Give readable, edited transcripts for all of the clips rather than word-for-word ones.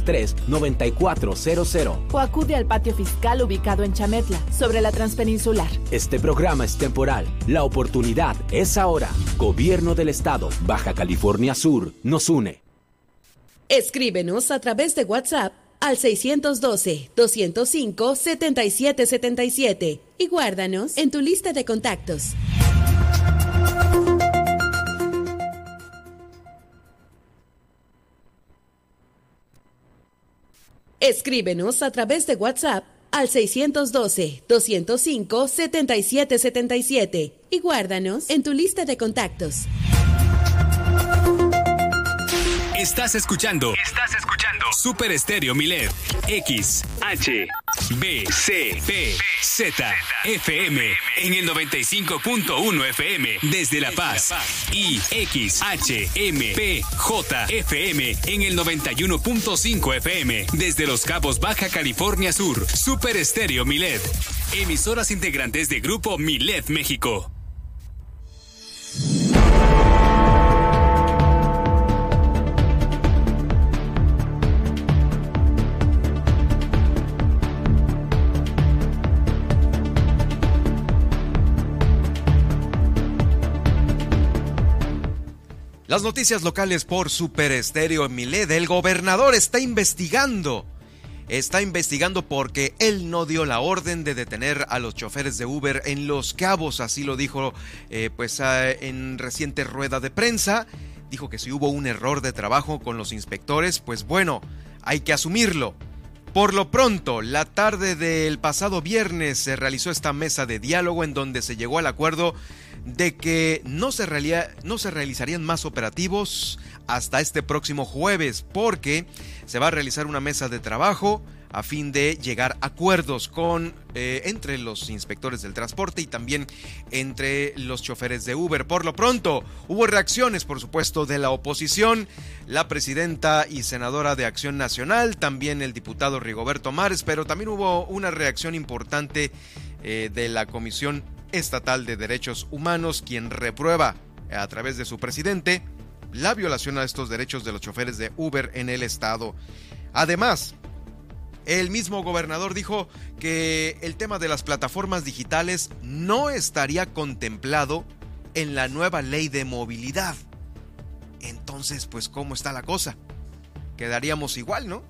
663-9400. O acude al patio fiscal ubicado en Chametla, sobre la Transpeninsular. Este programa es temporal. La oportunidad es ahora. Gobierno del Estado, Baja California Sur, nos une. Escríbenos a través de WhatsApp al 612-205-7777 y guárdanos en tu lista de contactos. Escríbenos a través de WhatsApp al 612-205-7777 y guárdanos en tu lista de contactos. Estás escuchando Super Estéreo Milet, X, H, B, C, P, Z, FM, en el 95.1 FM, desde La Paz, y X, H, M, P, J, FM, en el 91.5 FM, desde Los Cabos, Baja California Sur. Super Estéreo Milet, emisoras integrantes de Grupo Milet México. Las noticias locales por Super Estéreo Milet. El gobernador está investigando porque él no dio la orden de detener a los choferes de Uber en Los Cabos. Así lo dijo en reciente rueda de prensa. Dijo que si hubo un error de trabajo con los inspectores, pues bueno, hay que asumirlo. Por lo pronto, la tarde del pasado viernes se realizó esta mesa de diálogo en donde se llegó al acuerdo de que no se realizarían más operativos hasta este próximo jueves, porque se va a realizar una mesa de trabajo a fin de llegar a acuerdos entre los inspectores del transporte y también entre los choferes de Uber. Por lo pronto, hubo reacciones, por supuesto, de la oposición, la presidenta y senadora de Acción Nacional, también el diputado Rigoberto Mares, pero también hubo una reacción importante de la Comisión Estatal de Derechos Humanos, quien reprueba a través de su presidente la violación a estos derechos de los choferes de Uber en el estado. Además, el mismo gobernador dijo que el tema de las plataformas digitales no estaría contemplado en la nueva ley de movilidad. Entonces, pues, ¿cómo está la cosa? Quedaríamos igual, ¿no?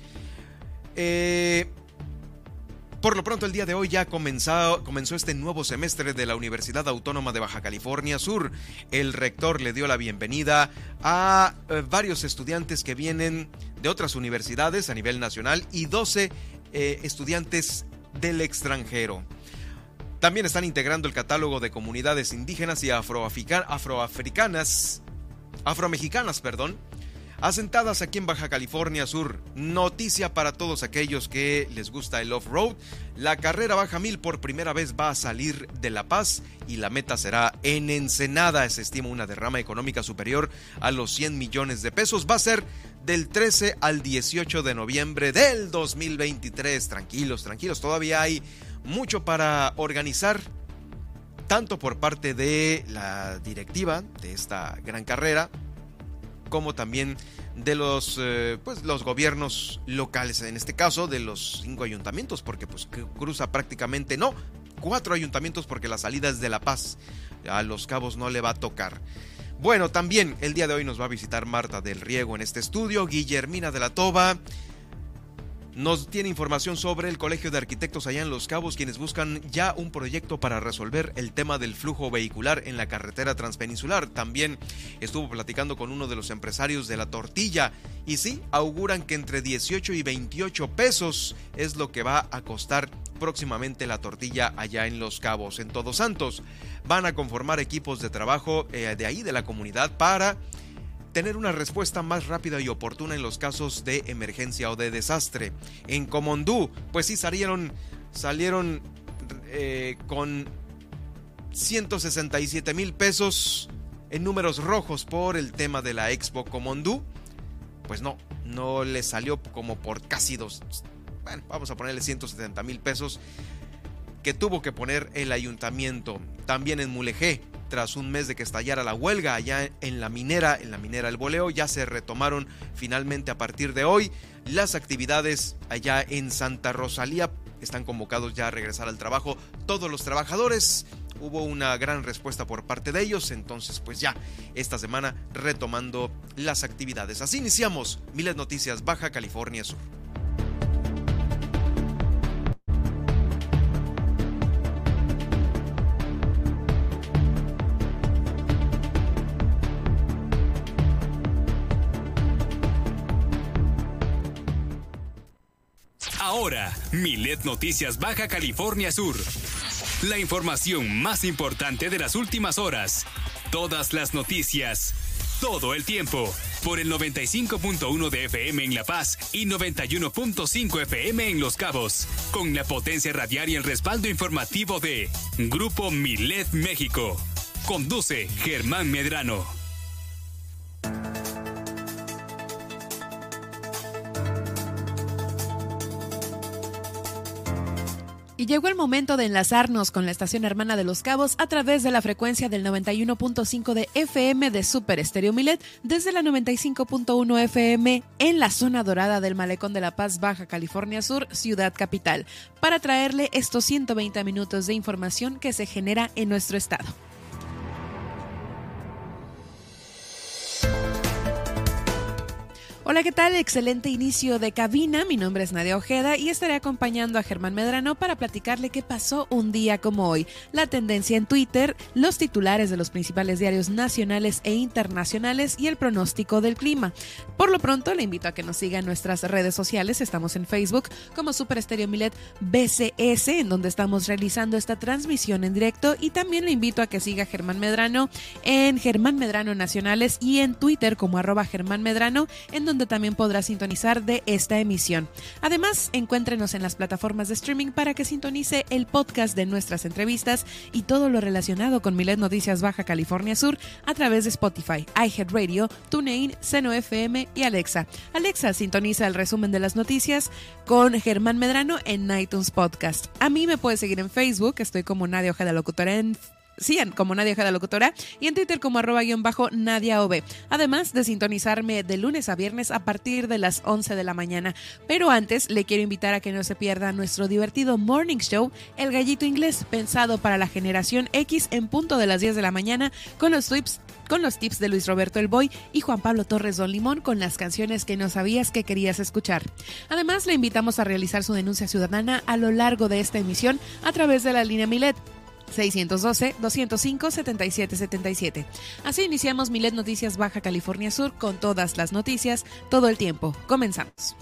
Por lo pronto, el día de hoy ya comenzó este nuevo semestre de la Universidad Autónoma de Baja California Sur. El rector le dio la bienvenida a varios estudiantes que vienen de otras universidades a nivel nacional y 12 estudiantes del extranjero. También están integrando el catálogo de comunidades indígenas y afromexicanas, asentadas aquí en Baja California Sur. Noticia para todos aquellos que les gusta el off-road. La carrera Baja 1000 por primera vez va a salir de La Paz y la meta será en Ensenada. Se estima una derrama económica superior a los 100 millones de pesos. Va a ser del 13 al 18 de noviembre del 2023. Tranquilos, todavía hay mucho para organizar, tanto por parte de la directiva de esta gran carrera, como también de los gobiernos locales, en este caso de los 5 ayuntamientos, porque pues cruza prácticamente, 4 ayuntamientos, porque la salida es de La Paz, a Los Cabos no le va a tocar. Bueno, también el día de hoy nos va a visitar Marta del Riego en este estudio. Guillermina de la Toba nos tiene información sobre el Colegio de Arquitectos allá en Los Cabos, quienes buscan ya un proyecto para resolver el tema del flujo vehicular en la carretera transpeninsular. También estuvo platicando con uno de los empresarios de la tortilla y sí, auguran que entre 18 y 28 pesos es lo que va a costar próximamente la tortilla allá en Los Cabos. En Todos Santos van a conformar equipos de trabajo de ahí, de la comunidad, para tener una respuesta más rápida y oportuna en los casos de emergencia o de desastre. En Comondú, pues sí salieron con 167,000 pesos en números rojos por el tema de la Expo Comondú. Pues no le salió, como por casi vamos a ponerle 170,000 pesos que tuvo que poner el ayuntamiento. También en Mulegé, tras un mes de que estallara la huelga allá en la minera El Boleo. Ya se retomaron finalmente a partir de hoy las actividades allá en Santa Rosalía. Están convocados ya a regresar al trabajo todos los trabajadores. Hubo una gran respuesta por parte de ellos, entonces pues ya esta semana retomando las actividades. Así iniciamos Milet Noticias Baja California Sur. Ahora, Milet Noticias Baja California Sur. La información más importante de las últimas horas. Todas las noticias, todo el tiempo. Por el 95.1 de FM en La Paz y 91.5 FM en Los Cabos. Con la potencia radial y el respaldo informativo de Grupo Milet México. Conduce Germán Medrano. Y llegó el momento de enlazarnos con la estación hermana de Los Cabos a través de la frecuencia del 91.5 de FM de Super Estéreo Milet, desde la 95.1 FM en la zona dorada del Malecón de La Paz, Baja California Sur, Ciudad Capital, para traerle estos 120 minutos de información que se genera en nuestro estado. Hola, ¿qué tal? Excelente inicio de cabina. Mi nombre es Nadia Ojeda y estaré acompañando a Germán Medrano para platicarle qué pasó un día como hoy, la tendencia en Twitter, los titulares de los principales diarios nacionales e internacionales y el pronóstico del clima. Por lo pronto, le invito a que nos siga en nuestras redes sociales. Estamos en Facebook como Super Estéreo Milet BCS, en donde estamos realizando esta transmisión en directo, y también le invito a que siga a Germán Medrano en Germán Medrano Nacionales y en Twitter como @GermánMedrano, en donde también podrá sintonizar de esta emisión. Además, encuéntrenos en las plataformas de streaming para que sintonice el podcast de nuestras entrevistas y todo lo relacionado con Milet Noticias Baja California Sur a través de Spotify, iHeartRadio, TuneIn, Seno FM y Alexa. Alexa, sintoniza el resumen de las noticias con Germán Medrano en iTunes Podcast. A mí me puedes seguir en Facebook, estoy como Nadia Ojeda Locutora como Nadia Ojeda Locutora, y en Twitter como @_NadiaOB. Además de sintonizarme de lunes a viernes a partir de las 11 de la mañana. Pero antes le quiero invitar a que no se pierda nuestro divertido morning show, El Gallito Inglés, pensado para la generación X, en punto de las 10 de la mañana, con los tips de Luis Roberto El Boy y Juan Pablo Torres Don Limón, con las canciones que no sabías que querías escuchar. Además, le invitamos a realizar su denuncia ciudadana a lo largo de esta emisión a través de la línea Milet 612-205-7777. Así iniciamos Milet Noticias Baja California Sur, con todas las noticias, todo el tiempo. Comenzamos.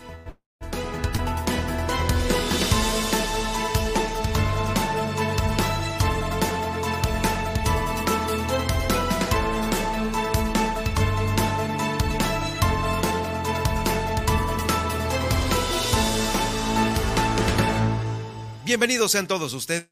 Bienvenidos sean todos ustedes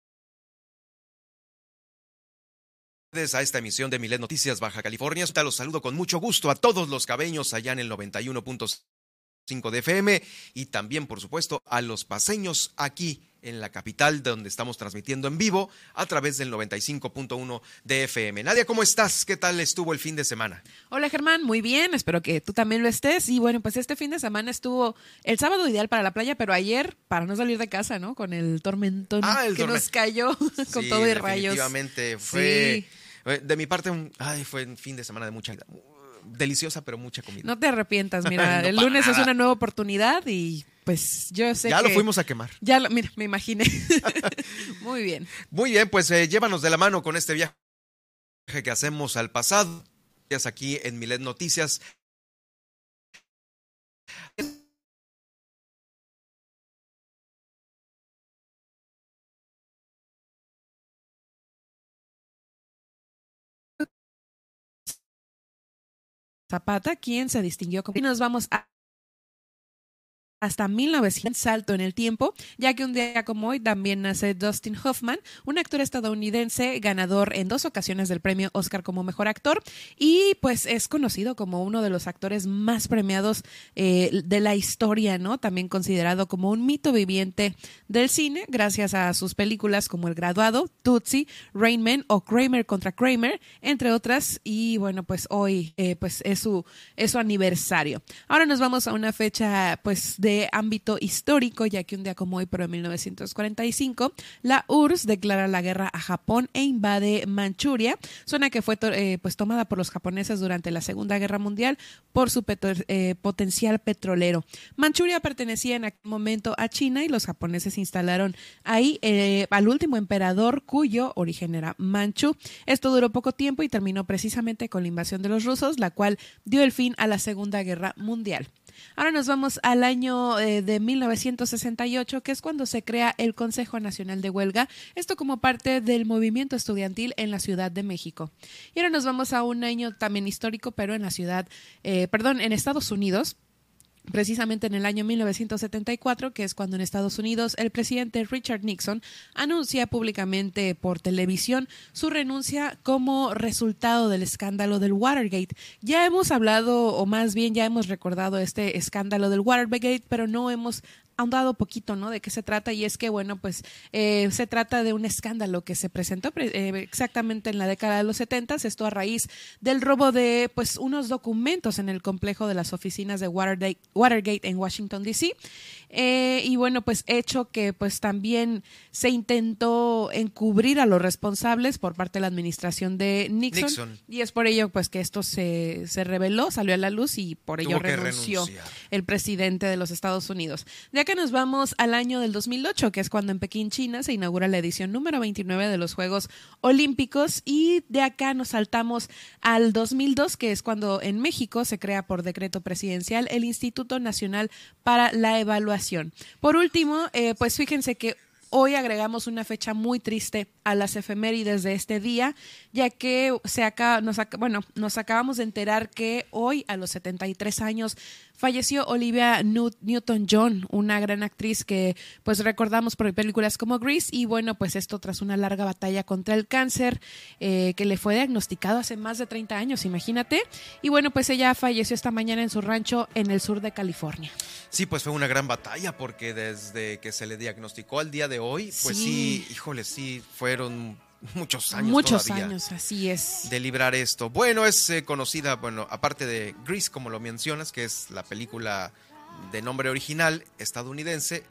a esta emisión de Milet Noticias Baja California. Los saludo con mucho gusto a todos los cabeños allá en el 91.5 de FM, y también, por supuesto, a los paseños aquí en la capital, donde estamos transmitiendo en vivo a través del 95.1 de FM. Nadia, ¿cómo estás? ¿Qué tal estuvo el fin de semana? Hola, Germán, muy bien, espero que tú también lo estés. Y bueno, pues este fin de semana estuvo el sábado ideal para la playa, pero ayer para no salir de casa, ¿no? Con el tormentón nos cayó con todo y rayos. Definitivamente fue, sí. De mi parte, fue un fin de semana de mucha deliciosa, pero mucha comida. No te arrepientas, mira, no, el lunes es una nueva oportunidad y pues yo sé ya que... lo fuimos a quemar. Mira, me imaginé. Muy bien. Muy bien, pues llévanos de la mano con este viaje que hacemos al pasado. Aquí en Milet Noticias. Zapata, quien se distinguió como... Y nos vamos a hasta 1900, salto en el tiempo, ya que un día como hoy también nace Dustin Hoffman, un actor estadounidense ganador en 2 ocasiones del premio Oscar como mejor actor y pues es conocido como uno de los actores más premiados de la historia, ¿no? También considerado como un mito viviente del cine gracias a sus películas como El Graduado, Tootsie, Rain Man o Kramer contra Kramer, entre otras, y bueno, pues hoy pues es su aniversario. Ahora nos vamos a una fecha pues de ámbito histórico, ya que un día como hoy, pero en 1945, la URSS declara la guerra a Japón e invade Manchuria, zona que fue pues tomada por los japoneses durante la Segunda Guerra Mundial por su potencial petrolero. Manchuria pertenecía en aquel momento a China y los japoneses instalaron ahí al último emperador cuyo origen era manchú. Esto duró poco tiempo y terminó precisamente con la invasión de los rusos, la cual dio el fin a la Segunda Guerra Mundial. Ahora nos vamos al año de 1968, que es cuando se crea el Consejo Nacional de Huelga, esto como parte del movimiento estudiantil en la Ciudad de México. Y ahora nos vamos a un año también histórico, pero en en Estados Unidos. Precisamente en el año 1974, que es cuando en Estados Unidos el presidente Richard Nixon anuncia públicamente por televisión su renuncia como resultado del escándalo del Watergate. Ya hemos hablado, o más bien ya hemos recordado este escándalo del Watergate, pero no hemos ahondado poquito, ¿no? De qué se trata, y es que, bueno, pues se trata de un escándalo que se presentó exactamente en la década de los 70, esto a raíz del robo de, pues, unos documentos en el complejo de las oficinas de Watergate en Washington, D.C., y bueno, pues hecho que pues también se intentó encubrir a los responsables por parte de la administración de Nixon. Y es por ello pues que esto se reveló, salió a la luz y por ello renunció el presidente de los Estados Unidos. De acá nos vamos al año del 2008, que es cuando en Pekín, China, se inaugura la edición número 29 de los Juegos Olímpicos, y de acá nos saltamos al 2002, que es cuando en México se crea por decreto presidencial el Instituto Nacional para la Evaluación. Por último, pues fíjense que hoy agregamos una fecha muy triste a las efemérides de este día, ya que nos acabamos de enterar que hoy, a los 73 años, falleció Olivia Newton-John, una gran actriz que pues recordamos por películas como Grease, y bueno, pues esto tras una larga batalla contra el cáncer que le fue diagnosticado hace más de 30 años, imagínate, y bueno, pues ella falleció esta mañana en su rancho en el sur de California. Sí, pues fue una gran batalla, porque desde que se le diagnosticó al día de hoy, pues sí, híjole, sí, fueron muchos años. Muchos años, así es. De librar esto. Bueno, es conocida, aparte de Grease, como lo mencionas, que es la película de nombre original estadounidense,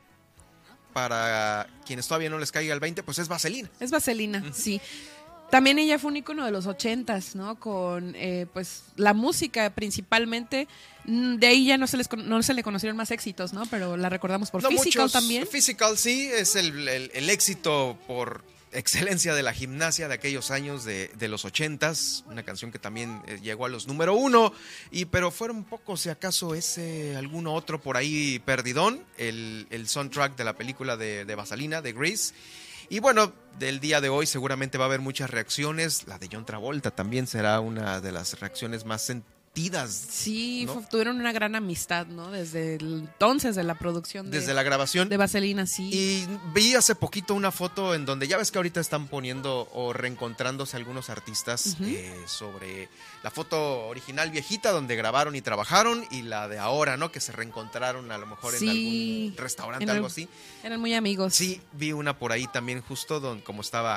para quienes todavía no les caiga el 20, pues es Vaselina. Es Vaselina, sí. También ella fue un ícono de los 80s, ¿no? Con pues la música principalmente. De ahí ya no se le conocieron más éxitos, ¿no? Pero la recordamos por Physical también. Physical sí, es el éxito por excelencia de la gimnasia de aquellos años de los 80s, una canción que también llegó a los número 1, pero fueron pocos, si acaso alguno otro por ahí perdidón, el soundtrack de la película de Vaselina, de Grease. Y bueno, del día de hoy seguramente va a haber muchas reacciones. La de John Travolta también será una de las reacciones más sentidas. Sí, ¿no? Tuvieron una gran amistad, ¿no? Desde entonces de la producción. Desde la grabación. De Vaselina, sí. Y vi hace poquito una foto en donde ya ves que ahorita están poniendo o reencontrándose algunos artistas sobre la foto original viejita donde grabaron y trabajaron, y la de ahora, ¿no? Que se reencontraron a lo mejor en algún restaurante, algo así. Eran muy amigos. Sí, vi una por ahí también justo donde como estaba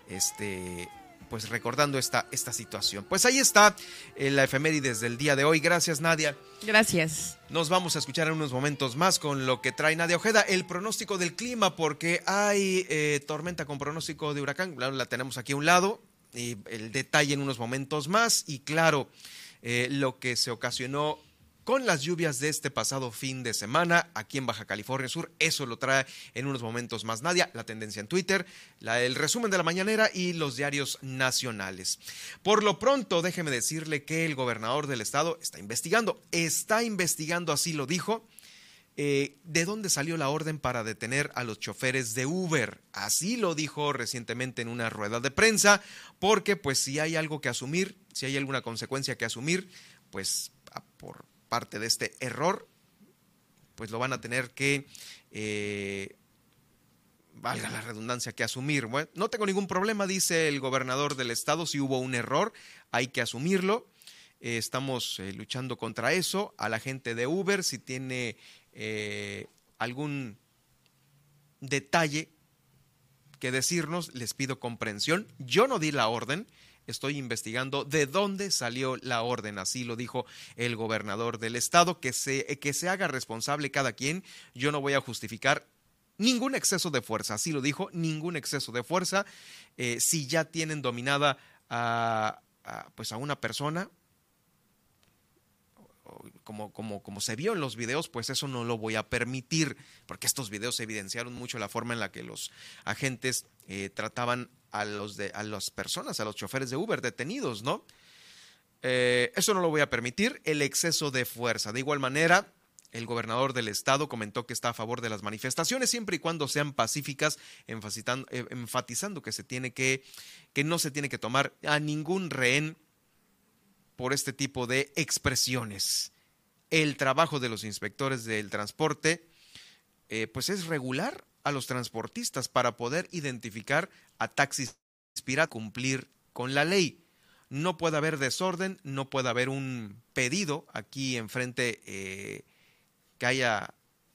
pues recordando esta situación. Pues ahí está la efemérides del día de hoy. Gracias, Nadia. Gracias. Nos vamos a escuchar en unos momentos más con lo que trae Nadia Ojeda, el pronóstico del clima, porque hay tormenta con pronóstico de huracán. La tenemos aquí a un lado, y el detalle en unos momentos más. Y claro, lo que se ocasionó con las lluvias de este pasado fin de semana aquí en Baja California Sur, eso lo trae en unos momentos más Nadia, la tendencia en Twitter, el resumen de la mañanera y los diarios nacionales. Por lo pronto, déjeme decirle que el gobernador del estado está investigando, así lo dijo, de dónde salió la orden para detener a los choferes de Uber. Así lo dijo recientemente en una rueda de prensa, porque pues si hay algo que asumir, si hay alguna consecuencia que asumir, pues por parte de este error, pues lo van a tener que, valga la redundancia, que asumir. Bueno, no tengo ningún problema, dice el gobernador del estado, si hubo un error, hay que asumirlo. Estamos luchando contra eso. A la gente de Uber, si tiene algún detalle que decirnos, les pido comprensión. Yo no di la orden, estoy investigando de dónde salió la orden, así lo dijo el gobernador del estado, que se haga responsable cada quien. Yo no voy a justificar ningún exceso de fuerza, así lo dijo, ningún exceso de fuerza. Si ya tienen dominada a una persona, como se vio en los videos, pues eso no lo voy a permitir, porque estos videos evidenciaron mucho la forma en la que los agentes trataban a las personas, a los choferes de Uber detenidos, ¿no? Eso no lo voy a permitir, el exceso de fuerza. De igual manera, el gobernador del estado comentó que está a favor de las manifestaciones siempre y cuando sean pacíficas, enfatizando que no se tiene que tomar a ningún rehén por este tipo de expresiones. El trabajo de los inspectores del transporte pues es regular a los transportistas para poder identificar a taxis piratas, cumplir con la ley. No puede haber desorden, no puede haber un pedido aquí enfrente que haya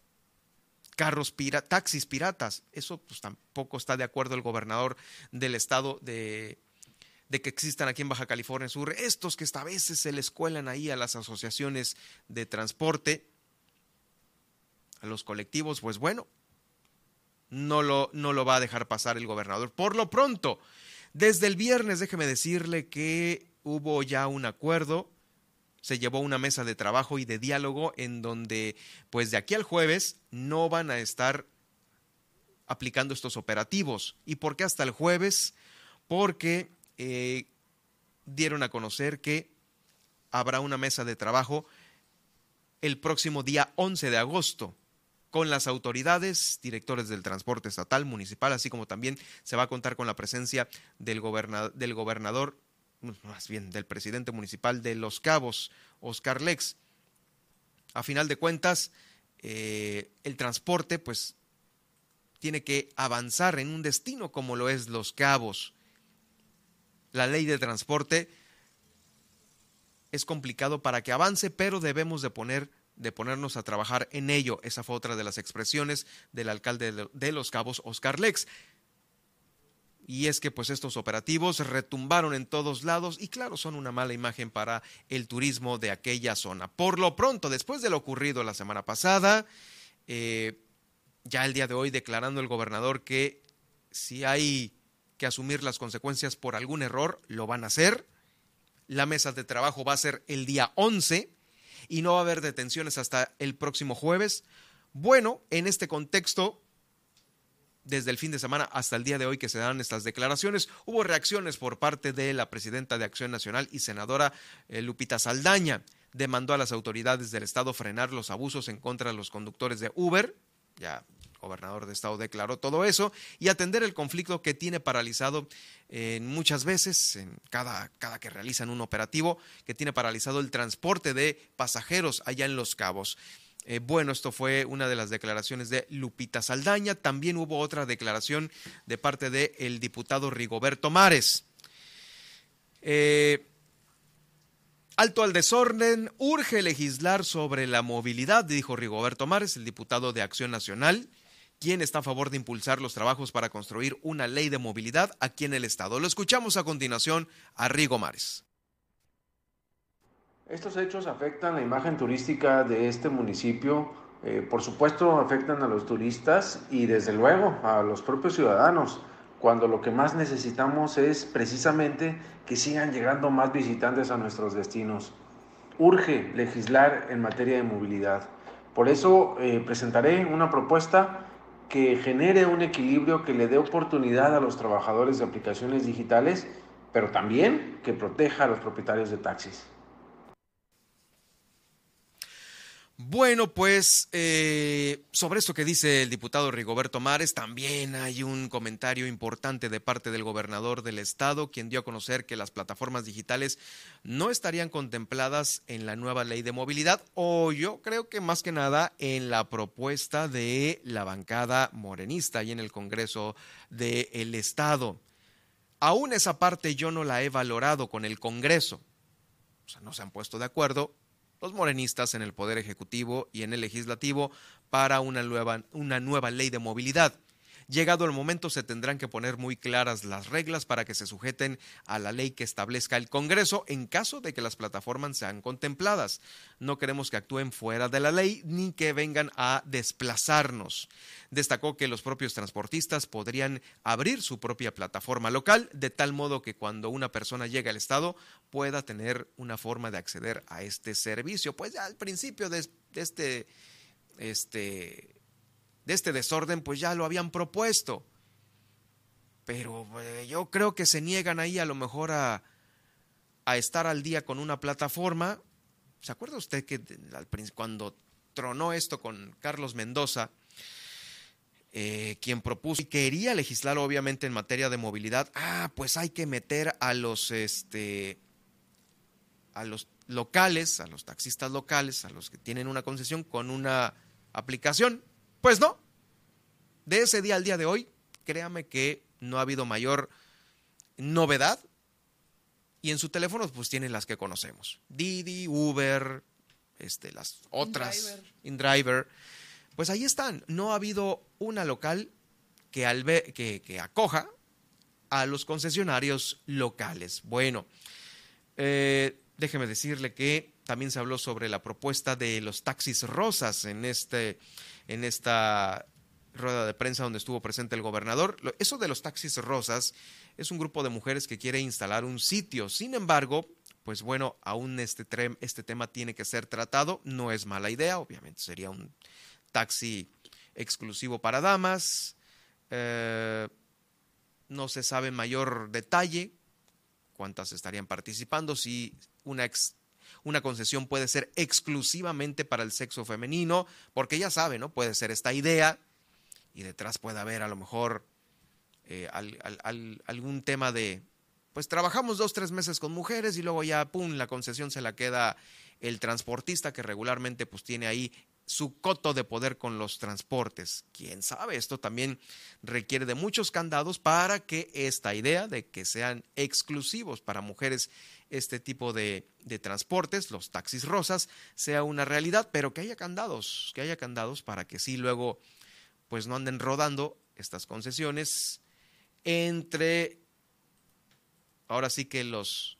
taxis piratas. Eso pues tampoco está de acuerdo el gobernador del estado de que existan aquí en Baja California Sur, estos que a veces se les cuelan ahí a las asociaciones de transporte, a los colectivos, pues bueno, no lo va a dejar pasar el gobernador. Por lo pronto, desde el viernes, déjeme decirle que hubo ya un acuerdo, se llevó una mesa de trabajo y de diálogo en donde, pues de aquí al jueves, no van a estar aplicando estos operativos. ¿Y por qué hasta el jueves? Porque dieron a conocer que habrá una mesa de trabajo el próximo día 11 de agosto con las autoridades, directores del transporte estatal, municipal, así como también se va a contar con la presencia del gobernador, más bien del presidente municipal de Los Cabos, Oscar Lex. A final de cuentas, el transporte pues tiene que avanzar en un destino como lo es Los Cabos. La ley de transporte es complicado para que avance, pero debemos de ponernos a trabajar en ello. Esa fue otra de las expresiones del alcalde de Los Cabos, Oscar Lex. Y es que pues estos operativos retumbaron en todos lados y claro, son una mala imagen para el turismo de aquella zona. Por lo pronto, después de lo ocurrido la semana pasada, ya el día de hoy declarando el gobernador que si hay que asumir las consecuencias por algún error, lo van a hacer. La mesa de trabajo va a ser el día 11 y no va a haber detenciones hasta el próximo jueves. Bueno, en este contexto, desde el fin de semana hasta el día de hoy que se dan estas declaraciones, hubo reacciones por parte de la presidenta de Acción Nacional y senadora Lupita Saldaña. Demandó a las autoridades del estado frenar los abusos en contra de los conductores de Uber. Ya el gobernador de estado declaró todo eso y atender el conflicto que tiene paralizado muchas veces, en cada que realizan un operativo, que tiene paralizado el transporte de pasajeros allá en Los Cabos. Bueno, esto fue una de las declaraciones de Lupita Saldaña. También hubo otra declaración de parte del diputado Rigoberto Mares. Alto al desorden, urge legislar sobre la movilidad, dijo Rigoberto Mares, el diputado de Acción Nacional, quien está a favor de impulsar los trabajos para construir una ley de movilidad aquí en el estado. Lo escuchamos a continuación a Rigo Mares. Estos hechos afectan la imagen turística de este municipio, por supuesto afectan a los turistas y desde luego a los propios ciudadanos, cuando lo que más necesitamos es precisamente que sigan llegando más visitantes a nuestros destinos. Urge legislar en materia de movilidad. Por eso presentaré una propuesta que genere un equilibrio que le dé oportunidad a los trabajadores de aplicaciones digitales, pero también que proteja a los propietarios de taxis. Bueno, pues sobre esto que dice el diputado Rigoberto Mares, también hay un comentario importante de parte del gobernador del estado, quien dio a conocer que las plataformas digitales no estarían contempladas en la nueva ley de movilidad, o yo creo que más que nada en la propuesta de la bancada morenista y en el Congreso del estado. Aún esa parte yo no la he valorado con el Congreso, o sea, no se han puesto de acuerdo los morenistas en el Poder Ejecutivo y en el Legislativo para una nueva ley de movilidad. Llegado el momento se tendrán que poner muy claras las reglas para que se sujeten a la ley que establezca el Congreso en caso de que las plataformas sean contempladas. No queremos que actúen fuera de la ley ni que vengan a desplazarnos. Destacó que los propios transportistas podrían abrir su propia plataforma local de tal modo que cuando una persona llegue al estado pueda tener una forma de acceder a este servicio. Pues ya al principio de este desorden, pues ya lo habían propuesto. Pero yo creo que se niegan ahí a lo mejor a estar al día con una plataforma. ¿Se acuerda usted que cuando tronó esto con Carlos Mendoza, quien propuso y quería legislar obviamente en materia de movilidad? Pues hay que meter a los locales, a los taxistas locales, a los que tienen una concesión con una aplicación. Pues no, de ese día al día de hoy, créame que no ha habido mayor novedad y en su teléfono pues tienen las que conocemos, Didi, Uber, las otras, InDriver, pues ahí están. No ha habido una local que acoja a los concesionarios locales. Bueno, déjeme decirle que también se habló sobre la propuesta de los taxis rosas en esta rueda de prensa donde estuvo presente el gobernador. Eso de los taxis rosas es un grupo de mujeres que quiere instalar un sitio. Sin embargo, pues bueno, aún este tema tiene que ser tratado. No es mala idea, obviamente sería un taxi exclusivo para damas. No se sabe mayor detalle cuántas estarían participando, si una concesión puede ser exclusivamente para el sexo femenino, porque ya sabe, ¿no? Puede ser esta idea y detrás puede haber a lo mejor algún tema de, pues trabajamos 2-3 meses con mujeres y luego ya, pum, la concesión se la queda el transportista que regularmente pues tiene ahí su coto de poder con los transportes. ¿Quién sabe? Esto también requiere de muchos candados para que esta idea de que sean exclusivos para mujeres este tipo de transportes, los taxis rosas, sea una realidad, pero que haya candados para que sí luego pues no anden rodando estas concesiones entre, ahora sí que los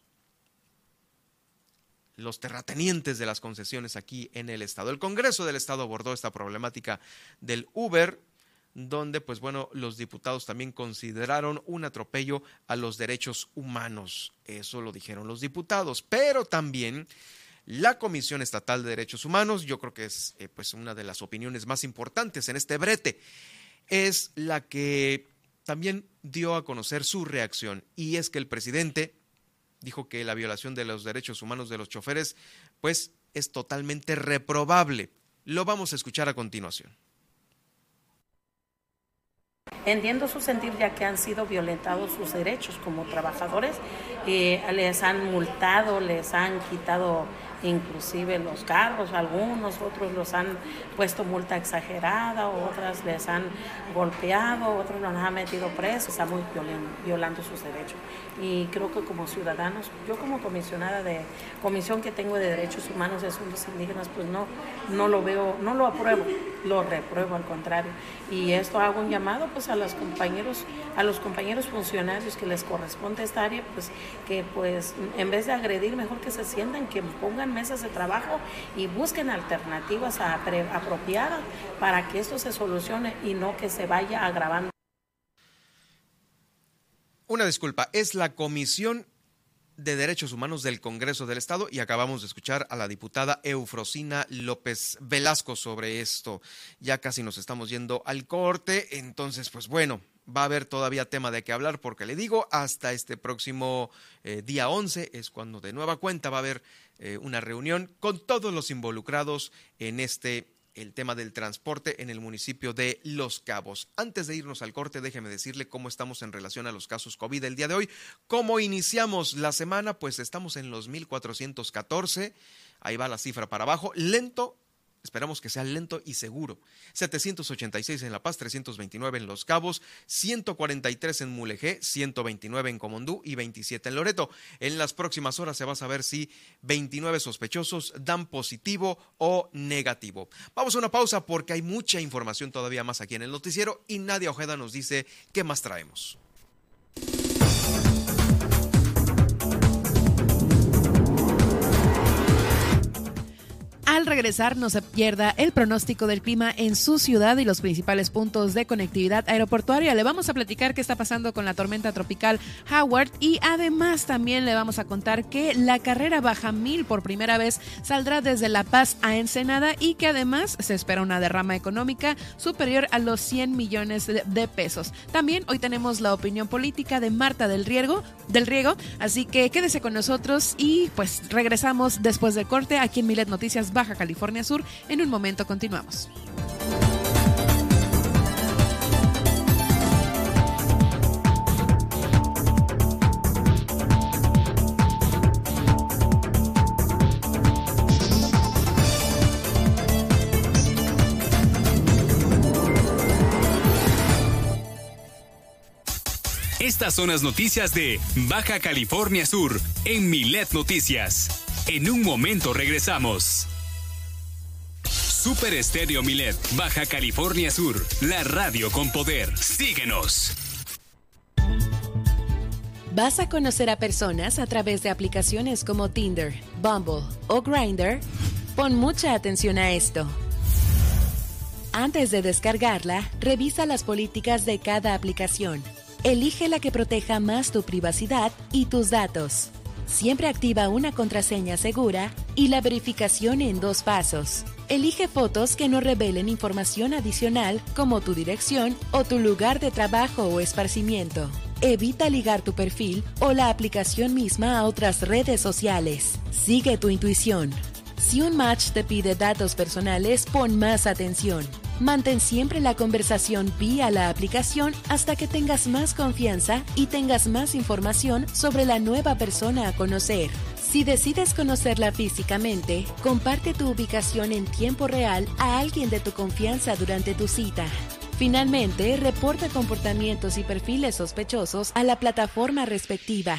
terratenientes de las concesiones aquí en el estado. El Congreso del estado abordó esta problemática del Uber, donde pues bueno, los diputados también consideraron un atropello a los derechos humanos. Eso lo dijeron los diputados, pero también la Comisión Estatal de Derechos Humanos, yo creo que es pues una de las opiniones más importantes en este brete, es la que también dio a conocer su reacción, y es que el presidente dijo que la violación de los derechos humanos de los choferes pues es totalmente reprobable. Lo vamos a escuchar a continuación. Entiendo su sentir, ya que han sido violentados sus derechos como trabajadores, les han multado, les han quitado inclusive los carros, algunos, otros los han puesto multa exagerada, otras les han golpeado, otros los han metido presos, estamos violando sus derechos. Y creo que como ciudadanos, yo como comisionada de comisión que tengo de derechos humanos de asuntos indígenas, pues no lo veo, no lo apruebo, lo repruebo al contrario. Y esto hago un llamado pues a los compañeros funcionarios que les corresponde esta área, pues que pues en vez de agredir, mejor que se sientan, que pongan mesas de trabajo y busquen alternativas apropiadas para que esto se solucione y no que se vaya agravando. Una disculpa, es la Comisión de Derechos Humanos del Congreso del Estado, y acabamos de escuchar a la diputada Eufrosina López Velasco sobre esto. Ya casi nos estamos yendo al corte, entonces pues bueno, va a haber todavía tema de qué hablar, porque le digo, hasta este próximo día 11 es cuando de nueva cuenta va a haber una reunión con todos los involucrados en el tema del transporte en el municipio de Los Cabos. Antes de irnos al corte, déjeme decirle cómo estamos en relación a los casos COVID el día de hoy. ¿Cómo iniciamos la semana? Pues estamos en los 1,414. Ahí va la cifra para abajo. Lento. Esperamos que sea lento y seguro. 786 en La Paz, 329 en Los Cabos, 143 en Mulegé, 129 en Comondú y 27 en Loreto. En las próximas horas se va a saber si 29 sospechosos dan positivo o negativo. Vamos a una pausa porque hay mucha información todavía más aquí en el noticiero y Nadia Ojeda nos dice qué más traemos. Al regresar, no se pierda el pronóstico del clima en su ciudad y los principales puntos de conectividad aeroportuaria. Le vamos a platicar qué está pasando con la tormenta tropical Howard y además también le vamos a contar que la carrera Baja 1000 por primera vez saldrá desde La Paz a Ensenada y que además se espera una derrama económica superior a los 100 millones de pesos. También hoy tenemos la opinión política de Marta del Riego, así que quédese con nosotros y pues regresamos después del corte aquí en Milet Noticias Baja California Sur. En un momento continuamos. Estas son las noticias de Baja California Sur en Milet Noticias. En un momento regresamos. Super Estéreo Milet, Baja California Sur, la radio con poder. Síguenos. ¿Vas a conocer a personas a través de aplicaciones como Tinder, Bumble o Grindr? Pon mucha atención a esto. Antes de descargarla, revisa las políticas de cada aplicación. Elige la que proteja más tu privacidad y tus datos. Siempre activa una contraseña segura y la verificación en 2 pasos. Elige fotos que no revelen información adicional como tu dirección o tu lugar de trabajo o esparcimiento. Evita ligar tu perfil o la aplicación misma a otras redes sociales. Sigue tu intuición. Si un match te pide datos personales, pon más atención. Mantén siempre la conversación vía la aplicación hasta que tengas más confianza y tengas más información sobre la nueva persona a conocer. Si decides conocerla físicamente, comparte tu ubicación en tiempo real a alguien de tu confianza durante tu cita. Finalmente, reporta comportamientos y perfiles sospechosos a la plataforma respectiva.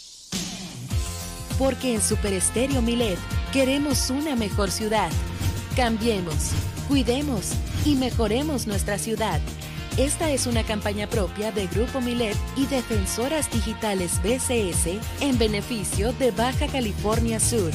Porque en Super Estéreo Milet queremos una mejor ciudad. Cambiemos, cuidemos y mejoremos nuestra ciudad. Esta es una campaña propia de Grupo Milet y Defensoras Digitales BCS en beneficio de Baja California Sur.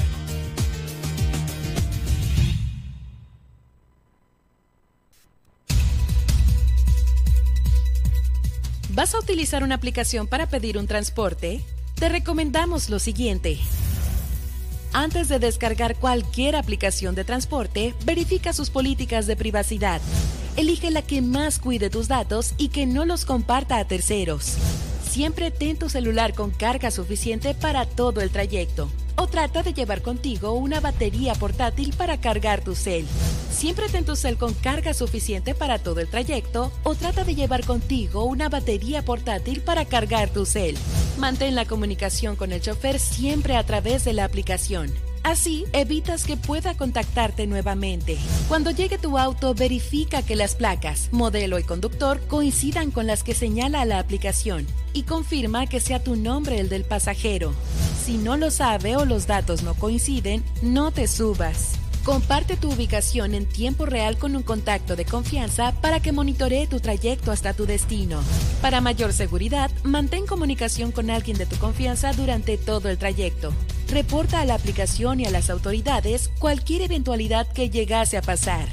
¿Vas a utilizar una aplicación para pedir un transporte? Te recomendamos lo siguiente. Antes de descargar cualquier aplicación de transporte, verifica sus políticas de privacidad. Elige la que más cuide tus datos y que no los comparta a terceros. Siempre ten tu celular con carga suficiente para todo el trayecto. O trata de llevar contigo una batería portátil para cargar tu cel. Siempre ten tu cel con carga suficiente para todo el trayecto o trata de llevar contigo una batería portátil para cargar tu cel. Mantén la comunicación con el chofer siempre a través de la aplicación. Así, evitas que pueda contactarte nuevamente. Cuando llegue tu auto, verifica que las placas, modelo y conductor coincidan con las que señala la aplicación y confirma que sea tu nombre el del pasajero. Si no lo sabe o los datos no coinciden, no te subas. Comparte tu ubicación en tiempo real con un contacto de confianza para que monitoree tu trayecto hasta tu destino. Para mayor seguridad, mantén comunicación con alguien de tu confianza durante todo el trayecto. Reporta a la aplicación y a las autoridades cualquier eventualidad que llegase a pasar.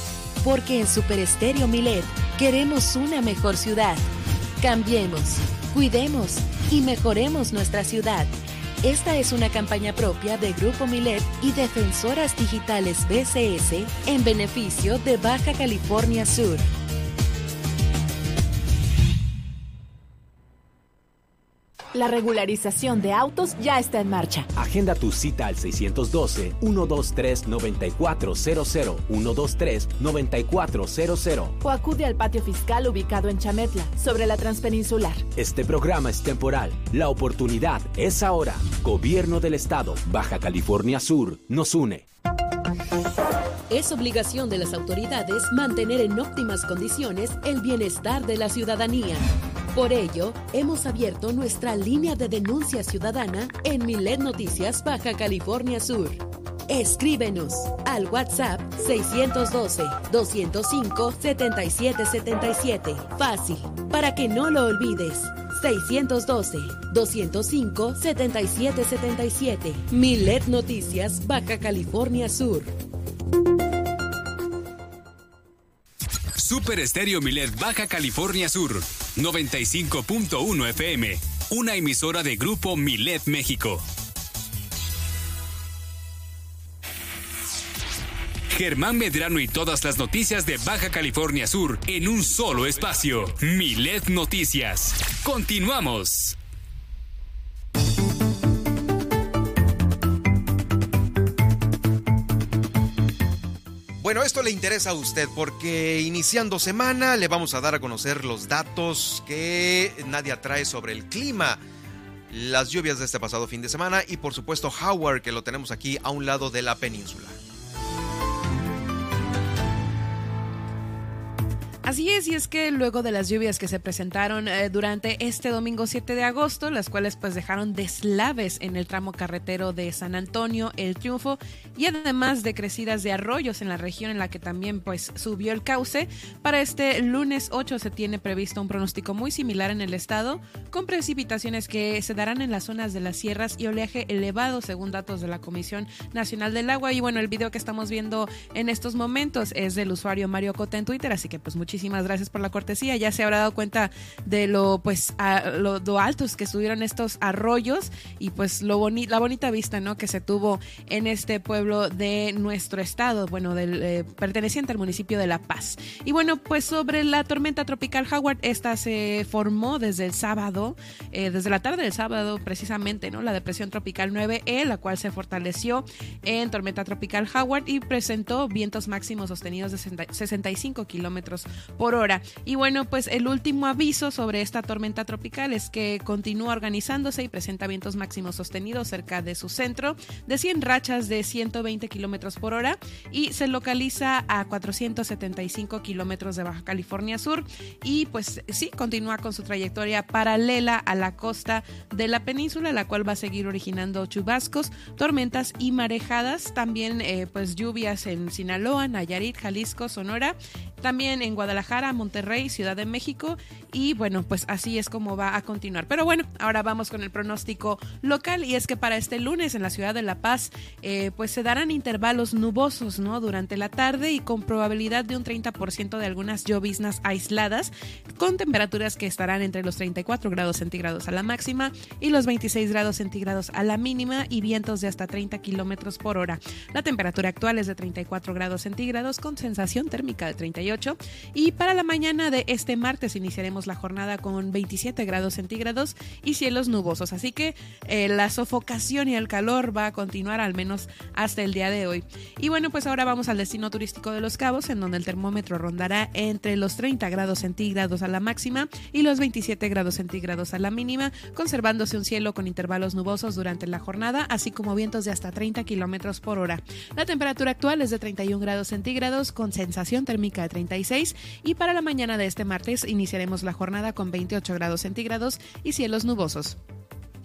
Porque en Super Estéreo Milet queremos una mejor ciudad. Cambiemos, Cuidemos y mejoremos nuestra ciudad. Esta es una campaña propia de Grupo Milet y Defensoras Digitales BCS en beneficio de Baja California Sur. La regularización de autos ya está en marcha. Agenda tu cita al 612-123-9400, 123-9400. O acude al patio fiscal ubicado en Chametla, sobre la Transpeninsular. Este programa es temporal. La oportunidad es ahora. Gobierno del Estado, Baja California Sur, nos une. Es obligación de las autoridades mantener en óptimas condiciones el bienestar de la ciudadanía. Por ello, hemos abierto nuestra línea de denuncia ciudadana en Milet Noticias Baja California Sur. Escríbenos al WhatsApp 612-205-7777. Fácil, para que no lo olvides. 612-205-7777. Milet Noticias Baja California Sur. Super Estéreo Milet Baja California Sur, 95.1 FM, una emisora de Grupo Milet México. Germán Medrano y todas las noticias de Baja California Sur en un solo espacio. Milet Noticias. Continuamos. Bueno, esto le interesa a usted porque iniciando semana le vamos a dar a conocer los datos que Nadia trae sobre el clima, las lluvias de este pasado fin de semana y por supuesto Howard, que lo tenemos aquí a un lado de la península. Así es, y es que luego de las lluvias que se presentaron durante este domingo 7 de agosto, las cuales pues dejaron deslaves en el tramo carretero de San Antonio, El Triunfo, y además de crecidas de arroyos en la región en la que también pues subió el cauce, para este lunes 8 se tiene previsto un pronóstico muy similar en el estado, con precipitaciones que se darán en las zonas de las sierras y oleaje elevado según datos de la Comisión Nacional del Agua. Y bueno, el video que estamos viendo en estos momentos es del usuario Mario Cota en Twitter, así que pues muchísimas gracias por la cortesía. Ya se habrá dado cuenta de lo altos que estuvieron estos arroyos y pues la bonita vista, ¿no?, que se tuvo en este pueblo de nuestro estado, bueno, perteneciente al municipio de La Paz. Y bueno, pues sobre la tormenta tropical Howard, esta se formó desde el sábado, desde la tarde del sábado precisamente, ¿no?, la depresión tropical 9E, la cual se fortaleció en tormenta tropical Howard y presentó vientos máximos sostenidos de 65 kilómetros por hora. Y bueno, pues el último aviso sobre esta tormenta tropical es que continúa organizándose y presenta vientos máximos sostenidos cerca de su centro de 100 rachas de 120 kilómetros por hora y se localiza a 475 kilómetros de Baja California Sur y pues sí, continúa con su trayectoria paralela a la costa de la península, la cual va a seguir originando chubascos, tormentas y marejadas, también pues lluvias en Sinaloa, Nayarit, Jalisco, Sonora, también en Guadalajara, Monterrey, Ciudad de México y bueno, pues así es como va a continuar. Pero bueno, ahora vamos con el pronóstico local y es que para este lunes en la ciudad de La Paz pues se darán intervalos nubosos, ¿no?, durante la tarde y con probabilidad de un 30% de algunas lloviznas aisladas con temperaturas que estarán entre los 34 grados centígrados a la máxima y los 26 grados centígrados a la mínima y vientos de hasta 30 kilómetros por hora. La temperatura actual es de 34 grados centígrados con sensación térmica de 38 y para la mañana de este martes iniciaremos la jornada con 27 grados centígrados y cielos nubosos, así que la sofocación y el calor va a continuar al menos hasta el día de hoy. Y bueno, pues ahora vamos al destino turístico de Los Cabos, en donde el termómetro rondará entre los 30 grados centígrados a la máxima y los 27 grados centígrados a la mínima, conservándose un cielo con intervalos nubosos durante la jornada, así como vientos de hasta 30 kilómetros por hora. La temperatura actual es de 31 grados centígrados con sensación térmica de 36 y para la mañana de este martes iniciaremos la jornada con 28 grados centígrados y cielos nubosos.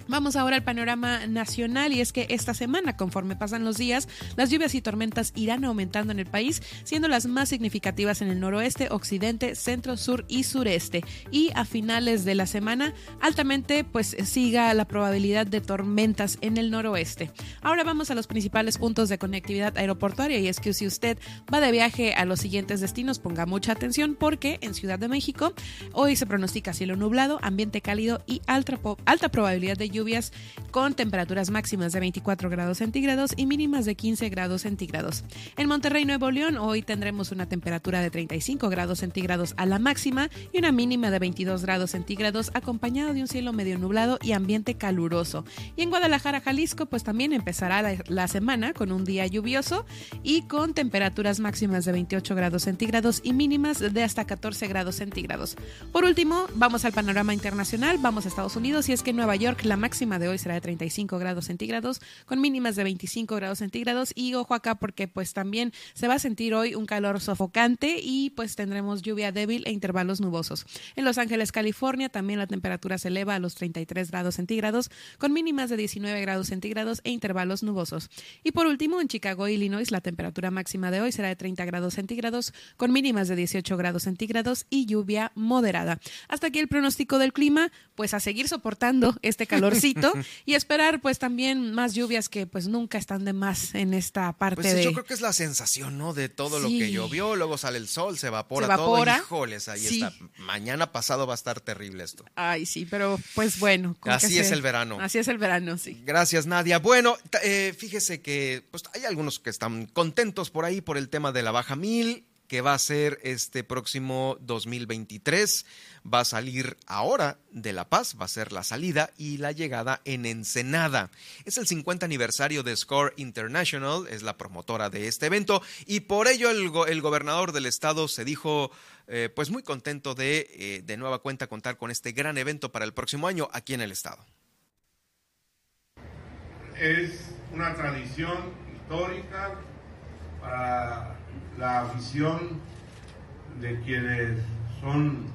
Vamos ahora al panorama nacional y es que esta semana, conforme pasan los días, las lluvias y tormentas irán aumentando en el país, siendo las más significativas en el noroeste, occidente, centro, sur y sureste. Y a finales de la semana, altamente pues siga la probabilidad de tormentas en el noroeste. Ahora vamos a los principales puntos de conectividad aeroportuaria y es que si usted va de viaje a los siguientes destinos, ponga mucha atención porque en Ciudad de México hoy se pronostica cielo nublado, ambiente cálido y alta probabilidad de lluvias con temperaturas máximas de 24 grados centígrados y mínimas de 15 grados centígrados. En Monterrey, Nuevo León, hoy tendremos una temperatura de 35 grados centígrados a la máxima y una mínima de 22 grados centígrados acompañado de un cielo medio nublado y ambiente caluroso. Y en Guadalajara, Jalisco, pues también empezará la semana con un día lluvioso y con temperaturas máximas de 28 grados centígrados y mínimas de hasta 14 grados centígrados. Por último, vamos al panorama internacional, vamos a Estados Unidos y es que en Nueva York la máxima de hoy será de 35 grados centígrados con mínimas de 25 grados centígrados y ojo acá porque pues también se va a sentir hoy un calor sofocante y pues tendremos lluvia débil e intervalos nubosos. En Los Ángeles, California también la temperatura se eleva a los 33 grados centígrados con mínimas de 19 grados centígrados e intervalos nubosos. Y por último en Chicago, Illinois la temperatura máxima de hoy será de 30 grados centígrados con mínimas de 18 grados centígrados y lluvia moderada. Hasta aquí el pronóstico del clima, pues a seguir soportando este calorcito y esperar pues también más lluvias que pues nunca están de más en esta parte pues de... Yo creo que es la sensación, ¿no? De todo lo que llovió, luego sale el sol, se evapora todo. Híjoles, ahí está. Mañana pasado va a estar terrible esto. Ay, sí, pero pues bueno. Así es el verano. Así es el verano, sí. Gracias, Nadia. Bueno, fíjese que pues hay algunos que están contentos por ahí por el tema de la Baja 1000, que va a ser este próximo 2023. Va a salir ahora de La Paz, va a ser la salida y la llegada en Ensenada. Es el 50 aniversario de Score International, es la promotora de este evento y por ello el gobernador del estado se dijo pues muy contento de nueva cuenta contar con este gran evento para el próximo año aquí en el estado. Es una tradición histórica para la afición de quienes son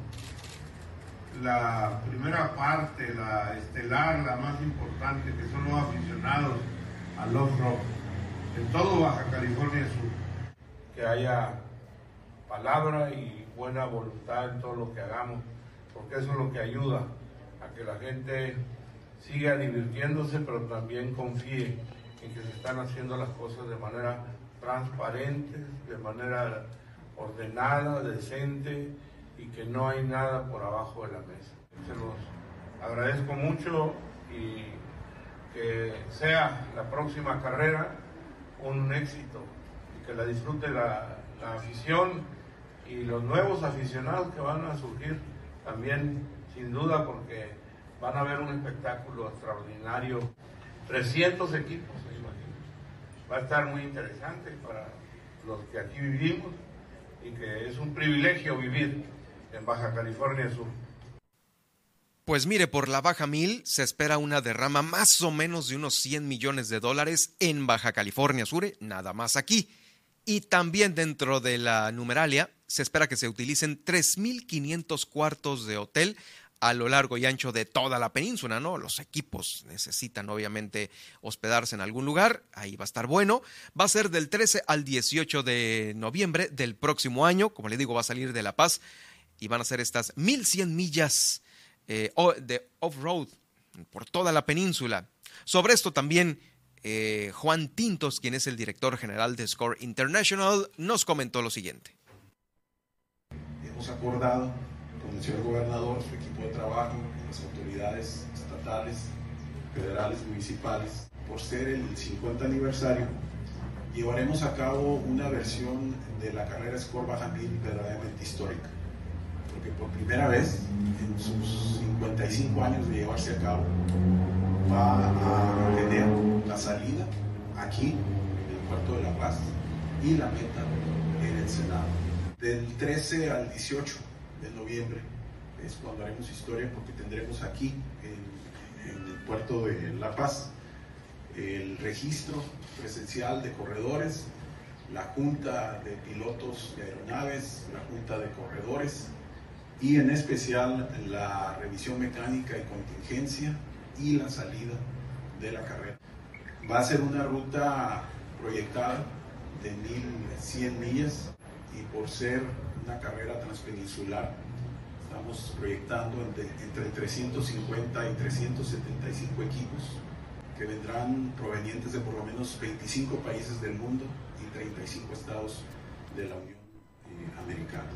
la primera parte, la estelar, la más importante, que son los aficionados al off-road en todo Baja California Sur. Que haya palabra y buena voluntad en todo lo que hagamos, porque eso es lo que ayuda a que la gente siga divirtiéndose, pero también confíe en que se están haciendo las cosas de manera transparente, de manera ordenada, decente y que no hay nada por abajo de la mesa. Se los agradezco mucho y que sea la próxima carrera un éxito y que la disfrute la afición y los nuevos aficionados que van a surgir también, sin duda, porque van a ver un espectáculo extraordinario. 300 equipos, me imagino. Va a estar muy interesante para los que aquí vivimos y que es un privilegio vivir en Baja California Sur. Pues mire, por la Baja 1000 se espera una derrama más o menos de unos $100 millones en Baja California Sur, nada más aquí. Y también dentro de la numeralia se espera que se utilicen 3,500 cuartos de hotel a lo largo y ancho de toda la península, ¿no? Los equipos necesitan obviamente hospedarse en algún lugar, ahí va a estar bueno. Va a ser del 13 al 18 de noviembre del próximo año, como le digo, va a salir de La Paz y van a ser estas 1,100 millas de off-road por toda la península. Sobre esto también Juan Tintos, quien es el director general de Score International, nos comentó lo siguiente. Hemos acordado con el señor gobernador, su equipo de trabajo, las autoridades estatales, federales, municipales, por ser el 50 aniversario, llevaremos a cabo una versión de la carrera Score Baja 1000 verdaderamente histórica, porque por primera vez en sus 55 años de llevarse a cabo va a tener la salida aquí en el puerto de La Paz y la meta en Ensenada. Del 13 al 18 de noviembre es cuando haremos historia, porque tendremos aquí en el puerto de La Paz el registro presencial de corredores, la junta de pilotos de aeronaves, la junta de corredores y en especial la revisión mecánica y contingencia y la salida de la carrera. Va a ser una ruta proyectada de 1.100 millas y por ser una carrera transpeninsular estamos proyectando entre 350 y 375 equipos que vendrán provenientes de por lo menos 25 países del mundo y 35 estados de la Unión Americana.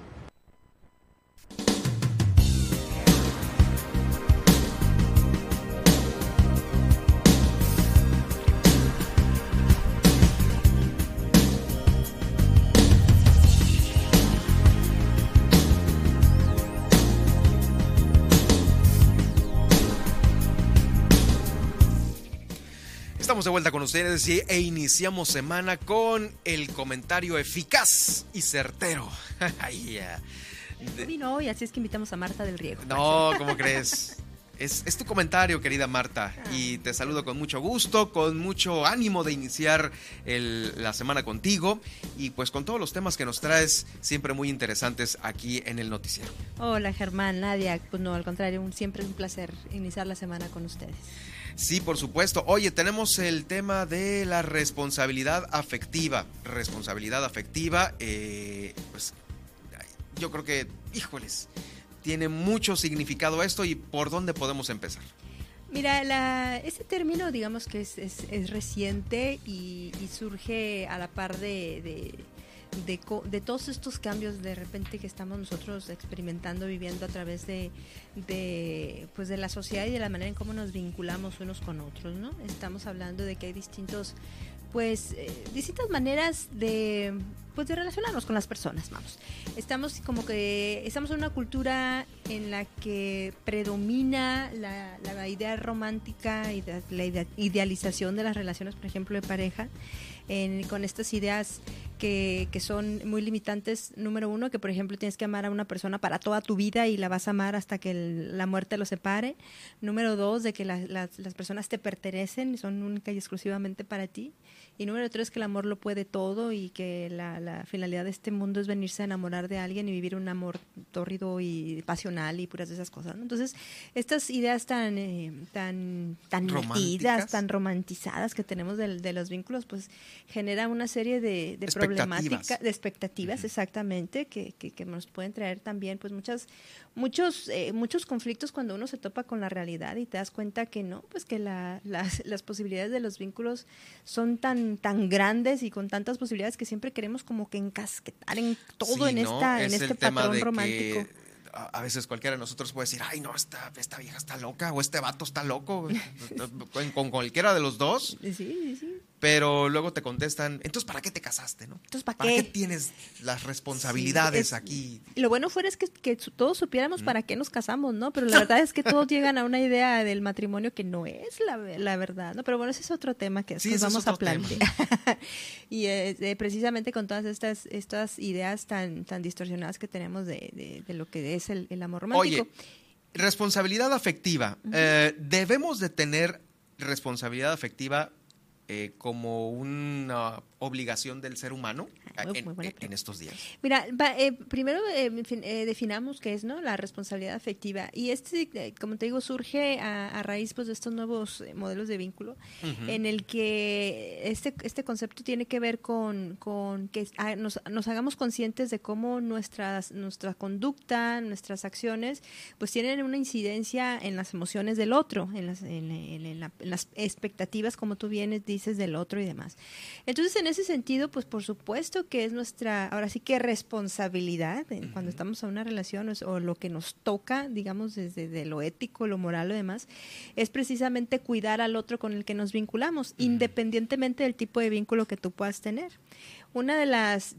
Estamos de vuelta con ustedes e iniciamos semana con el comentario eficaz y certero. Vino hoy, así es que invitamos a Marta del Riego. No, ¿cómo crees? Es tu comentario, querida Marta, y te saludo con mucho gusto, con mucho ánimo de iniciar la semana contigo y pues con todos los temas que nos traes, siempre muy interesantes aquí en el noticiero. Hola Germán, Nadia, pues no, al contrario, siempre es un placer iniciar la semana con ustedes. Sí, por supuesto. Oye, tenemos el tema de la responsabilidad afectiva. Pues yo creo que, híjoles, tiene mucho significado esto y ¿por dónde podemos empezar? Mira, ese término digamos que es reciente y surge a la par de todos estos cambios de repente que estamos nosotros experimentando, viviendo a través de la sociedad y de la manera en cómo nos vinculamos unos con otros, ¿no? Estamos hablando de que hay distintas maneras de relacionarnos con las personas, vamos. Estamos en una cultura en la que predomina la idea romántica y la idealización de las relaciones, por ejemplo, de pareja, con estas ideas que son muy limitantes. Número uno, que por ejemplo tienes que amar a una persona para toda tu vida y la vas a amar hasta que la muerte los separe. Número dos, de que las personas te pertenecen y son única y exclusivamente para ti. Y número tres, que el amor lo puede todo y que la finalidad de este mundo es venirse a enamorar de alguien y vivir un amor tórrido y pasional y puras de esas cosas, ¿no? Entonces, estas ideas tan metidas, tan romantizadas que tenemos de los vínculos, pues genera una serie de problemáticas, de expectativas, exactamente, que nos pueden traer también pues muchos conflictos cuando uno se topa con la realidad y te das cuenta que no, pues que las posibilidades de los vínculos son tan grandes y con tantas posibilidades que siempre queremos como que encasquetar en todo, sí, en este patrón romántico. A veces cualquiera de nosotros puede decir, ay no, esta vieja está loca o este vato está loco, con cualquiera de los dos. Sí. Pero luego te contestan, entonces ¿para qué te casaste, no? Entonces, ¿para qué tienes las responsabilidades aquí? Lo bueno fuera es que todos supiéramos para qué nos casamos, ¿no? Pero la verdad es que todos llegan a una idea del matrimonio que no es la verdad, ¿no? Pero bueno, ese es otro tema que después vamos a plantear. Y precisamente con todas estas ideas tan distorsionadas que tenemos de lo que es el amor romántico. Oye, responsabilidad afectiva. ¿Debemos de tener responsabilidad afectiva como una obligación del ser humano en estos días? Mira, primero definamos qué es, ¿no?, la responsabilidad afectiva. Y como te digo, surge a raíz pues de estos nuevos modelos de vínculo, en el que este concepto tiene que ver con que nos hagamos conscientes de cómo nuestra conducta, nuestras acciones, pues tienen una incidencia en las emociones del otro, en las expectativas, como tú bien dices, del otro y demás. Entonces, en ese sentido, pues por supuesto que es nuestra, ahora sí que responsabilidad cuando estamos en una relación o lo que nos toca, digamos, desde lo ético, lo moral, lo demás, es precisamente cuidar al otro con el que nos vinculamos, independientemente del tipo de vínculo que tú puedas tener. Una de las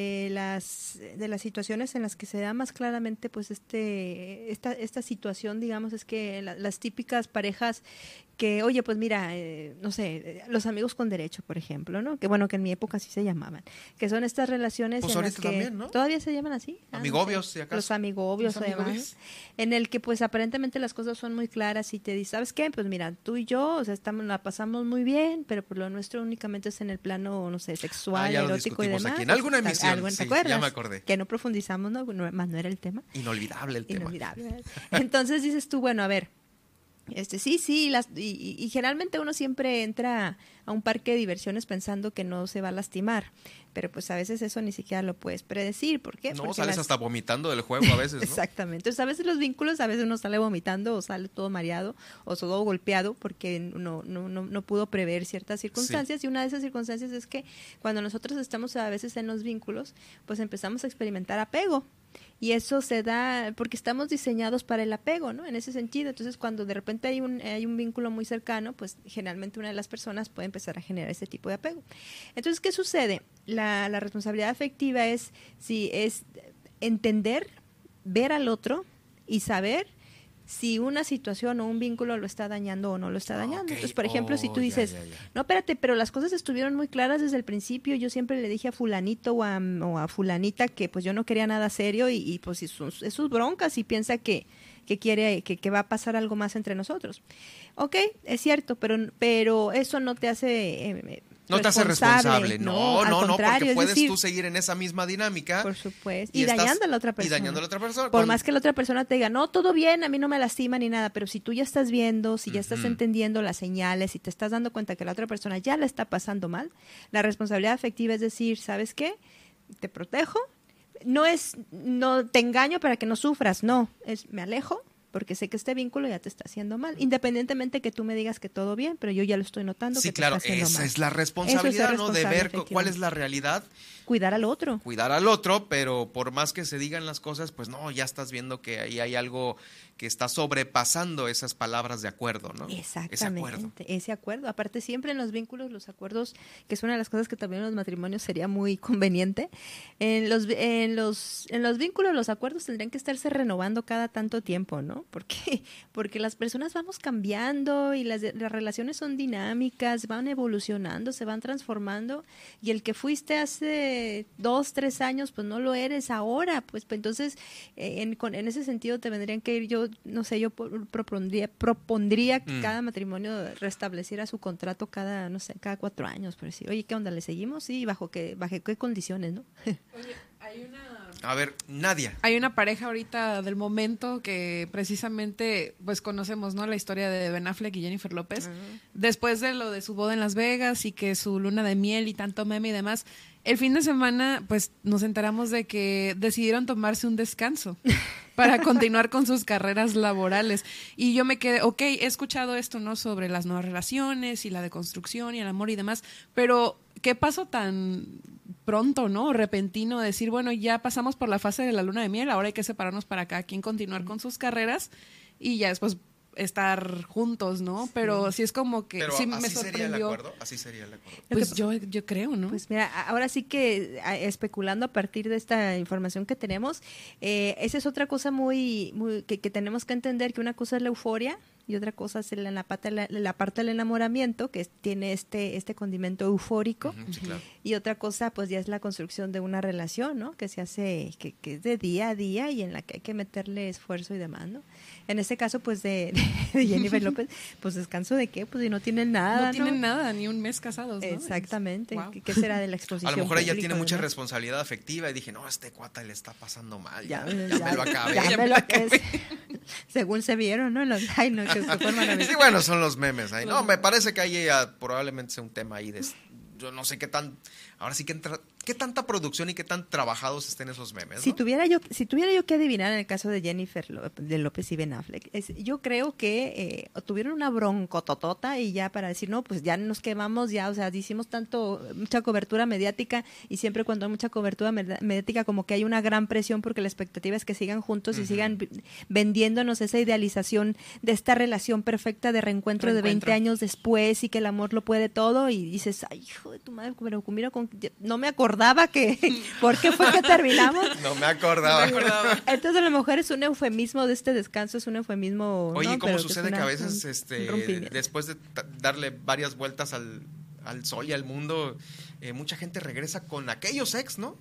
situaciones en las que se da más claramente pues esta situación, digamos, es que las típicas parejas que, oye, pues mira, no sé, los amigos con derecho, por ejemplo, ¿no? Que bueno, que en mi época así se llamaban, que son estas relaciones pues en las que también, ¿no? Todavía se llaman así. Amigobios, no sé, si acaso. Los amigobios, además, en el que pues aparentemente las cosas son muy claras y te dices, ¿sabes qué? Pues mira, tú y yo, o sea, la pasamos muy bien, pero por lo nuestro únicamente es en el plano, no sé, sexual, erótico y demás. Aquí en alguna emisión, ¿te acuerdas? Ya me acordé. Que no profundizamos, ¿no? Más no era el tema. Inolvidable el tema. Inolvidable. Entonces dices tú, bueno, a ver, Sí, y generalmente uno siempre entra a un parque de diversiones pensando que no se va a lastimar, pero pues a veces eso ni siquiera lo puedes predecir. ¿Por qué? No, porque sales hasta vomitando del juego a veces, ¿no? Exactamente. Entonces a veces los vínculos, a veces uno sale vomitando o sale todo mareado o todo golpeado porque no pudo prever ciertas circunstancias, y una de esas circunstancias es que cuando nosotros estamos a veces en los vínculos, pues empezamos a experimentar apego. Y eso se da porque estamos diseñados para el apego, ¿no? En ese sentido. Entonces, cuando de repente hay un vínculo muy cercano, pues generalmente una de las personas puede empezar a generar ese tipo de apego. Entonces, ¿qué sucede? La responsabilidad afectiva es entender, ver al otro y saber si una situación o un vínculo lo está dañando o no lo está dañando. Okay. Entonces, por ejemplo, si tú dices, no, espérate, pero las cosas estuvieron muy claras desde el principio, yo siempre le dije a fulanito o a fulanita que pues yo no quería nada serio y pues es sus broncas y piensa que quiere que va a pasar algo más entre nosotros. Ok, es cierto, pero eso no te hace no te hace responsable, no, porque puedes decir, tú seguir en esa misma dinámica. Por supuesto, y dañando a la otra persona. Y dañando a la otra persona. Por más que la otra persona te diga, no, todo bien, a mí no me lastima ni nada, pero si tú ya estás viendo, si ya estás entendiendo las señales, si te estás dando cuenta que la otra persona ya la está pasando mal, la responsabilidad afectiva es decir, ¿sabes qué? Te protejo, no te engaño para que no sufras, no, me alejo, porque sé que este vínculo ya te está haciendo mal, independientemente que tú me digas que todo bien, pero yo ya lo estoy notando que te está haciendo mal. Sí, claro, esa es la responsabilidad, ¿no? De ver cuál es la realidad. Cuidar al otro. Cuidar al otro, pero por más que se digan las cosas, pues no, ya estás viendo que ahí hay algo que está sobrepasando esas palabras de acuerdo, ¿no? Exactamente, ese acuerdo. Aparte, siempre en los vínculos, los acuerdos, que es una de las cosas que también en los matrimonios sería muy conveniente, en los vínculos, los acuerdos tendrían que estarse renovando cada tanto tiempo, ¿no? Porque las personas vamos cambiando y las relaciones son dinámicas, van evolucionando, se van transformando, y el que fuiste hace 2, 3 años, pues no lo eres ahora, pues entonces en ese sentido te vendrían que ir, yo propondría que cada matrimonio restableciera su contrato cada 4 años, por decir, oye, ¿qué onda? ¿Le seguimos? Sí, ¿bajo qué condiciones, no? Oye, hay A ver, Nadia. Hay una pareja ahorita del momento que precisamente pues conocemos, ¿no? La historia de Ben Affleck y Jennifer López. Después de lo de su boda en Las Vegas y que su luna de miel y tanto meme y demás, el fin de semana pues nos enteramos de que decidieron tomarse un descanso para continuar con sus carreras laborales. Y yo me quedé, he escuchado esto, ¿no? Sobre las nuevas relaciones y la deconstrucción y el amor y demás, pero ¿qué pasó tan pronto, ¿no? Repentino, decir, bueno, ya pasamos por la fase de la luna de miel, ahora hay que separarnos para cada quien continuar con sus carreras y ya después estar juntos, ¿no? Pero sí es como que pero sí me sorprendió. Así sería el acuerdo. Pues yo creo, ¿no? Pues mira, ahora sí que especulando a partir de esta información que tenemos, esa es otra cosa muy que tenemos que entender, que una cosa es la euforia y otra cosa es la parte del enamoramiento, que tiene este condimento eufórico, sí, claro. Y otra cosa pues ya es la construcción de una relación, ¿no? Que se hace, que es de día a día y en la que hay que meterle esfuerzo y demás, ¿no? En este caso pues de Jennifer López, pues descanso de qué, pues si no tienen nada, no tienen nada, ni un mes casados, ¿no? Exactamente. Wow. ¿Qué será de la exposición? A lo mejor ella pública, tiene mucha ¿no? responsabilidad afectiva y dije, no, este cuata le está pasando mal, ya me lo acabé. Según se vieron, ¿no? Que fue maravilloso. Sí, bueno, son los memes ahí. No, me parece que ahí probablemente sea un tema ahí de, yo no sé qué tan, ahora sí que qué tanta producción y qué tan trabajados estén esos memes, ¿no? Si tuviera yo que adivinar en el caso de Jennifer López y Ben Affleck, yo creo que tuvieron una broncototota y ya para decir, no, pues ya nos quemamos, ya, o sea, hicimos mucha cobertura mediática y siempre cuando hay mucha cobertura mediática como que hay una gran presión porque la expectativa es que sigan juntos y sigan vendiéndonos esa idealización de esta relación perfecta de reencuentro de 20 años después y que el amor lo puede todo y dices, ay, hijo de tu madre, pero mira, no me acordaba ¿por qué fue que terminamos? No me acordaba. Entonces a lo mejor es un eufemismo de este descanso, es un eufemismo. Oye, ¿no? ¿cómo Pero sucede que a veces después de darle varias vueltas al sol y al mundo, mucha gente regresa con aquellos ex, ¿no?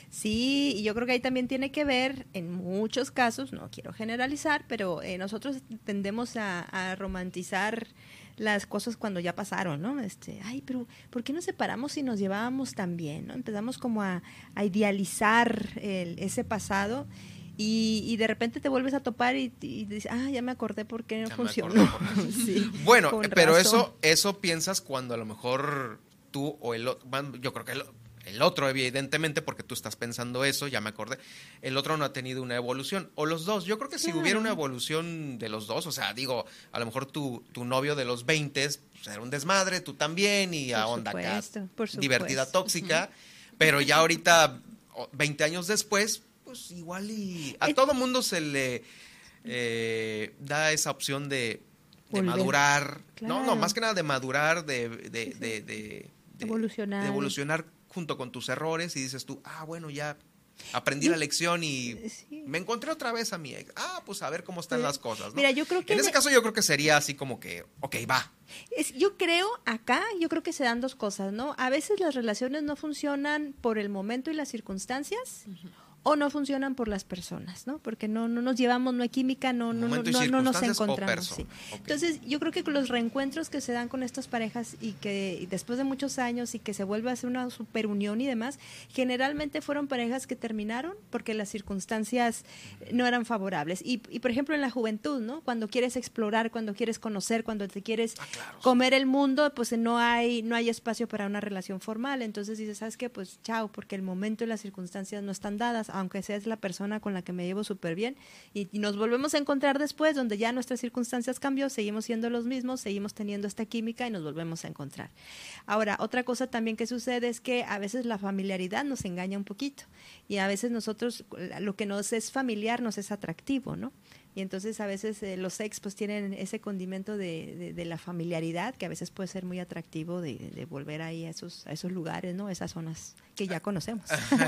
Sí, y yo creo que ahí también tiene que ver, en muchos casos, no quiero generalizar, pero nosotros tendemos a romantizar las cosas cuando ya pasaron, ¿no? Ay, pero ¿por qué nos separamos si nos llevábamos tan bien, ¿no? Empezamos como a idealizar ese pasado Y de repente te vuelves a topar y dices, ya me acordé por qué no funcionó. Sí, bueno, pero eso piensas cuando a lo mejor tú o el otro, yo creo que el otro evidentemente, porque tú estás pensando eso, ya me acordé, el otro no ha tenido una evolución, o los dos. Yo creo que si hubiera una evolución de los dos, o sea, digo, a lo mejor tu novio de los 20 pues, era un desmadre, tú también, y a onda acá, divertida, tóxica, pero ya ahorita, 20 años después, pues igual y a todo mundo se le da esa opción de madurar, no, más que nada de madurar, de evolucionar junto con tus errores, y dices tú, bueno, ya aprendí la lección y me encontré otra vez a mi ex. Pues a ver cómo están las cosas, ¿no? Mira, yo creo que en ese caso yo creo que sería así como que, ok, va. Yo creo que se dan dos cosas, ¿no? A veces las relaciones no funcionan por el momento y las circunstancias, o no funcionan por las personas, ¿no? Porque no nos llevamos, no hay química, no nos encontramos. Sí. Okay. Entonces, yo creo que con los reencuentros que se dan con estas parejas y que después de muchos años y que se vuelve a hacer una super unión y demás, generalmente fueron parejas que terminaron porque las circunstancias no eran favorables. Y por ejemplo, en la juventud, ¿no? Cuando quieres explorar, cuando quieres conocer, cuando te quieres comer el mundo, pues no hay espacio para una relación formal. Entonces dices, ¿sabes qué? Pues chao, porque el momento y las circunstancias no están dadas, aunque seas la persona con la que me llevo súper bien, y nos volvemos a encontrar después, donde ya nuestras circunstancias cambió, seguimos siendo los mismos, seguimos teniendo esta química y nos volvemos a encontrar. Ahora, otra cosa también que sucede es que a veces la familiaridad nos engaña un poquito, y a veces nosotros, lo que nos es familiar nos es atractivo, ¿no? Y entonces a veces los ex pues tienen ese condimento de la familiaridad, que a veces puede ser muy atractivo de volver ahí a esos lugares, ¿no? Esas zonas que ya conocemos.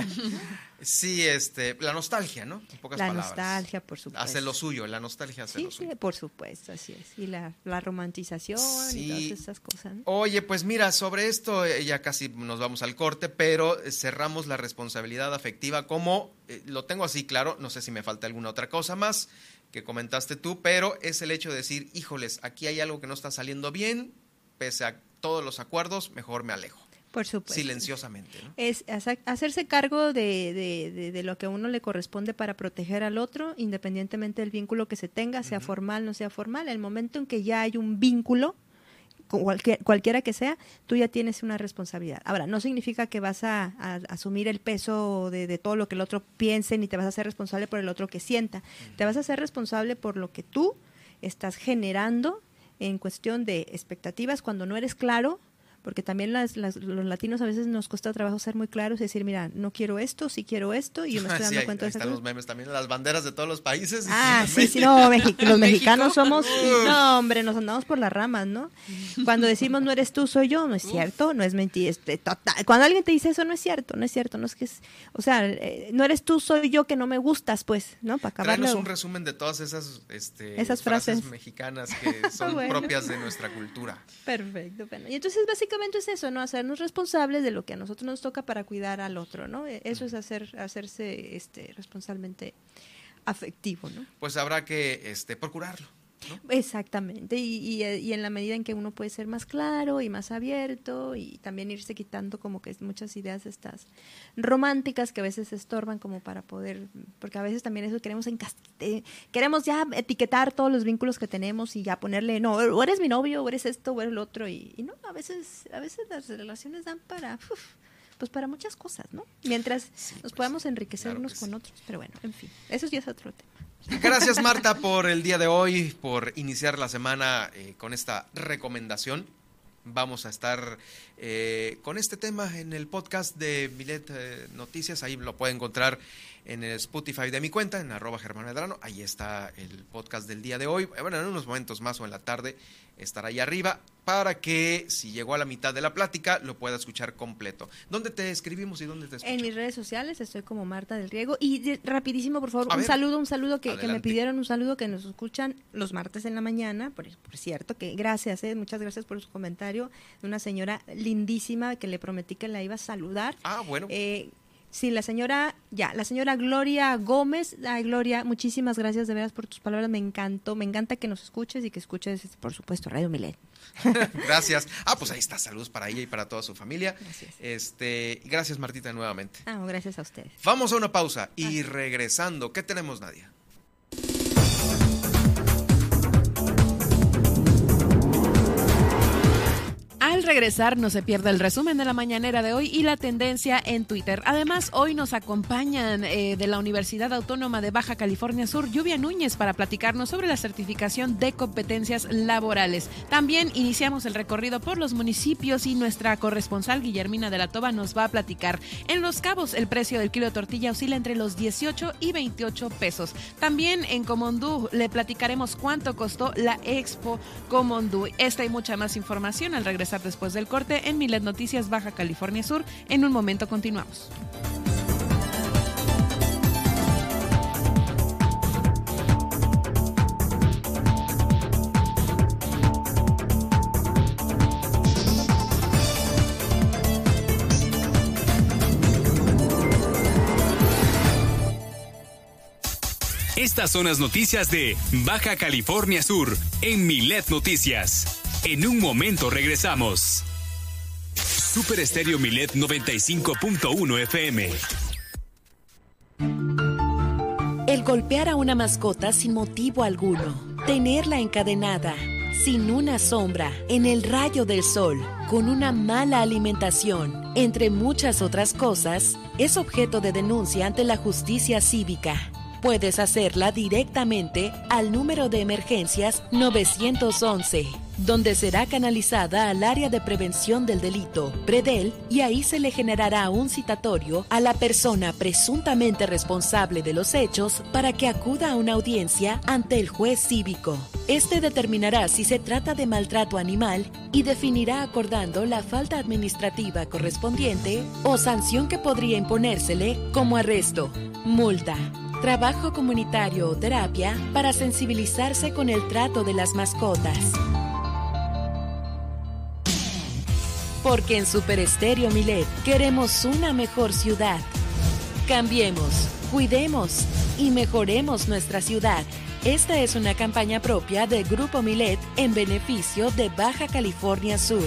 Sí, la nostalgia, ¿no? En pocas palabras. La nostalgia, por supuesto. Hace lo suyo, la nostalgia hace lo suyo. Sí, por supuesto, así es. Y la romantización y todas esas cosas, ¿no? Oye, pues mira, sobre esto ya casi nos vamos al corte, pero cerramos la responsabilidad afectiva como, lo tengo así claro, no sé si me falta alguna otra cosa más que comentaste tú, pero es el hecho de decir, híjoles, aquí hay algo que no está saliendo bien, pese a todos los acuerdos, mejor me alejo. Por supuesto. Silenciosamente, ¿no? Es hacerse cargo de lo que a uno le corresponde para proteger al otro, independientemente del vínculo que se tenga, sea formal, no sea formal. El momento en que ya hay un vínculo, cualquiera que sea, tú ya tienes una responsabilidad. Ahora, no significa que vas a asumir el peso de todo lo que el otro piense, ni te vas a hacer responsable por el otro que sienta. Te vas a hacer responsable por lo que tú estás generando en cuestión de expectativas cuando no eres claro, porque también los latinos a veces nos cuesta trabajo ser muy claros y decir, mira, no quiero esto, sí quiero esto, y yo me estoy dando cuenta de eso. Están los memes también, las banderas de todos los países. Sí, no, los mexicanos somos, no, hombre, nos andamos por las ramas, ¿no? Cuando decimos no eres tú, soy yo, no es cierto, no es mentira, total. Cuando alguien te dice eso, no es cierto, no es que es, o sea, no eres tú, soy yo que no me gustas, pues, ¿no? Para acabarlo. Tráenos un resumen de todas esas frases mexicanas que son propias de nuestra cultura. Perfecto, bueno, y entonces básicamente es eso, ¿no? Hacernos responsables de lo que a nosotros nos toca para cuidar al otro, ¿no? Eso es hacerse responsabilmente afectivo, ¿no? Pues habrá que procurarlo, ¿no? Exactamente, y en la medida en que uno puede ser más claro y más abierto y también irse quitando como que muchas ideas estas románticas que a veces estorban como para poder, porque a veces también eso queremos ya etiquetar todos los vínculos que tenemos y ya ponerle, no, o eres mi novio, o eres esto, o eres lo otro, y no, a veces las relaciones dan para muchas cosas, ¿no? Mientras nos podamos enriquecernos con otros, pero bueno, en fin, eso ya es otro tema. Gracias, Marta, por el día de hoy, por iniciar la semana con esta recomendación. Vamos a estar con este tema en el podcast de Milet Noticias. Ahí lo puede encontrar en el Spotify de mi cuenta, en @GermánMedrano. Ahí está el podcast del día de hoy. Bueno, en unos momentos más o en la tarde estará ahí arriba para que si llegó a la mitad de la plática lo pueda escuchar completo. ¿Dónde te escribimos y dónde te escuchamos? En mis redes sociales estoy como Marta del Riego. Y rapidísimo, por favor, un saludo que me pidieron, un saludo que nos escuchan los martes en la mañana, por cierto, que gracias, muchas gracias por su comentario, de una señora lindísima que le prometí que la iba a saludar. Bueno. Sí, la señora Gloria Gómez. Ay, Gloria, muchísimas gracias de veras por tus palabras, me encanta que nos escuches y que escuches, por supuesto, Radio Milet. Gracias. Pues ahí está, saludos para ella y para toda su familia. Gracias. Gracias, Martita, nuevamente. Gracias a ustedes. Vamos a una pausa y regresando, ¿qué tenemos, Nadia? Al regresar no se pierda el resumen de la mañanera de hoy y la tendencia en Twitter. Además, hoy nos acompañan de la Universidad Autónoma de Baja California Sur, Lluvia Núñez, para platicarnos sobre la certificación de competencias laborales. También iniciamos el recorrido por los municipios y nuestra corresponsal Guillermina de la Toba nos va a platicar. En Los Cabos, el precio del kilo de tortilla oscila entre los 18 y 28 pesos. También en Comondú le platicaremos cuánto costó la Expo Comondú. Esta y mucha más información al regresar después del corte en Milet Noticias Baja California Sur. En un momento continuamos. Estas son las noticias de Baja California Sur en Milet Noticias. En un momento regresamos. Super Estéreo Milet 95.1 FM. El golpear a una mascota sin motivo alguno, tenerla encadenada, sin una sombra, en el rayo del sol, con una mala alimentación, entre muchas otras cosas, es objeto de denuncia ante la justicia cívica. Puedes hacerla directamente al número de emergencias 911, donde será canalizada al área de prevención del delito, PREDEL, y ahí se le generará un citatorio a la persona presuntamente responsable de los hechos para que acuda a una audiencia ante el juez cívico. Este determinará si se trata de maltrato animal y definirá acordando la falta administrativa correspondiente o sanción que podría imponérsele como arresto, multa, trabajo comunitario o terapia para sensibilizarse con el trato de las mascotas. Porque en Super Estéreo Milet queremos una mejor ciudad. Cambiemos, cuidemos y mejoremos nuestra ciudad. Esta es una campaña propia de Grupo Milet en beneficio de Baja California Sur.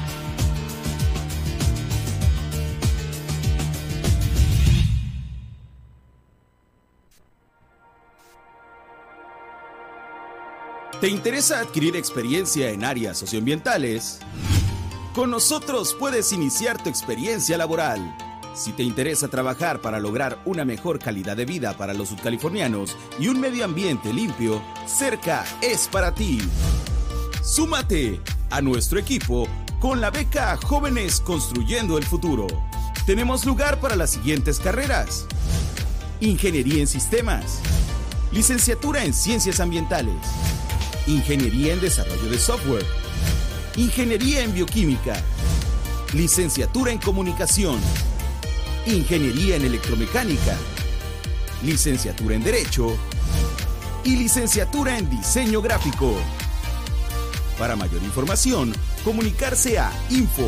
¿Te interesa adquirir experiencia en áreas socioambientales? Con nosotros puedes iniciar tu experiencia laboral. Si te interesa trabajar para lograr una mejor calidad de vida para los sudcalifornianos y un medio ambiente limpio, Cerca es para ti. Súmate a nuestro equipo con la beca Jóvenes Construyendo el Futuro. Tenemos lugar para las siguientes carreras: Ingeniería en Sistemas, Licenciatura en Ciencias Ambientales, Ingeniería en Desarrollo de Software, Ingeniería en Bioquímica, Licenciatura en Comunicación, Ingeniería en Electromecánica, Licenciatura en Derecho y Licenciatura en Diseño Gráfico. Para mayor información, comunicarse a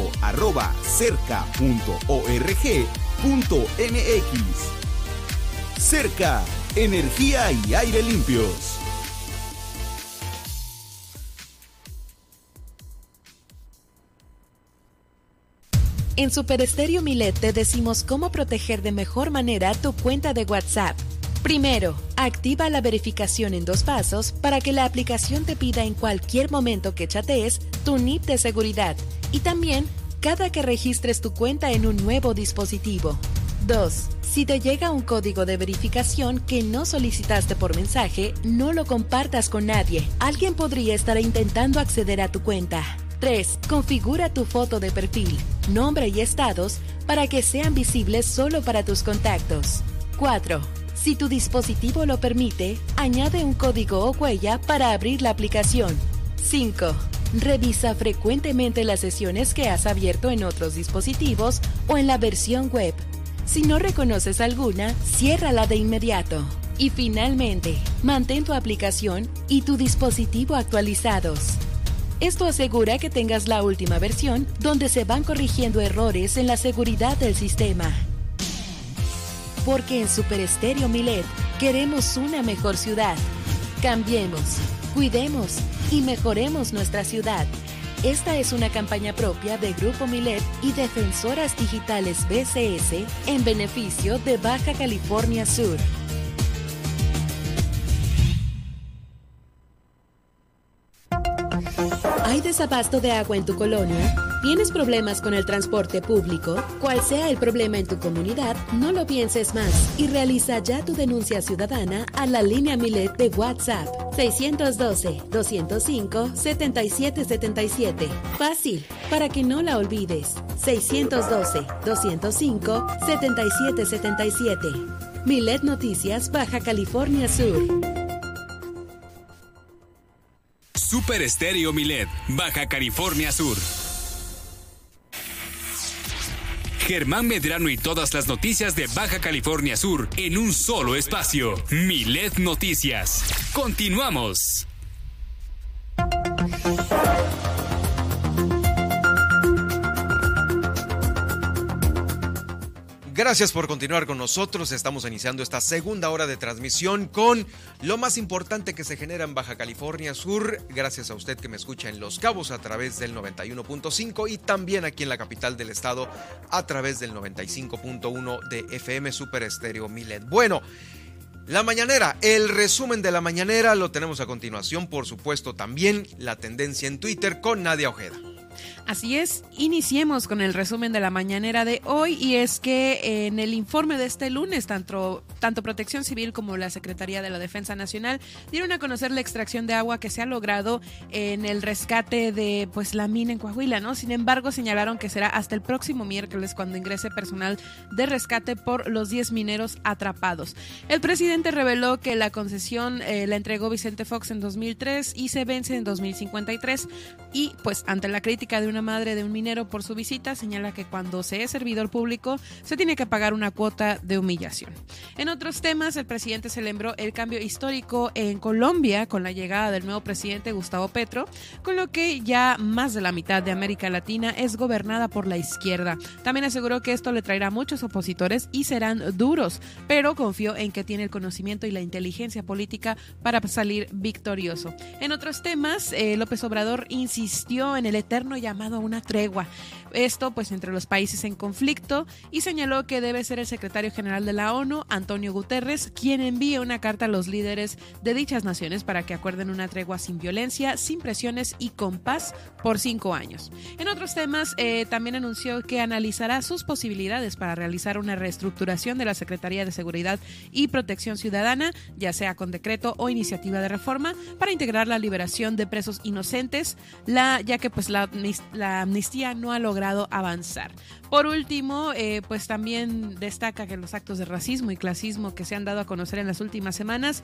info@cerca.org.mx. Cerca, energía y aire limpios. En Super Estéreo Milet te decimos cómo proteger de mejor manera tu cuenta de WhatsApp. Primero, activa la verificación en 2 pasos para que la aplicación te pida en cualquier momento que chatees tu NIP de seguridad y también cada que registres tu cuenta en un nuevo dispositivo. 2. Si te llega un código de verificación que no solicitaste por mensaje, no lo compartas con nadie. Alguien podría estar intentando acceder a tu cuenta. 3. Configura tu foto de perfil, nombre y estados para que sean visibles solo para tus contactos. 4. Si tu dispositivo lo permite, añade un código o huella para abrir la aplicación. 5. Revisa frecuentemente las sesiones que has abierto en otros dispositivos o en la versión web. Si no reconoces alguna, ciérrala de inmediato. Y finalmente, mantén tu aplicación y tu dispositivo actualizados. Esto asegura que tengas la última versión donde se van corrigiendo errores en la seguridad del sistema. Porque en Super Estéreo Milet queremos una mejor ciudad. Cambiemos, cuidemos y mejoremos nuestra ciudad. Esta es una campaña propia de Grupo Milet y Defensoras Digitales BCS en beneficio de Baja California Sur. ¿Hay desabasto de agua en tu colonia? ¿Tienes problemas con el transporte público? Cual sea el problema en tu comunidad, no lo pienses más y realiza ya tu denuncia ciudadana a la línea Milet de WhatsApp 612-205-7777. Fácil, para que no la olvides. 612-205-7777. Milet Noticias, Baja California Sur. Super Estéreo Milet, Baja California Sur. Germán Medrano y todas las noticias de Baja California Sur en un solo espacio. Milet Noticias. Continuamos. Gracias por continuar con nosotros. Estamos iniciando esta segunda hora de transmisión con lo más importante que se genera en Baja California Sur. Gracias a usted que me escucha en Los Cabos a través del 91.5 y también aquí en la capital del estado a través del 95.1 de FM Super Estéreo Milet. Bueno, la mañanera, el resumen de la mañanera lo tenemos a continuación. Por supuesto, también la tendencia en Twitter con Nadia Ojeda. Así es, iniciemos con el resumen de la mañanera de hoy, y es que en el informe de este lunes, tanto Protección Civil como la Secretaría de la Defensa Nacional dieron a conocer la extracción de agua que se ha logrado en el rescate de la mina en Coahuila, ¿no? Sin embargo, señalaron que será hasta el próximo miércoles cuando ingrese personal de rescate por los 10 mineros atrapados. El presidente reveló que la concesión la entregó Vicente Fox en 2003 y se vence en 2053, y ante la crítica de una madre de un minero por su visita, señala que cuando se es servidor público se tiene que pagar una cuota de humillación. En otros temas, el presidente celebró el cambio histórico en Colombia con la llegada del nuevo presidente Gustavo Petro, con lo que ya más de la mitad de América Latina es gobernada por la izquierda. También aseguró que esto le traerá muchos opositores y serán duros, pero confió en que tiene el conocimiento y la inteligencia política para salir victorioso. En otros temas, López Obrador insistió en el eterno llamado a una tregua, esto entre los países en conflicto, y señaló que debe ser el secretario general de la ONU, Antonio Guterres, quien envíe una carta a los líderes de dichas naciones para que acuerden una tregua sin violencia, sin presiones y con paz por 5 años. En otros temas, también anunció que analizará sus posibilidades para realizar una reestructuración de la Secretaría de Seguridad y Protección Ciudadana, ya sea con decreto o iniciativa de reforma, para integrar la liberación de presos inocentes, ya que la amnistía no ha logrado avanzar. Por último, también destaca que los actos de racismo y clasismo que se han dado a conocer en las últimas semanas,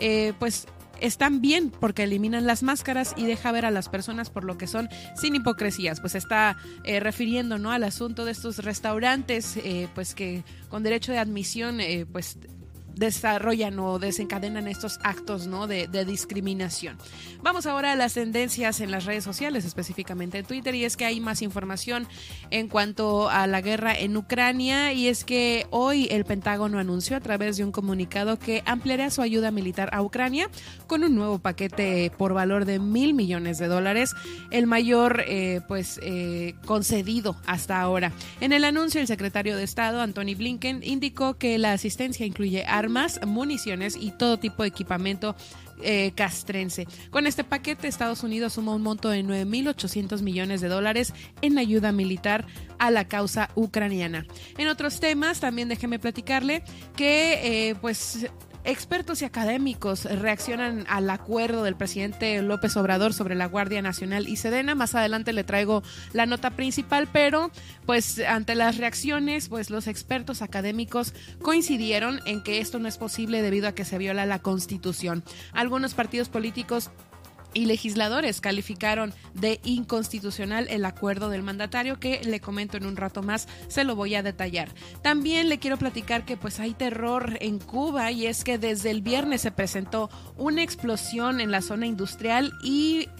están bien porque eliminan las máscaras y deja ver a las personas por lo que son sin hipocresías. Está refiriendo, ¿no?, al asunto de estos restaurantes que con derecho de admisión desarrollan o desencadenan estos actos, ¿no?, de discriminación. Vamos ahora a las tendencias en las redes sociales, específicamente en Twitter, y es que hay más información en cuanto a la guerra en Ucrania, y es que hoy el Pentágono anunció a través de un comunicado que ampliará su ayuda militar a Ucrania con un nuevo paquete por valor de $1,000 millones, el mayor concedido hasta ahora. En el anuncio, el secretario de Estado, Antony Blinken, indicó que la asistencia incluye armas, municiones y todo tipo de equipamiento castrense. Con este paquete, Estados Unidos suma un monto de $9,800 millones en ayuda militar a la causa ucraniana. En otros temas, también déjeme platicarle que expertos y académicos reaccionan al acuerdo del presidente López Obrador sobre la Guardia Nacional y Sedena. Más adelante le traigo la nota principal, pero ante las reacciones, los expertos académicos coincidieron en que esto no es posible debido a que se viola la Constitución. Algunos partidos políticos y legisladores calificaron de inconstitucional el acuerdo del mandatario, que le comento en un rato más, se lo voy a detallar. También le quiero platicar que hay terror en Cuba, y es que desde el viernes se presentó una explosión en la zona industrial y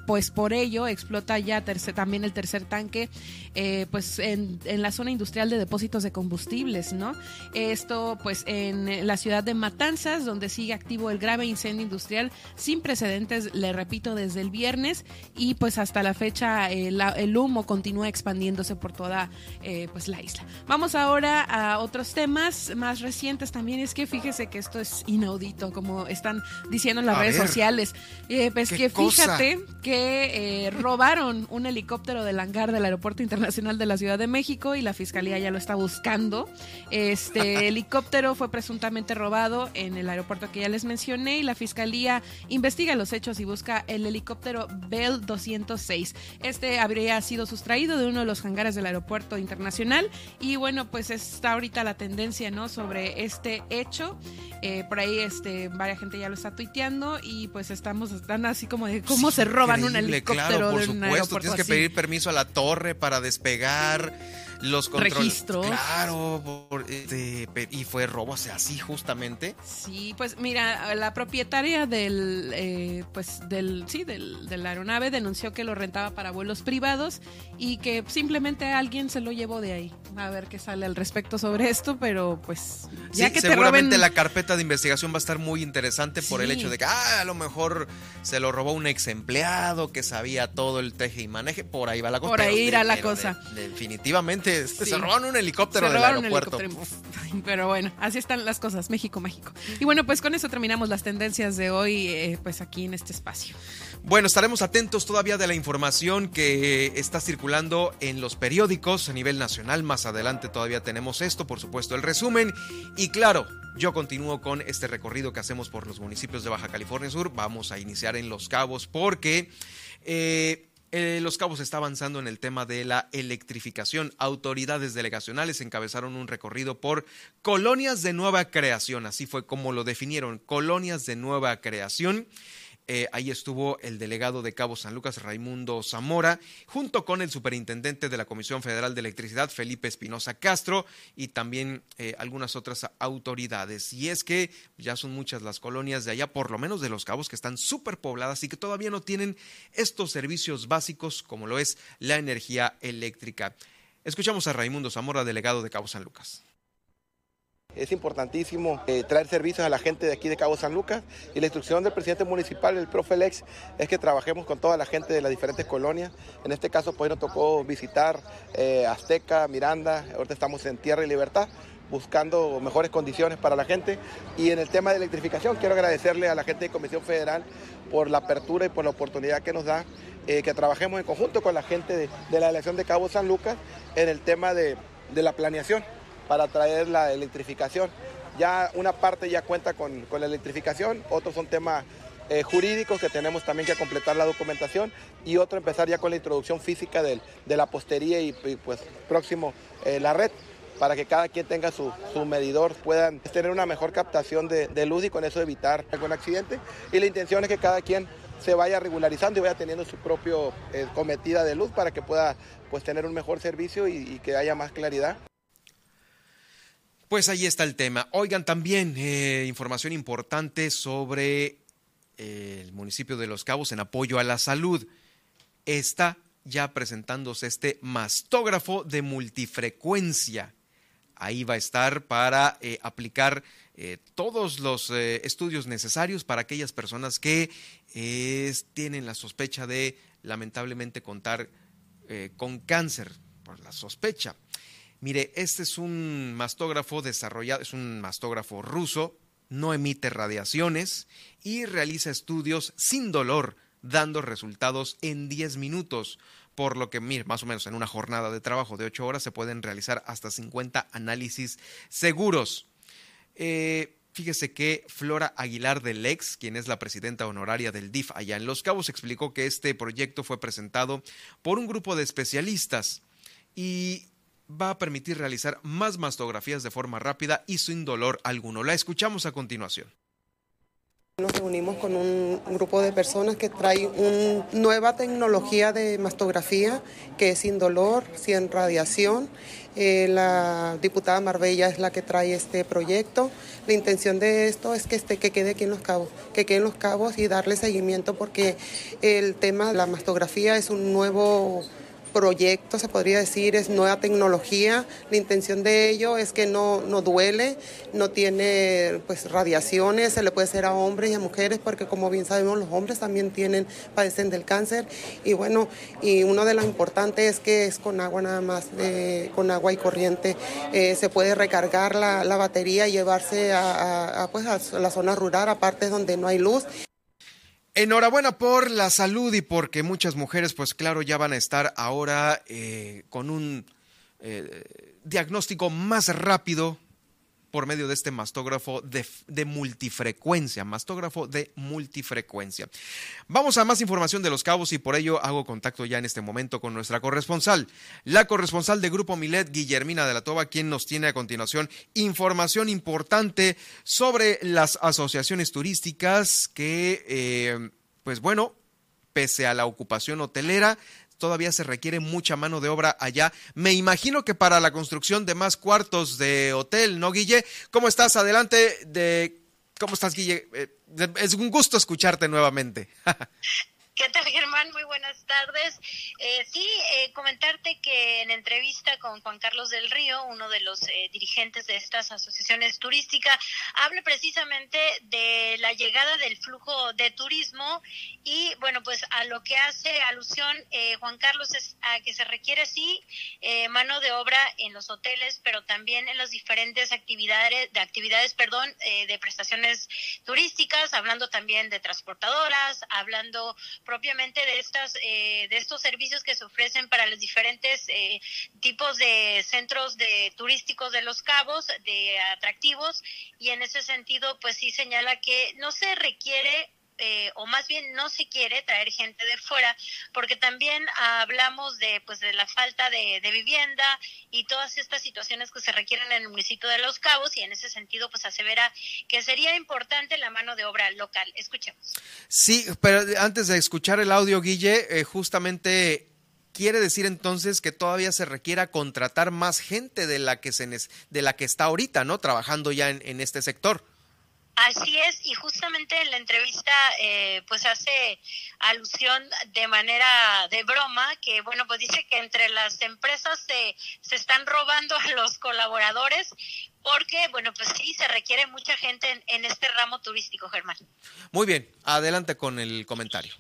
pues por ello explota ya también el tercer tanque pues en la zona industrial de depósitos de combustibles, ¿no? Esto pues en la ciudad de Matanzas, donde sigue activo el grave incendio industrial sin precedentes, le repito, desde el viernes, y pues hasta la fecha el humo continúa expandiéndose por toda pues la isla. Vamos ahora a otros temas más recientes también. Es que fíjese que esto es inaudito, como están diciendo en las redes sociales. Pues que fíjate que robaron un helicóptero del hangar del Aeropuerto Internacional de la Ciudad de México y la Fiscalía ya lo está buscando. Este helicóptero fue presuntamente robado en el aeropuerto que ya les mencioné y la Fiscalía investiga los hechos y busca el helicóptero Bell 206. Este habría sido sustraído de uno de los hangares del Aeropuerto Internacional y bueno, pues está ahorita la tendencia, ¿no?, sobre este hecho. Por ahí varias gente ya lo está tuiteando y pues están así como de cómo se roban un helicóptero, claro, por de un supuesto, aeropuerto tienes que así. pedir permiso a la torre para despegar, los controles. Registro. Claro, y fue robo, o sea, así justamente. Sí, pues mira, la propietaria de la aeronave denunció que lo rentaba para vuelos privados y que simplemente alguien se lo llevó de ahí. A ver qué sale al respecto sobre esto, pero pues ya sí, que seguramente te roben... la carpeta de investigación va a estar muy interesante por el hecho de que a lo mejor se lo robó un ex empleado que sabía todo el teje y maneje. Por ahí va la cosa. Por ahí irá la cosa. Definitivamente Sí. se robaron un helicóptero del aeropuerto. Pero bueno, así están las cosas. México mágico. Y bueno, pues con eso terminamos las tendencias de hoy, pues aquí en este espacio. Bueno, estaremos atentos todavía de la información que está circulando en los periódicos a nivel nacional. Más adelante todavía tenemos esto, por supuesto, el resumen. Y claro, yo continúo con este recorrido que hacemos por los municipios de Baja California Sur. Vamos a iniciar en Los Cabos porque Los Cabos está avanzando en el tema de la electrificación. Autoridades delegacionales encabezaron un recorrido por colonias de nueva creación. Así fue como lo definieron, colonias de nueva creación. Ahí estuvo el delegado de Cabo San Lucas, Raimundo Zamora, junto con el superintendente de la Comisión Federal de Electricidad, Felipe Espinosa Castro, y también algunas otras autoridades. Y es que ya son muchas las colonias de allá, por lo menos de Los Cabos, que están súper pobladas y que todavía no tienen estos servicios básicos como lo es la energía eléctrica. Escuchamos a Raimundo Zamora, delegado de Cabo San Lucas. Es importantísimo traer servicios a la gente de aquí de Cabo San Lucas y la instrucción del presidente municipal, el profe Lex, es que trabajemos con toda la gente de las diferentes colonias. En este caso, pues nos tocó visitar Azteca, Miranda, ahorita estamos en Tierra y Libertad, buscando mejores condiciones para la gente. Y en el tema de electrificación, quiero agradecerle a la gente de Comisión Federal por la apertura y por la oportunidad que nos da, que trabajemos en conjunto con la gente de la delegación de Cabo San Lucas en el tema de la planeación, para traer la electrificación. Ya una parte ya cuenta con la electrificación, otros son temas jurídicos que tenemos también que completar la documentación y otro empezar ya con la introducción física de la postería y pues próximo la red, para que cada quien tenga su medidor, puedan tener una mejor captación de luz y con eso evitar algún accidente. Y la intención es que cada quien se vaya regularizando y vaya teniendo su propio cometida de luz para que pueda pues tener un mejor servicio y que haya más claridad. Pues ahí está el tema. Oigan, también información importante sobre el municipio de Los Cabos en apoyo a la salud. Está ya presentándose este mastógrafo de multifrecuencia. Ahí va a estar para aplicar todos los estudios necesarios para aquellas personas que tienen la sospecha de lamentablemente contar con cáncer, por la sospecha. Mire, este es un mastógrafo desarrollado, es un mastógrafo ruso, no emite radiaciones y realiza estudios sin dolor, dando resultados en 10 minutos. Por lo que, mire, más o menos en una jornada de trabajo de 8 horas se pueden realizar hasta 50 análisis seguros. Fíjese que Flora Aguilar de Lex, quien es la presidenta honoraria del DIF allá en Los Cabos, explicó que este proyecto fue presentado por un grupo de especialistas y va a permitir realizar más mastografías de forma rápida y sin dolor alguno. La escuchamos a continuación. Nuestro reunimos con un grupo de personas que trae una nueva tecnología de mastografía que es sin dolor, sin radiación. La diputada Marbella es la que trae este proyecto. La intención de esto es que quede aquí en Los Cabos, que quede en Los Cabos y darle seguimiento, porque el tema de la mastografía es un nuevo proyecto, se podría decir, es nueva tecnología. La intención de ello es que no duele, no tiene pues radiaciones, se le puede hacer a hombres y a mujeres, porque como bien sabemos los hombres también padecen del cáncer. Y bueno, y uno de los importantes es que es con agua nada más, con agua y corriente. Se puede recargar la batería y llevarse a la zona rural, a partes donde no hay luz. Enhorabuena por la salud y porque muchas mujeres, pues claro, ya van a estar ahora con un diagnóstico más rápido por medio de este mastógrafo de multifrecuencia, Vamos a más información de Los Cabos y por ello hago contacto ya en este momento con nuestra corresponsal, la corresponsal de Grupo Milet, Guillermina de la Toba, quien nos tiene a continuación información importante sobre las asociaciones turísticas que, pues bueno, pese a la ocupación hotelera, todavía se requiere mucha mano de obra allá. Me imagino que para la construcción de más cuartos de hotel, ¿no, Guille? ¿Cómo estás? Adelante. ¿Cómo estás, Guille? Es un gusto escucharte nuevamente. ¿Qué tal, Germán? Muy buenas tardes. Comentarte que en entrevista con Juan Carlos del Río, uno de los dirigentes de estas asociaciones turísticas, habla precisamente de la llegada del flujo de turismo y, bueno, pues a lo que hace alusión Juan Carlos es a que se requiere, mano de obra en los hoteles, pero también en las diferentes actividades de prestaciones turísticas, hablando también de transportadoras, hablando propiamente de estos servicios que se ofrecen para los diferentes tipos de centros turísticos de Los Cabos, de atractivos, y en ese sentido pues sí señala que no se requiere o más bien no se quiere traer gente de fuera, porque también hablamos de la falta de vivienda y todas estas situaciones que se requieren en el municipio de Los Cabos, y en ese sentido pues asevera que sería importante la mano de obra local. Escuchemos. Sí, pero antes de escuchar el audio, Guille, justamente quiere decir entonces que todavía se requiera contratar más gente de la que está ahorita, ¿no? Trabajando ya en este sector. Así es, y justamente en la entrevista pues hace alusión de manera de broma que, bueno, pues dice que entre las empresas se están robando a los colaboradores porque, bueno, pues sí, se requiere mucha gente en este ramo turístico, Germán. Muy bien, adelante con el comentario.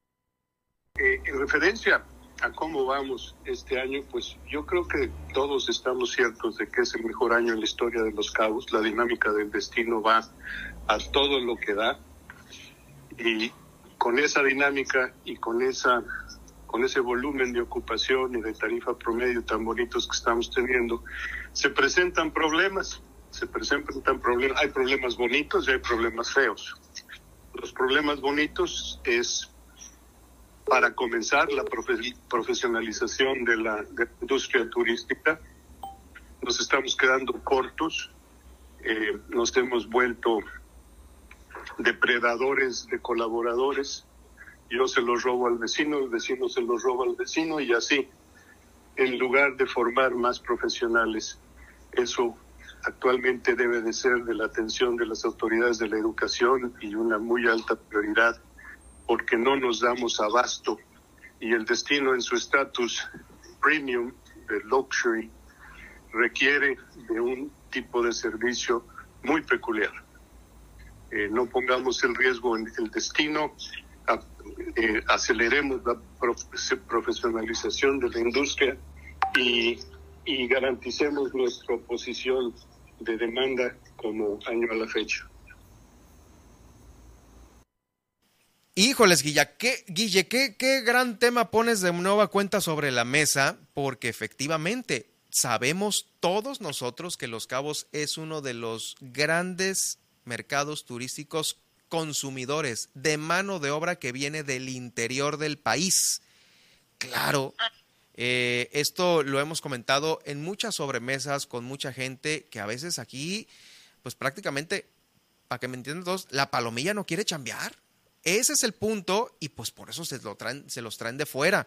En referencia a cómo vamos este año, pues yo creo que todos estamos ciertos de que es el mejor año en la historia de Los Cabos. La dinámica del destino va a todo lo que da, y con esa dinámica y con ese volumen de ocupación y de tarifa promedio tan bonitos que estamos teniendo, se presentan problemas. Hay problemas bonitos y hay problemas feos. Los problemas bonitos es, para comenzar, la profesionalización de la industria turística. Nos estamos quedando cortos, nos hemos vuelto depredadores de colaboradores. Yo se los robo al vecino, el vecino se los roba al vecino, y así, en lugar de formar más profesionales. Eso actualmente debe de ser de la atención de las autoridades de la educación y una muy alta prioridad, porque no nos damos abasto, y el destino en su estatus premium, de luxury, requiere de un tipo de servicio muy peculiar. No pongamos en riesgo el destino, aceleremos la profesionalización de la industria y garanticemos nuestra posición de demanda como año a la fecha. Híjoles, Guille, qué gran tema pones de nueva cuenta sobre la mesa, porque efectivamente sabemos todos nosotros que Los Cabos es uno de los grandes mercados turísticos consumidores de mano de obra que viene del interior del país. Claro, esto lo hemos comentado en muchas sobremesas con mucha gente, que a veces aquí pues prácticamente para que me entiendan todos, la palomilla no quiere chambear. Ese es el punto y pues por eso se los traen de fuera.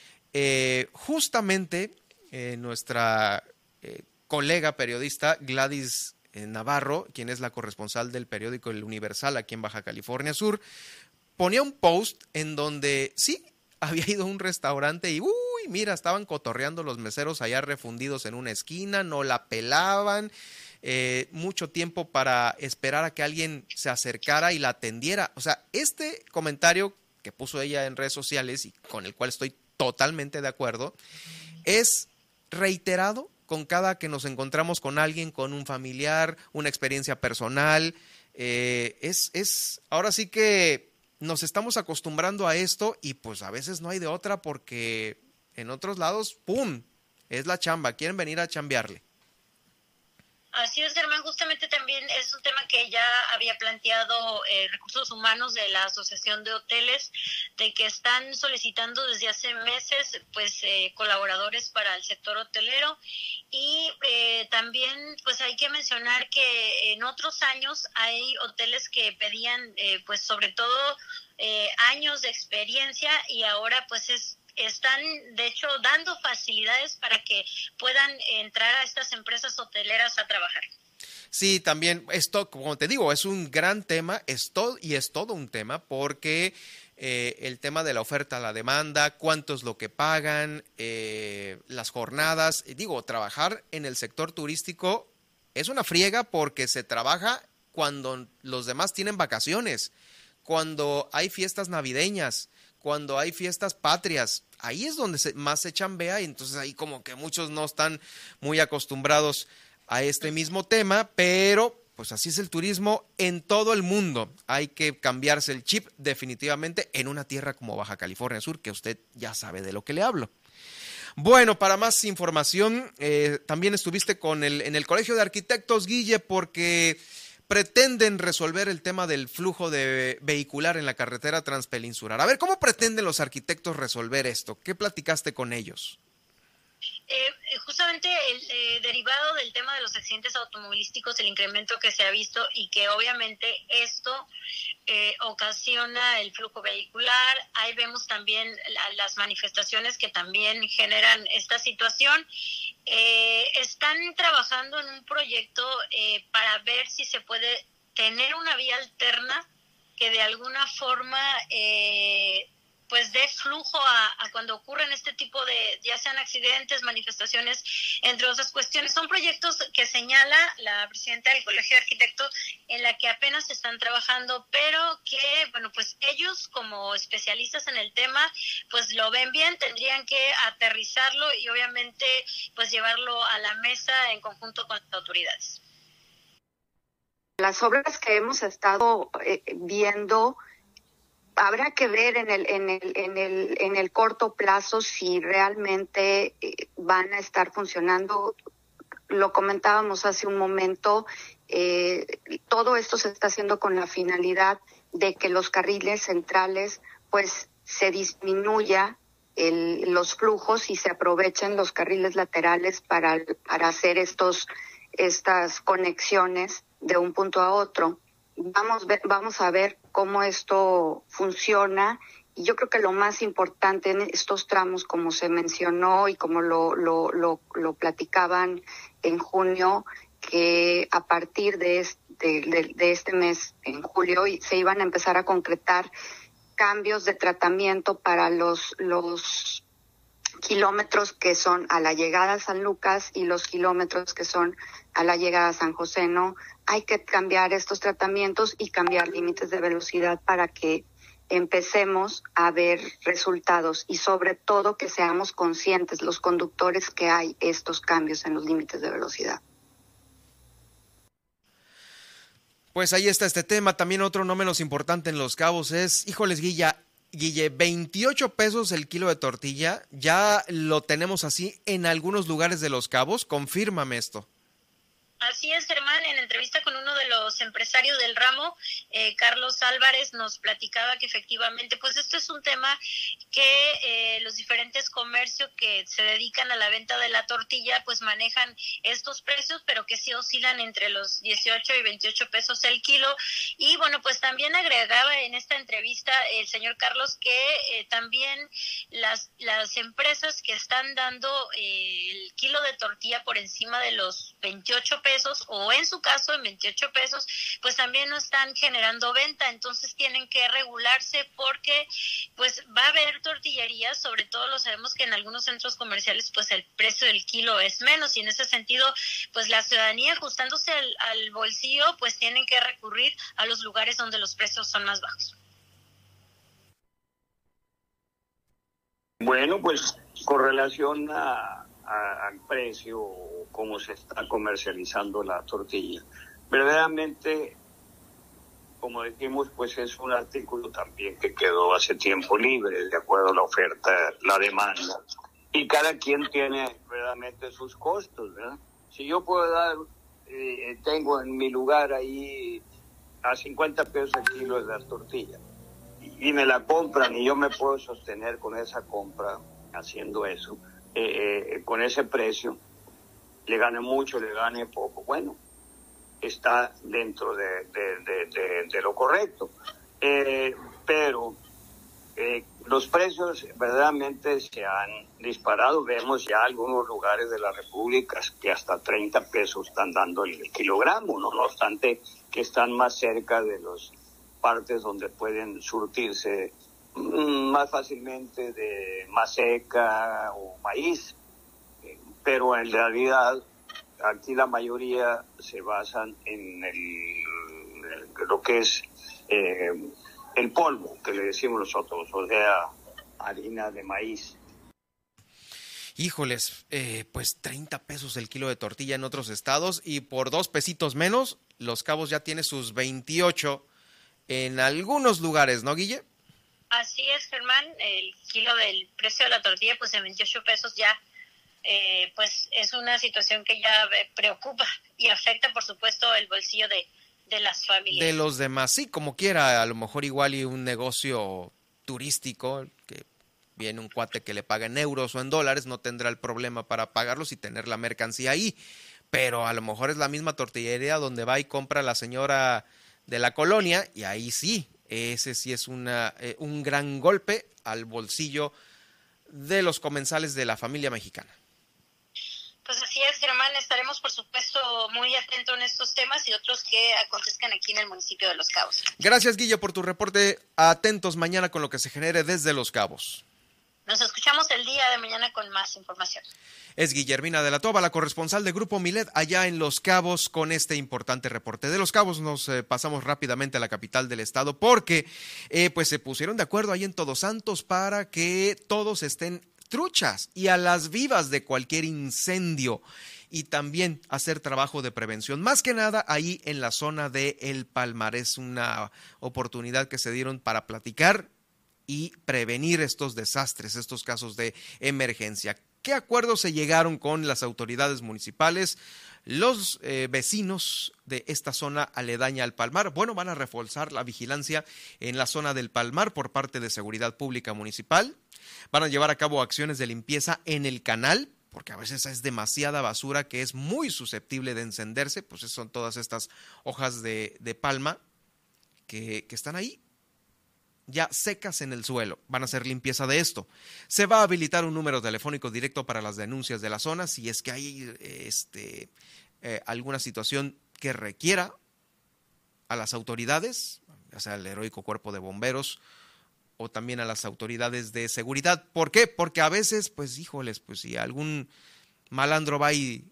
Justamente nuestra colega periodista Gladys Navarro, quien es la corresponsal del periódico El Universal aquí en Baja California Sur, ponía un post en donde sí, había ido a un restaurante y mira, estaban cotorreando los meseros allá refundidos en una esquina, no la pelaban, mucho tiempo para esperar a que alguien se acercara y la atendiera. O sea, este comentario que puso ella en redes sociales y con el cual estoy totalmente de acuerdo, es reiterado con cada que nos encontramos con alguien, con un familiar, una experiencia personal. Ahora sí que nos estamos acostumbrando a esto y pues a veces no hay de otra porque en otros lados, ¡pum!, es la chamba, quieren venir a chambearle. Así es, Germán, justamente también es un tema que ya había planteado Recursos Humanos de la Asociación de Hoteles, de que están solicitando desde hace meses pues colaboradores para el sector hotelero y también pues hay que mencionar que en otros años hay hoteles que pedían pues sobre todo años de experiencia y ahora pues están de hecho dando facilidades para que puedan entrar a estas empresas hoteleras a trabajar. Sí, también esto, como te digo, es un gran tema, es todo un tema porque el tema de la oferta, la demanda, cuánto es lo que pagan, las jornadas, trabajar en el sector turístico es una friega porque se trabaja cuando los demás tienen vacaciones, cuando hay fiestas navideñas, cuando hay fiestas patrias, ahí es donde más se chambea y entonces ahí como que muchos no están muy acostumbrados a este mismo tema, pero pues así es el turismo en todo el mundo. Hay que cambiarse el chip definitivamente en una tierra como Baja California Sur, que usted ya sabe de lo que le hablo. Bueno, para más información, también estuviste en el Colegio de Arquitectos, Guille, porque pretenden resolver el tema del flujo de vehicular en la carretera transpeninsular. A ver, ¿cómo pretenden los arquitectos resolver esto? ¿Qué platicaste con ellos? Justamente derivado del tema de los accidentes automovilísticos, el incremento que se ha visto y que obviamente esto ocasiona el flujo vehicular. Ahí vemos también las manifestaciones que también generan esta situación. Están trabajando en un proyecto para ver si se puede tener una vía alterna que de alguna forma pues dé flujo a cuando ocurren este tipo de, ya sean accidentes, manifestaciones, entre otras cuestiones. Son proyectos que señala la presidenta del Colegio de Arquitectos en la que apenas están trabajando, pero que, bueno, pues ellos como especialistas en el tema, pues lo ven bien, tendrían que aterrizarlo y obviamente pues llevarlo a la mesa en conjunto con las autoridades. Las obras que hemos estado viendo, habrá que ver en el corto plazo si realmente van a estar funcionando. Lo comentábamos hace un momento, todo esto se está haciendo con la finalidad de que los carriles centrales pues se disminuya los flujos y se aprovechen los carriles laterales para hacer estas conexiones de un punto a otro. Vamos a ver cómo esto funciona y yo creo que lo más importante en estos tramos, como se mencionó y como lo platicaban en junio, que a partir de este mes, en julio, se iban a empezar a concretar cambios de tratamiento para los kilómetros que son a la llegada a San Lucas y los kilómetros que son a la llegada a San José, ¿no? Hay que cambiar estos tratamientos y cambiar límites de velocidad para que empecemos a ver resultados y sobre todo que seamos conscientes los conductores que hay estos cambios en los límites de velocidad. Pues ahí está este tema. También otro no menos importante en Los Cabos es, híjoles, Guille, 28 pesos el kilo de tortilla. Ya lo tenemos así en algunos lugares de Los Cabos. Confírmame esto. Así es, Germán. En entrevista con uno de los empresarios del ramo, Carlos Álvarez, nos platicaba que efectivamente, pues esto es un tema que los diferentes comercios que se dedican a la venta de la tortilla, pues manejan estos precios, pero que sí oscilan entre los 18 y 28 pesos el kilo. Y bueno, pues también agregaba en esta entrevista el señor Carlos que también las empresas que están dando el kilo de tortilla por encima de los 28 pesos, o en su caso en 28 pesos, pues también no están generando venta. Entonces tienen que regularse, porque pues va a haber tortillerías, sobre todo lo sabemos que en algunos centros comerciales pues el precio del kilo es menos, y en ese sentido pues la ciudadanía, ajustándose al bolsillo, pues tienen que recurrir a los lugares donde los precios son más bajos. Bueno, pues con relación al precio, cómo se está comercializando la tortilla, verdaderamente, como dijimos, pues es un artículo también que quedó hace tiempo libre, de acuerdo a la oferta, la demanda, y cada quien tiene verdaderamente sus costos, ¿verdad? Si yo puedo dar, tengo en mi lugar ahí a 50 pesos el kilo de la tortilla, y me la compran, y yo me puedo sostener con esa compra, haciendo eso, con ese precio, le gane mucho, le gane poco, bueno, está dentro de lo correcto, pero los precios verdaderamente se han disparado. Vemos ya algunos lugares de la República que hasta 30 pesos están dando el kilogramo, no obstante que están más cerca de las partes donde pueden surtirse más fácilmente de maseca o maíz, pero en realidad aquí la mayoría se basan en lo que es el polvo, que le decimos nosotros, o sea, harina de maíz. Híjoles, pues 30 pesos el kilo de tortilla en otros estados, y por 2 pesitos menos, Los Cabos ya tiene sus 28 en algunos lugares, ¿no, Guille? Así es, Germán. El kilo del precio de la tortilla, pues en 28 pesos ya, pues es una situación que ya preocupa y afecta, por supuesto, el bolsillo de las familias. De los demás, sí, como quiera, a lo mejor igual y un negocio turístico, que viene un cuate que le paga en euros o en dólares, no tendrá el problema para pagarlos y tener la mercancía ahí, pero a lo mejor es la misma tortillería donde va y compra la señora de la colonia, y ahí sí, ese sí es un gran golpe al bolsillo de los comensales de la familia mexicana. Pues así es, Germán. Estaremos, por supuesto, muy atentos en estos temas y otros que acontezcan aquí en el municipio de Los Cabos. Gracias, Guille, por tu reporte. Atentos mañana con lo que se genere desde Los Cabos. Nos escuchamos el día de mañana con más información. Es Guillermina de la Toba, la corresponsal de Grupo Milet allá en Los Cabos, con este importante reporte. De Los Cabos nos pasamos rápidamente a la capital del estado, porque pues se pusieron de acuerdo ahí en Todos Santos para que todos estén truchas y a las vivas de cualquier incendio, y también hacer trabajo de prevención, más que nada ahí en la zona de El Palmar. Es una oportunidad que se dieron para platicar y prevenir estos desastres, estos casos de emergencia. ¿Qué acuerdos se llegaron con las autoridades municipales? Los vecinos de esta zona aledaña al Palmar, bueno, van a reforzar la vigilancia en la zona del Palmar por parte de Seguridad Pública Municipal. Van a llevar a cabo acciones de limpieza en el canal, porque a veces es demasiada basura que es muy susceptible de encenderse, pues son todas estas hojas de palma que están ahí, ya secas en el suelo. Van a hacer limpieza de esto. Se va a habilitar un número telefónico directo para las denuncias de la zona si es que hay alguna situación que requiera a las autoridades, ya sea el heroico cuerpo de bomberos o también a las autoridades de seguridad. ¿Por qué? Porque a veces, pues híjoles, pues si algún malandro va y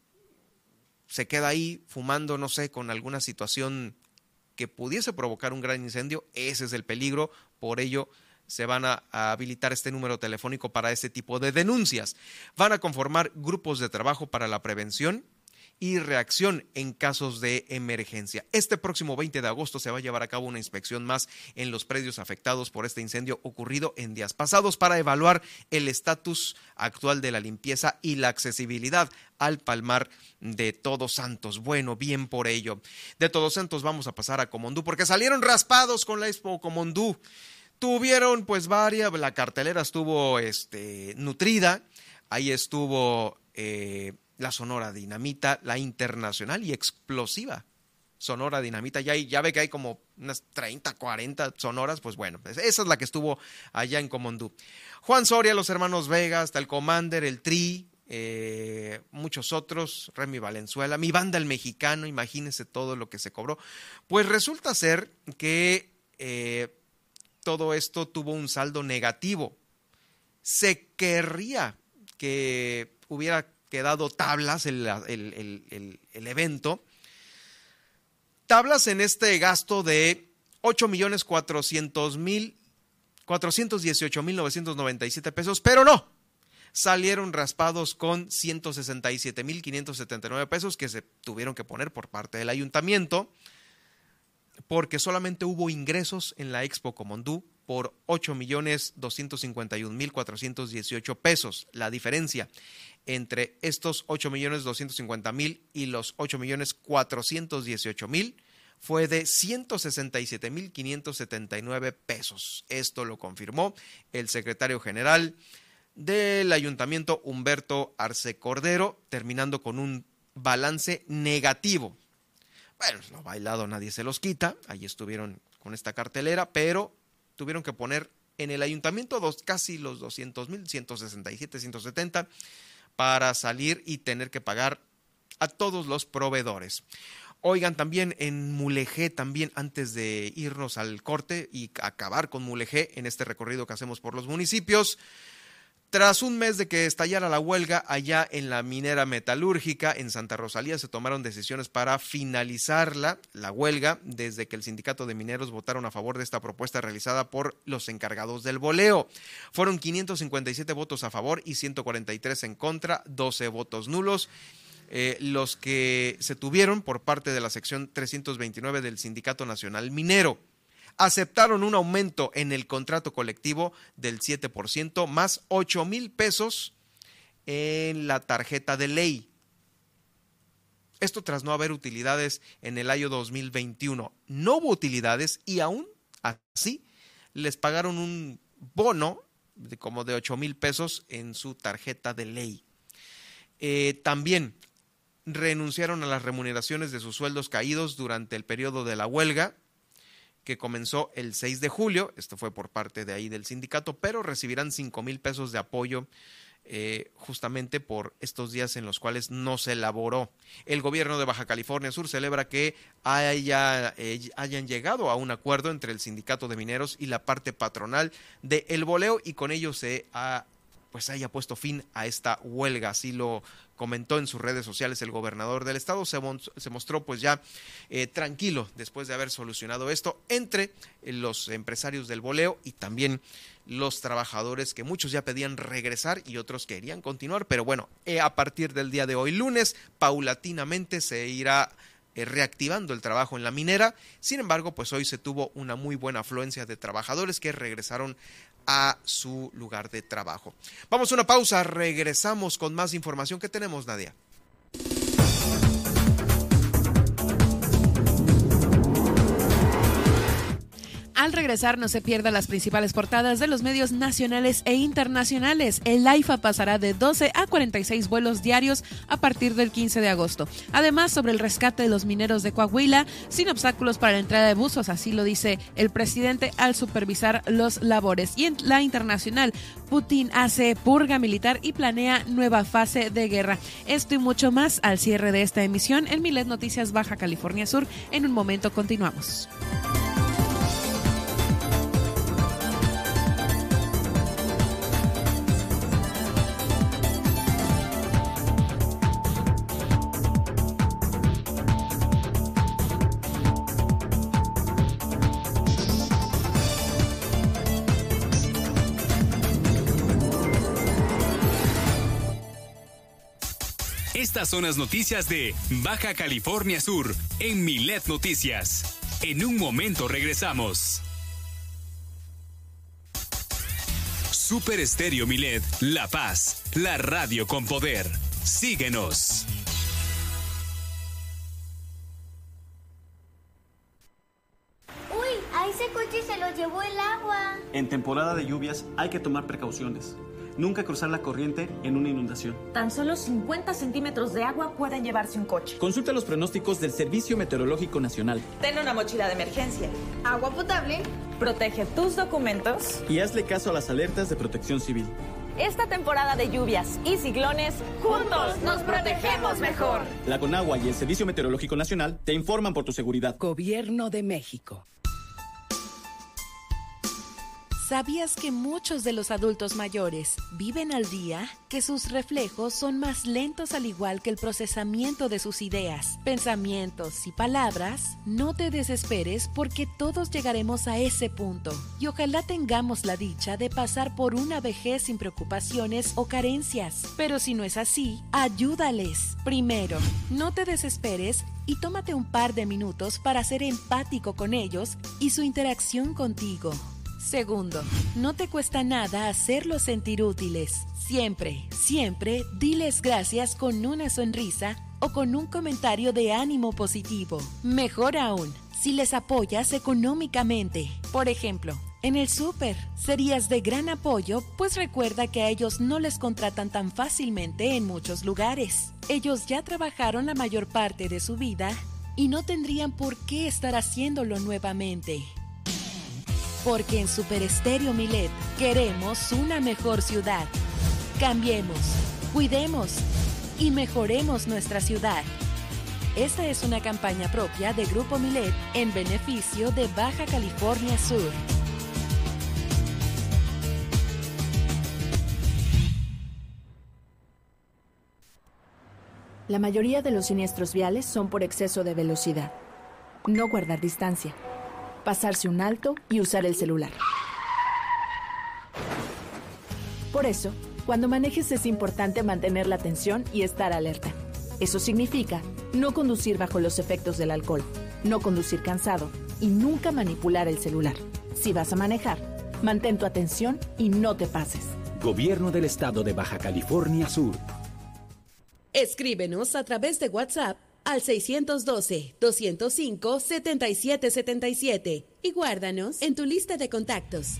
se queda ahí fumando, no sé, con alguna situación que pudiese provocar un gran incendio, ese es el peligro. Por ello se van a habilitar este número telefónico para este tipo de denuncias. Van a conformar grupos de trabajo para la prevención y reacción en casos de emergencia. Este próximo 20 de agosto se va a llevar a cabo una inspección más en los predios afectados por este incendio ocurrido en días pasados para evaluar el estatus actual de la limpieza y la accesibilidad al palmar de Todos Santos. Bueno, bien por ello. De Todos Santos vamos a pasar a Comondú porque salieron raspados con la Expo Comondú. Tuvieron pues varias, la cartelera estuvo nutrida, ahí estuvo la Sonora Dinamita, la internacional y explosiva Sonora Dinamita, ya ve que hay como unas 30, 40 sonoras, pues bueno, esa es la que estuvo allá en Comondú. Juan Soria, los hermanos Vega, hasta el Commander, el Tri, muchos otros, Remy Valenzuela, mi banda el Mexicano, imagínense todo lo que se cobró. Pues resulta ser que todo esto tuvo un saldo negativo. Se querría que hubiera quedado tablas el evento. Tablas en este gasto de 8,418,997 pesos, pero no. Salieron raspados con 167,579 pesos que se tuvieron que poner por parte del ayuntamiento porque solamente hubo ingresos en la Expo Comondú por 8,251,418 pesos. La diferencia entre estos 8,250,000 y los 8,418,000 fue de 167,579 pesos. Esto lo confirmó el secretario general del ayuntamiento, Humberto Arce Cordero, terminando con un balance negativo. Bueno, lo bailado nadie se los quita, ahí estuvieron con esta cartelera, pero tuvieron que poner en el ayuntamiento casi los 200,000, 167, 170, para salir y tener que pagar a todos los proveedores. Oigan, también en Mulegé, también antes de irnos al corte y acabar con Mulegé en este recorrido que hacemos por los municipios, tras un mes de que estallara la huelga allá en la minera metalúrgica en Santa Rosalía, se tomaron decisiones para finalizar la huelga desde que el sindicato de mineros votaron a favor de esta propuesta realizada por los encargados del boleo. Fueron 557 votos a favor y 143 en contra, 12 votos nulos. Los que se tuvieron por parte de la sección 329 del Sindicato Nacional Minero. Aceptaron un aumento en el contrato colectivo del 7% más 8,000 pesos en la tarjeta de ley. Esto tras no haber utilidades en el año 2021. No hubo utilidades y aún así les pagaron un bono como de 8,000 pesos en su tarjeta de ley. También renunciaron a las remuneraciones de sus sueldos caídos durante el periodo de la huelga, que comenzó el 6 de julio, esto fue por parte de ahí del sindicato, pero recibirán 5,000 pesos de apoyo justamente por estos días en los cuales no se elaboró. El gobierno de Baja California Sur celebra que hayan llegado a un acuerdo entre el sindicato de mineros y la parte patronal de El Boleo y con ello haya puesto fin a esta huelga. Así lo comentó en sus redes sociales el gobernador del estado. Se mostró pues ya tranquilo después de haber solucionado esto entre los empresarios del boleo y también los trabajadores, que muchos ya pedían regresar y otros querían continuar, pero bueno, a partir del día de hoy lunes paulatinamente se irá reactivando el trabajo en la minera. Sin embargo, pues hoy se tuvo una muy buena afluencia de trabajadores que regresaron a su lugar de trabajo. Vamos a una pausa, regresamos con más información que tenemos, Nadia. Al regresar, no se pierda las principales portadas de los medios nacionales e internacionales. El AIFA pasará de 12 a 46 vuelos diarios a partir del 15 de agosto. Además, sobre el rescate de los mineros de Coahuila, sin obstáculos para la entrada de buzos, así lo dice el presidente al supervisar los labores. Y en la internacional, Putin hace purga militar y planea nueva fase de guerra. Esto y mucho más al cierre de esta emisión en Milet Noticias Baja California Sur. En un momento continuamos. Estas son las noticias de Baja California Sur en Milet Noticias. En un momento regresamos. Super Estéreo Milet, La Paz, la radio con poder. Síguenos. Uy, a ese coche se lo llevó el agua. En temporada de lluvias hay que tomar precauciones. Nunca cruzar la corriente en una inundación. Tan solo 50 centímetros de agua pueden llevarse un coche. Consulta los pronósticos del Servicio Meteorológico Nacional. Ten una mochila de emergencia. Agua potable. Protege tus documentos. Y hazle caso a las alertas de Protección Civil. Esta temporada de lluvias y ciclones, juntos nos protegemos mejor. La Conagua y el Servicio Meteorológico Nacional te informan por tu seguridad. Gobierno de México. ¿Sabías que muchos de los adultos mayores viven al día? Que sus reflejos son más lentos al igual que el procesamiento de sus ideas, pensamientos y palabras. No te desesperes porque todos llegaremos a ese punto. Y ojalá tengamos la dicha de pasar por una vejez sin preocupaciones o carencias. Pero si no es así, ayúdales. Primero, no te desesperes y tómate un par de minutos para ser empático con ellos y su interacción contigo. Segundo, no te cuesta nada hacerlos sentir útiles. Siempre, siempre diles gracias con una sonrisa o con un comentario de ánimo positivo. Mejor aún, si les apoyas económicamente. Por ejemplo, en el súper, serías de gran apoyo, pues recuerda que a ellos no les contratan tan fácilmente en muchos lugares. Ellos ya trabajaron la mayor parte de su vida y no tendrían por qué estar haciéndolo nuevamente. Porque en Super Estéreo Milet queremos una mejor ciudad. Cambiemos, cuidemos y mejoremos nuestra ciudad. Esta es una campaña propia de Grupo Milet en beneficio de Baja California Sur. La mayoría de los siniestros viales son por exceso de velocidad. No guardar distancia. Pasarse un alto y usar el celular. Por eso, cuando manejes es importante mantener la atención y estar alerta. Eso significa no conducir bajo los efectos del alcohol, no conducir cansado y nunca manipular el celular. Si vas a manejar, mantén tu atención y no te pases. Gobierno del Estado de Baja California Sur. Escríbenos a través de WhatsApp al 612-205-7777 y guárdanos en tu lista de contactos.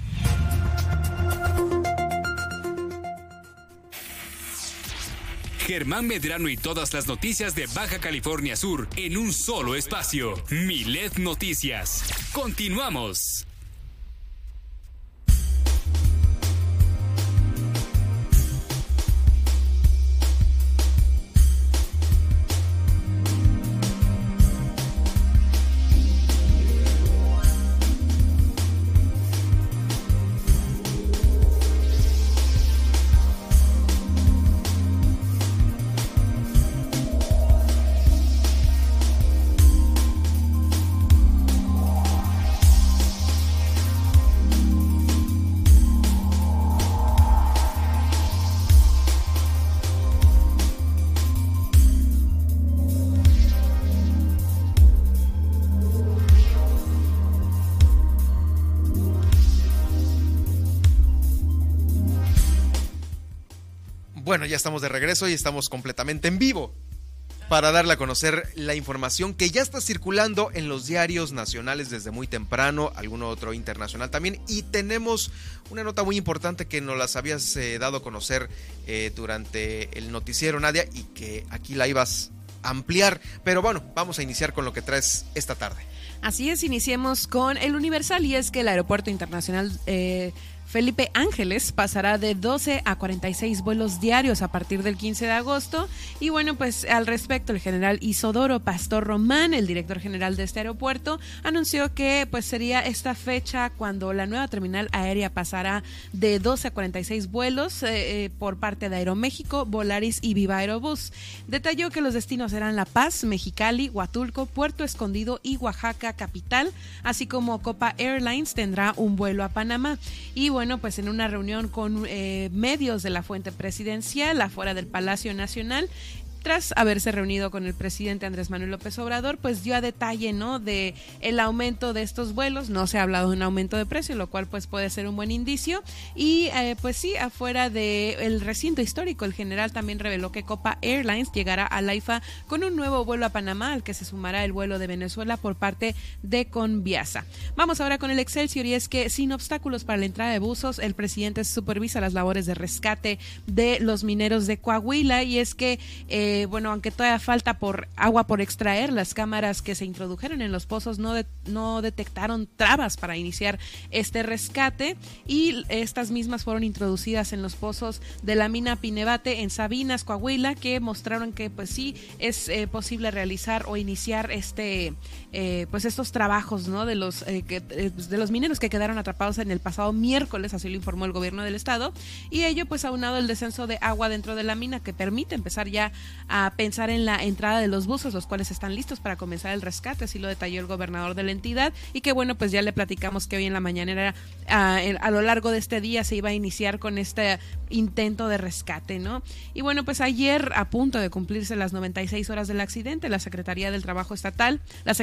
Germán Medrano y todas las noticias de Baja California Sur en un solo espacio. Milet Noticias. Continuamos. Bueno, ya estamos de regreso y estamos completamente en vivo para darle a conocer la información que ya está circulando en los diarios nacionales desde muy temprano, alguno otro internacional también, y tenemos una nota muy importante que nos las habías dado a conocer durante el noticiero, Nadia, y que aquí la ibas a ampliar, pero bueno, vamos a iniciar con lo que traes esta tarde. Así es, iniciemos con el Universal, y es que el Aeropuerto Internacional Felipe Ángeles pasará de 12 a 46 vuelos diarios a partir del 15 de agosto. Y bueno, pues al respecto, el general Isodoro Pastor Román, el director general de este aeropuerto, anunció que pues sería esta fecha cuando la nueva terminal aérea pasará de 12 a 46 vuelos por parte de Aeroméxico, Volaris y Viva Aerobús. Detalló que los destinos serán La Paz, Mexicali, Huatulco, Puerto Escondido y Oaxaca capital, así como Copa Airlines tendrá un vuelo a Panamá. Y bueno, pues en una reunión con medios de la fuente presidencial afuera del Palacio Nacional, tras haberse reunido con el presidente Andrés Manuel López Obrador, pues dio a detalle, ¿no?, de el aumento de estos vuelos. No se ha hablado de un aumento de precio, lo cual pues puede ser un buen indicio. Y pues sí, afuera del recinto histórico, el general también reveló que Copa Airlines llegará a la AIFA con un nuevo vuelo a Panamá, al que se sumará el vuelo de Venezuela por parte de Conviasa. Vamos ahora con el Excelsior, y es que sin obstáculos para la entrada de buzos, el presidente supervisa las labores de rescate de los mineros de Coahuila. Y es que, bueno, aunque todavía falta agua por extraer, las cámaras que se introdujeron en los pozos no detectaron trabas para iniciar este rescate, y estas mismas fueron introducidas en los pozos de la mina Pinebate en Sabinas, Coahuila, que mostraron que pues sí es posible realizar o iniciar pues estos trabajos, ¿no?, de los mineros que quedaron atrapados en el pasado miércoles, así lo informó el gobierno del estado. Y ello pues aunado el descenso de agua dentro de la mina, que permite empezar ya a pensar en la entrada de los buzos, los cuales están listos para comenzar el rescate, así lo detalló el gobernador de la entidad. Y que bueno, pues ya le platicamos que hoy en la mañanera, a lo largo de este día, se iba a iniciar con este intento de rescate, ¿no? Y bueno, pues ayer, a punto de cumplirse las 96 horas del accidente, la secretaria de Trabajo Estatal,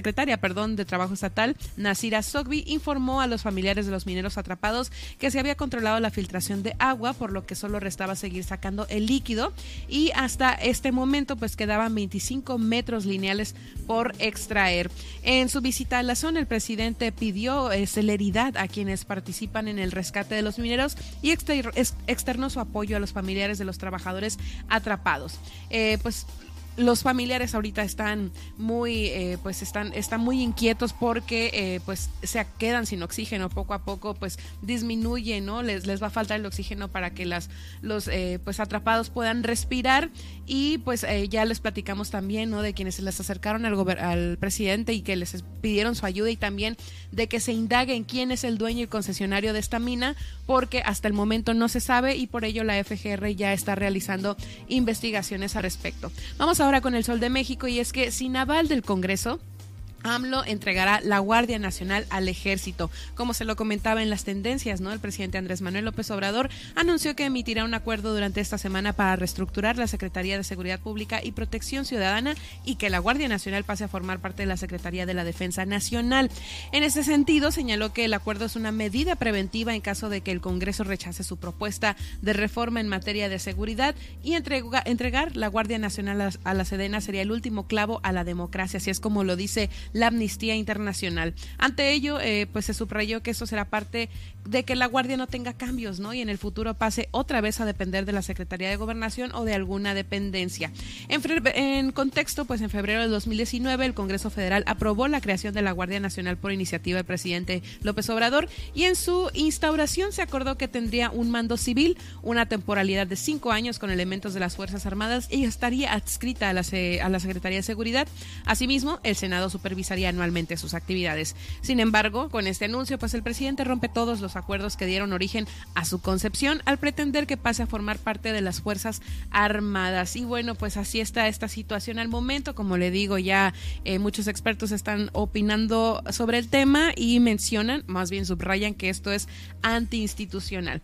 Nasira Sogbi, informó a los familiares de los mineros atrapados que se había controlado la filtración de agua, por lo que solo restaba seguir sacando el líquido, y hasta este momento pues quedaban 25 metros lineales por extraer. En su visita a la zona, el presidente pidió celeridad a quienes participan en el rescate de los mineros y externó su apoyo a los familiares de los trabajadores atrapados. Pues los familiares ahorita están muy están muy inquietos porque pues se quedan sin oxígeno. Poco a poco pues disminuye, ¿no? Les va a faltar el oxígeno para que los atrapados puedan respirar. Y pues ya les platicamos también, ¿no?, de quienes se les acercaron al presidente y que les pidieron su ayuda, y también de que se indague en quién es el dueño y concesionario de esta mina, porque hasta el momento no se sabe, y por ello la FGR ya está realizando investigaciones al respecto. Vamos ahora con el Sol de México, y es que sin aval del Congreso, AMLO entregará la Guardia Nacional al Ejército. Como se lo comentaba en las tendencias, ¿no?, el presidente Andrés Manuel López Obrador anunció que emitirá un acuerdo durante esta semana para reestructurar la Secretaría de Seguridad Pública y Protección Ciudadana, y que la Guardia Nacional pase a formar parte de la Secretaría de la Defensa Nacional. En ese sentido, señaló que el acuerdo es una medida preventiva en caso de que el Congreso rechace su propuesta de reforma en materia de seguridad, y entregar la Guardia Nacional a la Sedena sería el último clavo a la democracia, así es como lo dice la Amnistía Internacional. Ante ello, pues se subrayó que esto será parte de que la Guardia no tenga cambios, ¿no?, y en el futuro pase otra vez a depender de la Secretaría de Gobernación o de alguna dependencia. En contexto, pues en febrero de 2019 el Congreso Federal aprobó la creación de la Guardia Nacional por iniciativa del presidente López Obrador, y en su instauración se acordó que tendría un mando civil, una temporalidad de 5 años con elementos de las Fuerzas Armadas, y estaría adscrita a la Secretaría de Seguridad. Asimismo, el Senado supervisaría anualmente sus actividades. Sin embargo, con este anuncio, pues el presidente rompe todos los acuerdos que dieron origen a su concepción, al pretender que pase a formar parte de las Fuerzas Armadas. Y bueno, pues así está esta situación al momento. Como le digo, ya muchos expertos están opinando sobre el tema y mencionan, más bien subrayan, que esto es antiinconstitucional.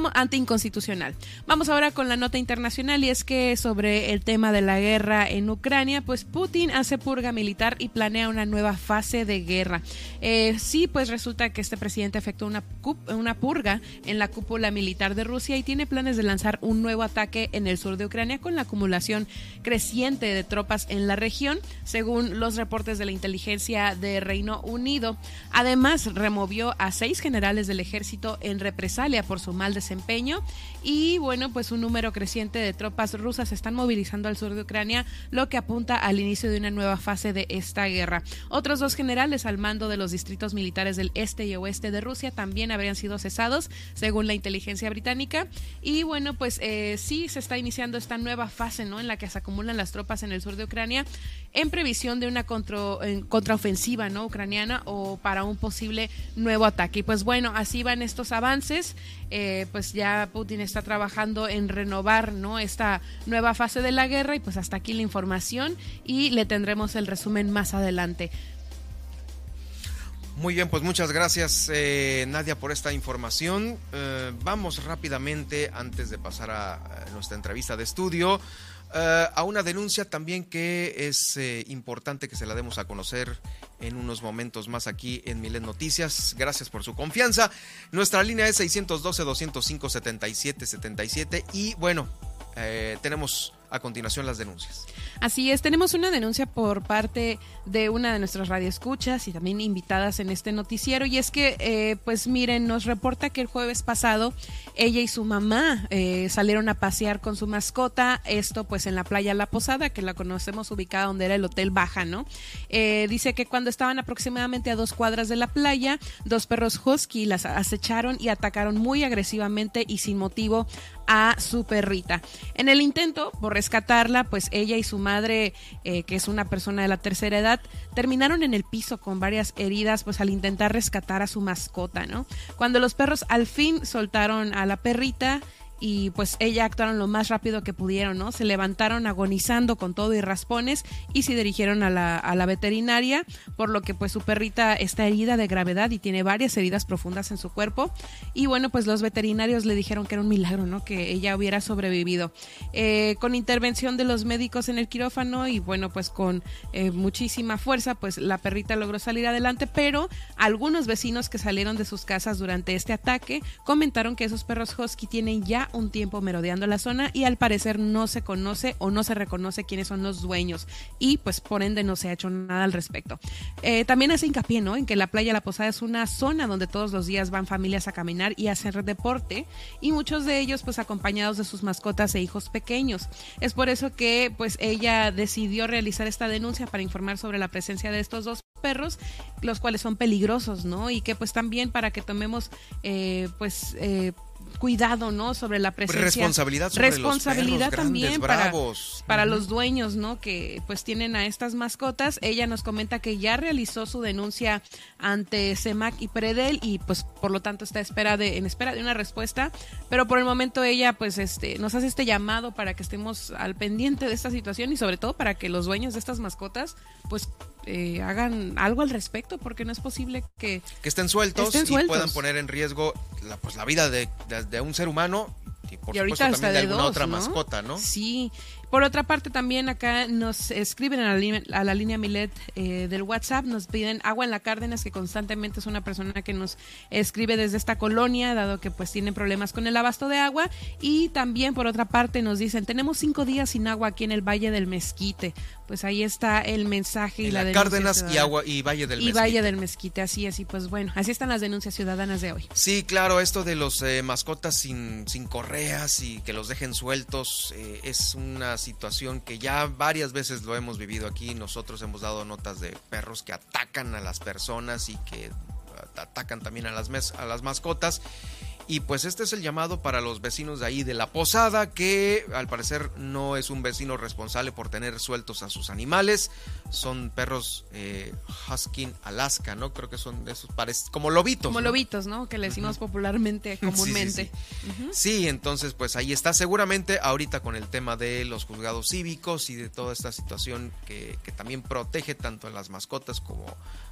Vamos ahora con la nota internacional, y es que sobre el tema de la guerra en Ucrania, pues Putin hace purga militar y planea una nueva fase de guerra. Sí, pues resulta que este presidente efectuó una purga en la cúpula militar de Rusia y tiene planes de lanzar un nuevo ataque en el sur de Ucrania, con la acumulación creciente de tropas en la región, según los reportes de la inteligencia de Reino Unido. Además, removió a 6 generales del ejército en represalia por su mal desempeño, y bueno, pues un número creciente de tropas rusas se están movilizando al sur de Ucrania, lo que apunta al inicio de una nueva fase de esta guerra. Otros 2 generales al mando de los distritos militares del este y oeste de Rusia también habrían sido cesados, según la inteligencia británica. Y bueno, pues sí se está iniciando esta nueva fase, ¿no?, en la que se acumulan las tropas en el sur de Ucrania, en previsión de una contraofensiva, ¿no?, ucraniana, o para un posible nuevo ataque. Y pues bueno, así van estos avances. Pues ya Putin está trabajando en renovar, ¿no?, esta nueva fase de la guerra, y pues hasta aquí la información, y le tendremos el resumen más adelante. Muy bien, pues muchas gracias, Nadia, por esta información. Vamos rápidamente, antes de pasar a nuestra entrevista de estudio, a una denuncia también que es importante que se la demos a conocer en unos momentos más aquí en Milet Noticias. Gracias por su confianza. Nuestra línea es 612-205-7777 y bueno, tenemos a continuación las denuncias. Así es, tenemos una denuncia por parte de una de nuestras radioescuchas y también invitadas en este noticiero, y es que, pues miren, nos reporta que el jueves pasado ella y su mamá salieron a pasear con su mascota, esto pues en la playa La Posada, que la conocemos ubicada donde era el Hotel Baja, ¿no? Dice que cuando estaban aproximadamente a 2 cuadras de la playa, 2 perros husky las acecharon y atacaron muy agresivamente y sin motivo a su perrita. En el intento por rescatarla, pues ella y su madre, que es una persona de la tercera edad, terminaron en el piso con varias heridas, pues al intentar rescatar a su mascota, ¿no? Cuando los perros al fin soltaron a la perrita y pues ella actuaron lo más rápido que pudieron, ¿no? Se levantaron agonizando con todo y raspones y se dirigieron a la veterinaria, por lo que pues su perrita está herida de gravedad y tiene varias heridas profundas en su cuerpo, y bueno, pues los veterinarios le dijeron que era un milagro, ¿no? Que ella hubiera sobrevivido. Con intervención de los médicos en el quirófano y bueno, pues con muchísima fuerza, pues la perrita logró salir adelante, pero algunos vecinos que salieron de sus casas durante este ataque comentaron que esos perros husky tienen ya un tiempo merodeando la zona y al parecer no se conoce o no se reconoce quiénes son los dueños y pues por ende no se ha hecho nada al respecto. También hace hincapié, ¿no? En que la playa La Posada es una zona donde todos los días van familias a caminar y a hacer deporte, y muchos de ellos pues acompañados de sus mascotas e hijos pequeños. Es por eso que pues ella decidió realizar esta denuncia para informar sobre la presencia de estos 2 perros, los cuales son peligrosos, ¿no? Y que pues también para que tomemos cuidado, ¿no? Sobre la presencia. Responsabilidad sobre los perros también grandes, bravos. para los dueños, ¿no? Que pues tienen a estas mascotas. Ella nos comenta que ya realizó su denuncia ante CEMAC y Predel y pues por lo tanto está en espera de una respuesta, pero por el momento ella pues nos hace este llamado para que estemos al pendiente de esta situación y sobre todo para que los dueños de estas mascotas pues hagan algo al respecto, porque no es posible que estén sueltos y puedan poner en riesgo la vida de un ser humano y por supuesto también de alguna otra mascota, ¿no? Sí. Por otra parte, también acá nos escriben a la línea Milet del WhatsApp, nos piden Agua en la Cárdenas, que constantemente es una persona que nos escribe desde esta colonia, dado que pues tienen problemas con el abasto de agua, y también por otra parte nos dicen, tenemos 5 días sin agua aquí en el Valle del Mezquite. Pues ahí está el mensaje y la denuncia Cárdenas ciudadana. y Valle del Mezquite. Y Valle del Mezquite, así es, y pues bueno, así están las denuncias ciudadanas de hoy. Sí, claro, esto de los mascotas sin correas y que los dejen sueltos es una situación que ya varias veces lo hemos vivido aquí. Nosotros hemos dado notas de perros que atacan a las personas y que atacan también a las mascotas. Y pues este es el llamado para los vecinos de ahí de La Posada, que al parecer no es un vecino responsable por tener sueltos a sus animales. Son perros Husky Alaska, ¿no? Creo que son de esos, como lobitos. Como lobitos, ¿no? Que le decimos comúnmente. Sí. Sí, entonces pues ahí está. Seguramente ahorita con el tema de los juzgados cívicos y de toda esta situación que también protege tanto a las mascotas como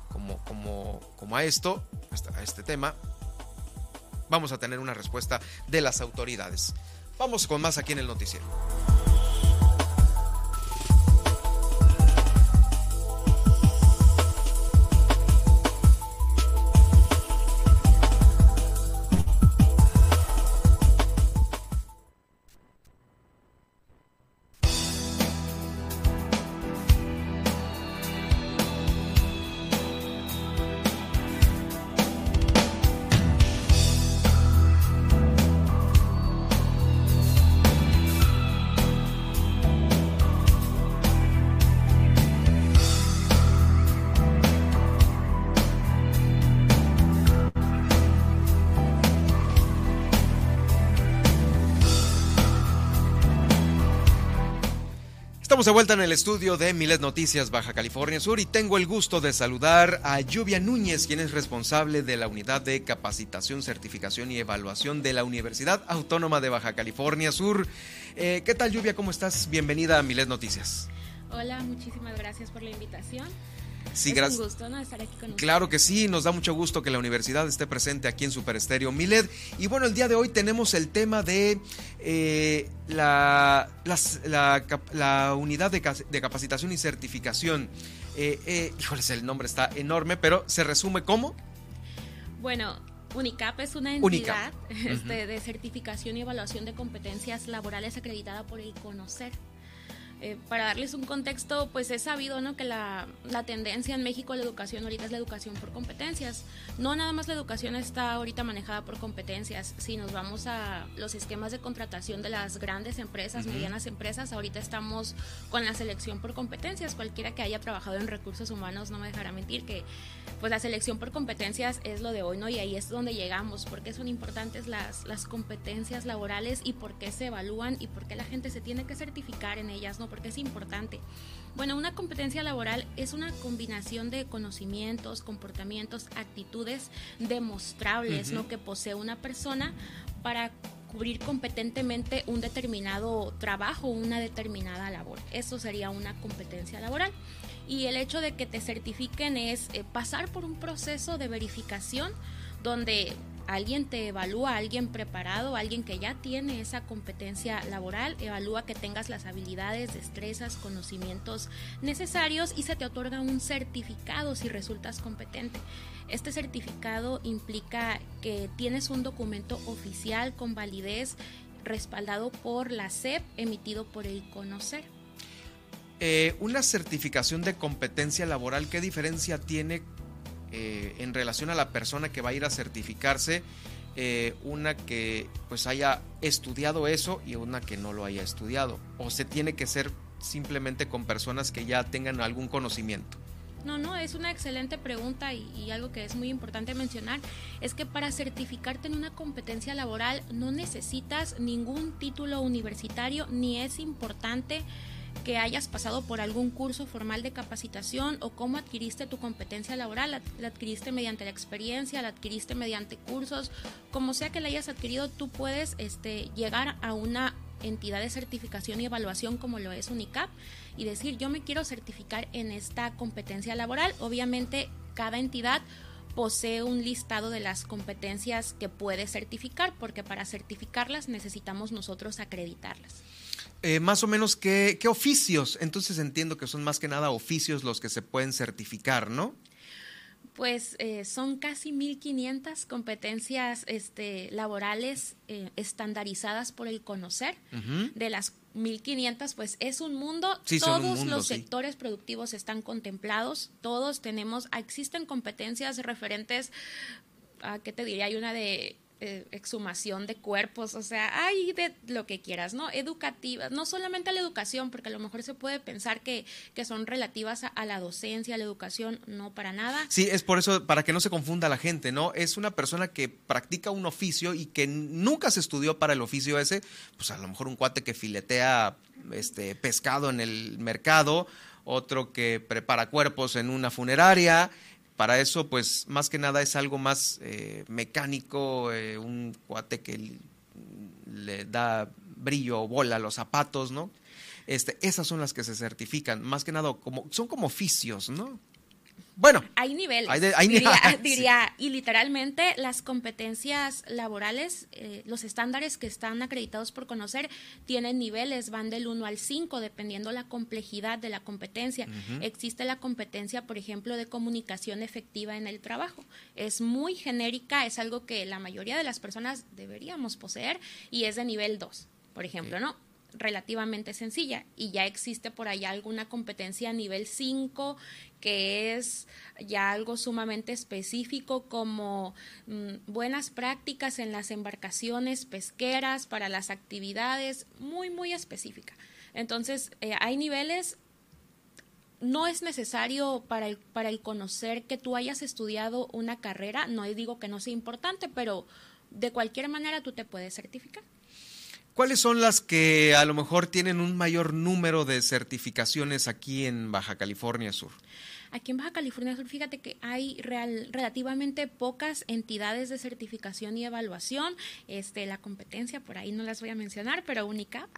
a este tema, vamos a tener una respuesta de las autoridades. Vamos con más aquí en el noticiero. Estamos de vuelta en el estudio de Milet Noticias Baja California Sur y tengo el gusto de saludar a Lluvia Núñez, quien es responsable de la Unidad de Capacitación, Certificación y Evaluación de la Universidad Autónoma de Baja California Sur. ¿Qué tal, Lluvia? ¿Cómo estás? Bienvenida a Milet Noticias. Hola, muchísimas gracias por la invitación. Sí, es un gusto, ¿no?, estar aquí con ustedes. Claro que sí, nos da mucho gusto que la universidad esté presente aquí en Super Estéreo Milet. Y bueno, el día de hoy tenemos el tema de la unidad de capacitación y certificación. Híjoles, el nombre está enorme, pero se resume ¿cómo? Bueno, UNICAP es una entidad de certificación y evaluación de competencias laborales acreditada por el CONOCER. Para darles un contexto, pues es sabido, ¿no?, que la tendencia en México de la educación ahorita es la educación por competencias. No nada más la educación está ahorita manejada por competencias. Si nos vamos a los esquemas de contratación de las grandes empresas, medianas empresas, ahorita estamos con la selección por competencias. Cualquiera que haya trabajado en recursos humanos no me dejará mentir que pues la selección por competencias es lo de hoy, ¿no? Y ahí es donde llegamos. ¿Por qué son importantes las competencias laborales y por qué se evalúan y por qué la gente se tiene que certificar en ellas, ¿no? Porque es importante. Bueno, una competencia laboral es una combinación de conocimientos, comportamientos, actitudes demostrables, ¿no?, que posee una persona para cubrir competentemente un determinado trabajo, una determinada labor. Eso sería una competencia laboral. Y el hecho de que te certifiquen es pasar por un proceso de verificación donde alguien te evalúa, alguien preparado, alguien que ya tiene esa competencia laboral, evalúa que tengas las habilidades, destrezas, conocimientos necesarios y se te otorga un certificado si resultas competente. Este certificado implica que tienes un documento oficial con validez respaldado por la SEP, emitido por el CONOCER. Una certificación de competencia laboral, ¿qué diferencia tiene en relación a la persona que va a ir a certificarse? Una que pues haya estudiado eso y una que no lo haya estudiado, o se tiene que ser simplemente con personas que ya tengan algún conocimiento. No, es una excelente pregunta y algo que es muy importante mencionar es que para certificarte en una competencia laboral no necesitas ningún título universitario, ni es importante que hayas pasado por algún curso formal de capacitación o cómo adquiriste tu competencia laboral. La adquiriste mediante la experiencia, la adquiriste mediante cursos, como sea que la hayas adquirido, tú puedes llegar a una entidad de certificación y evaluación como lo es UNICAP y decir yo me quiero certificar en esta competencia laboral. Obviamente cada entidad posee un listado de las competencias que puede certificar, porque para certificarlas necesitamos nosotros acreditarlas. Más o menos, ¿qué oficios? Entonces entiendo que son más que nada oficios los que se pueden certificar, ¿no? Pues son casi 1,500 competencias laborales estandarizadas por el CONOCER. De las 1,500, pues es un mundo. Sí, todos los sectores productivos están contemplados. Todos existen competencias referentes a, ¿qué te diría? Hay una de exhumación de cuerpos, o sea, hay de lo que quieras, ¿no? Educativas, no solamente a la educación, porque a lo mejor se puede pensar que son relativas a la docencia, a la educación, no, para nada. Sí, es por eso, para que no se confunda la gente, ¿no? Es una persona que practica un oficio y que nunca se estudió para el oficio ese, pues a lo mejor un cuate que filetea pescado en el mercado, otro que prepara cuerpos en una funeraria. Para eso, pues, más que nada es algo más mecánico, un cuate que le da brillo o bola a los zapatos, ¿no? Esas son las que se certifican, más que nada son como oficios, ¿no? Bueno, hay niveles, diría, y literalmente las competencias laborales, los estándares que están acreditados por CONOCER tienen niveles, van del 1 al 5, dependiendo la complejidad de la competencia. Existe la competencia, por ejemplo, de comunicación efectiva en el trabajo. Es muy genérica, es algo que la mayoría de las personas deberíamos poseer y es de nivel 2, por ejemplo, ¿no? Relativamente sencilla, y ya existe por allá alguna competencia a nivel 5 que es ya algo sumamente específico, como buenas prácticas en las embarcaciones pesqueras para las actividades, muy específica. Entonces hay niveles. No es necesario para el conocer que tú hayas estudiado una carrera, no digo que no sea importante, pero de cualquier manera tú te puedes certificar. ¿Cuáles son las que a lo mejor tienen un mayor número de certificaciones aquí en Baja California Sur? Aquí en Baja California Sur, fíjate que hay relativamente pocas entidades de certificación y evaluación. La competencia, por ahí no las voy a mencionar, pero UNICAP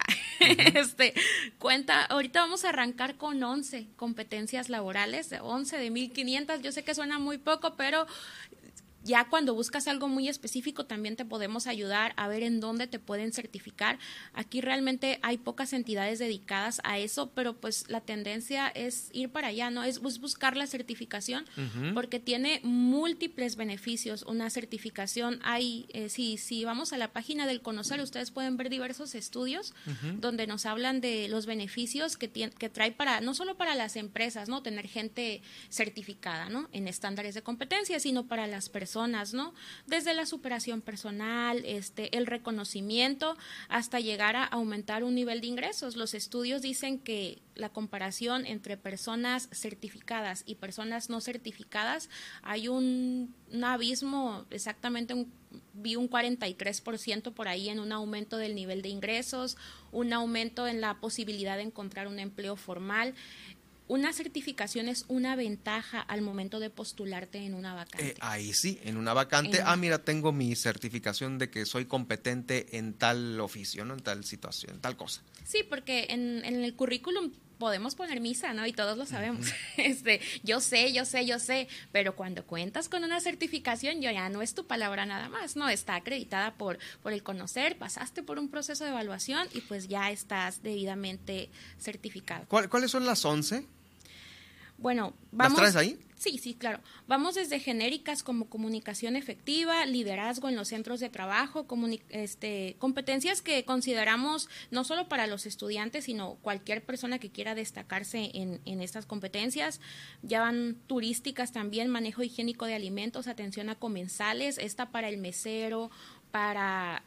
cuenta, ahorita vamos a arrancar con 11 competencias laborales, 11 de 1,500. Yo sé que suena muy poco, pero ya cuando buscas algo muy específico también te podemos ayudar a ver en dónde te pueden certificar. Aquí realmente hay pocas entidades dedicadas a eso, pero pues la tendencia es ir para allá, ¿no? Es buscar la certificación, porque tiene múltiples beneficios. Una certificación hay, si vamos a la página del Conocer, ustedes pueden ver diversos estudios donde nos hablan de los beneficios que trae no solo para las empresas, ¿no? Tener gente certificada, ¿no? En estándares de competencia, sino para las personas, ¿no? Desde la superación personal, el reconocimiento, hasta llegar a aumentar un nivel de ingresos. Los estudios dicen que la comparación entre personas certificadas y personas no certificadas, hay un abismo, exactamente vi un 43% por ahí en un aumento del nivel de ingresos, un aumento en la posibilidad de encontrar un empleo formal. Una certificación es una ventaja al momento de postularte en una vacante. Ahí sí, en una vacante. Mira, tengo mi certificación de que soy competente en tal oficio, ¿no? En tal situación, en tal cosa. Sí, porque en el currículum podemos poner misa, ¿no? Y todos lo sabemos. Yo sé, pero cuando cuentas con una certificación, ya no es tu palabra nada más, ¿no? Está acreditada por el Conocer, pasaste por un proceso de evaluación y pues ya estás debidamente certificado. ¿Cuáles son las 11? Bueno, vamos. ¿Las traes ahí? Sí, claro. Vamos desde genéricas como comunicación efectiva, liderazgo en los centros de trabajo, competencias que consideramos no solo para los estudiantes, sino cualquier persona que quiera destacarse en estas competencias. Ya van turísticas también, manejo higiénico de alimentos, atención a comensales, esta para el mesero, para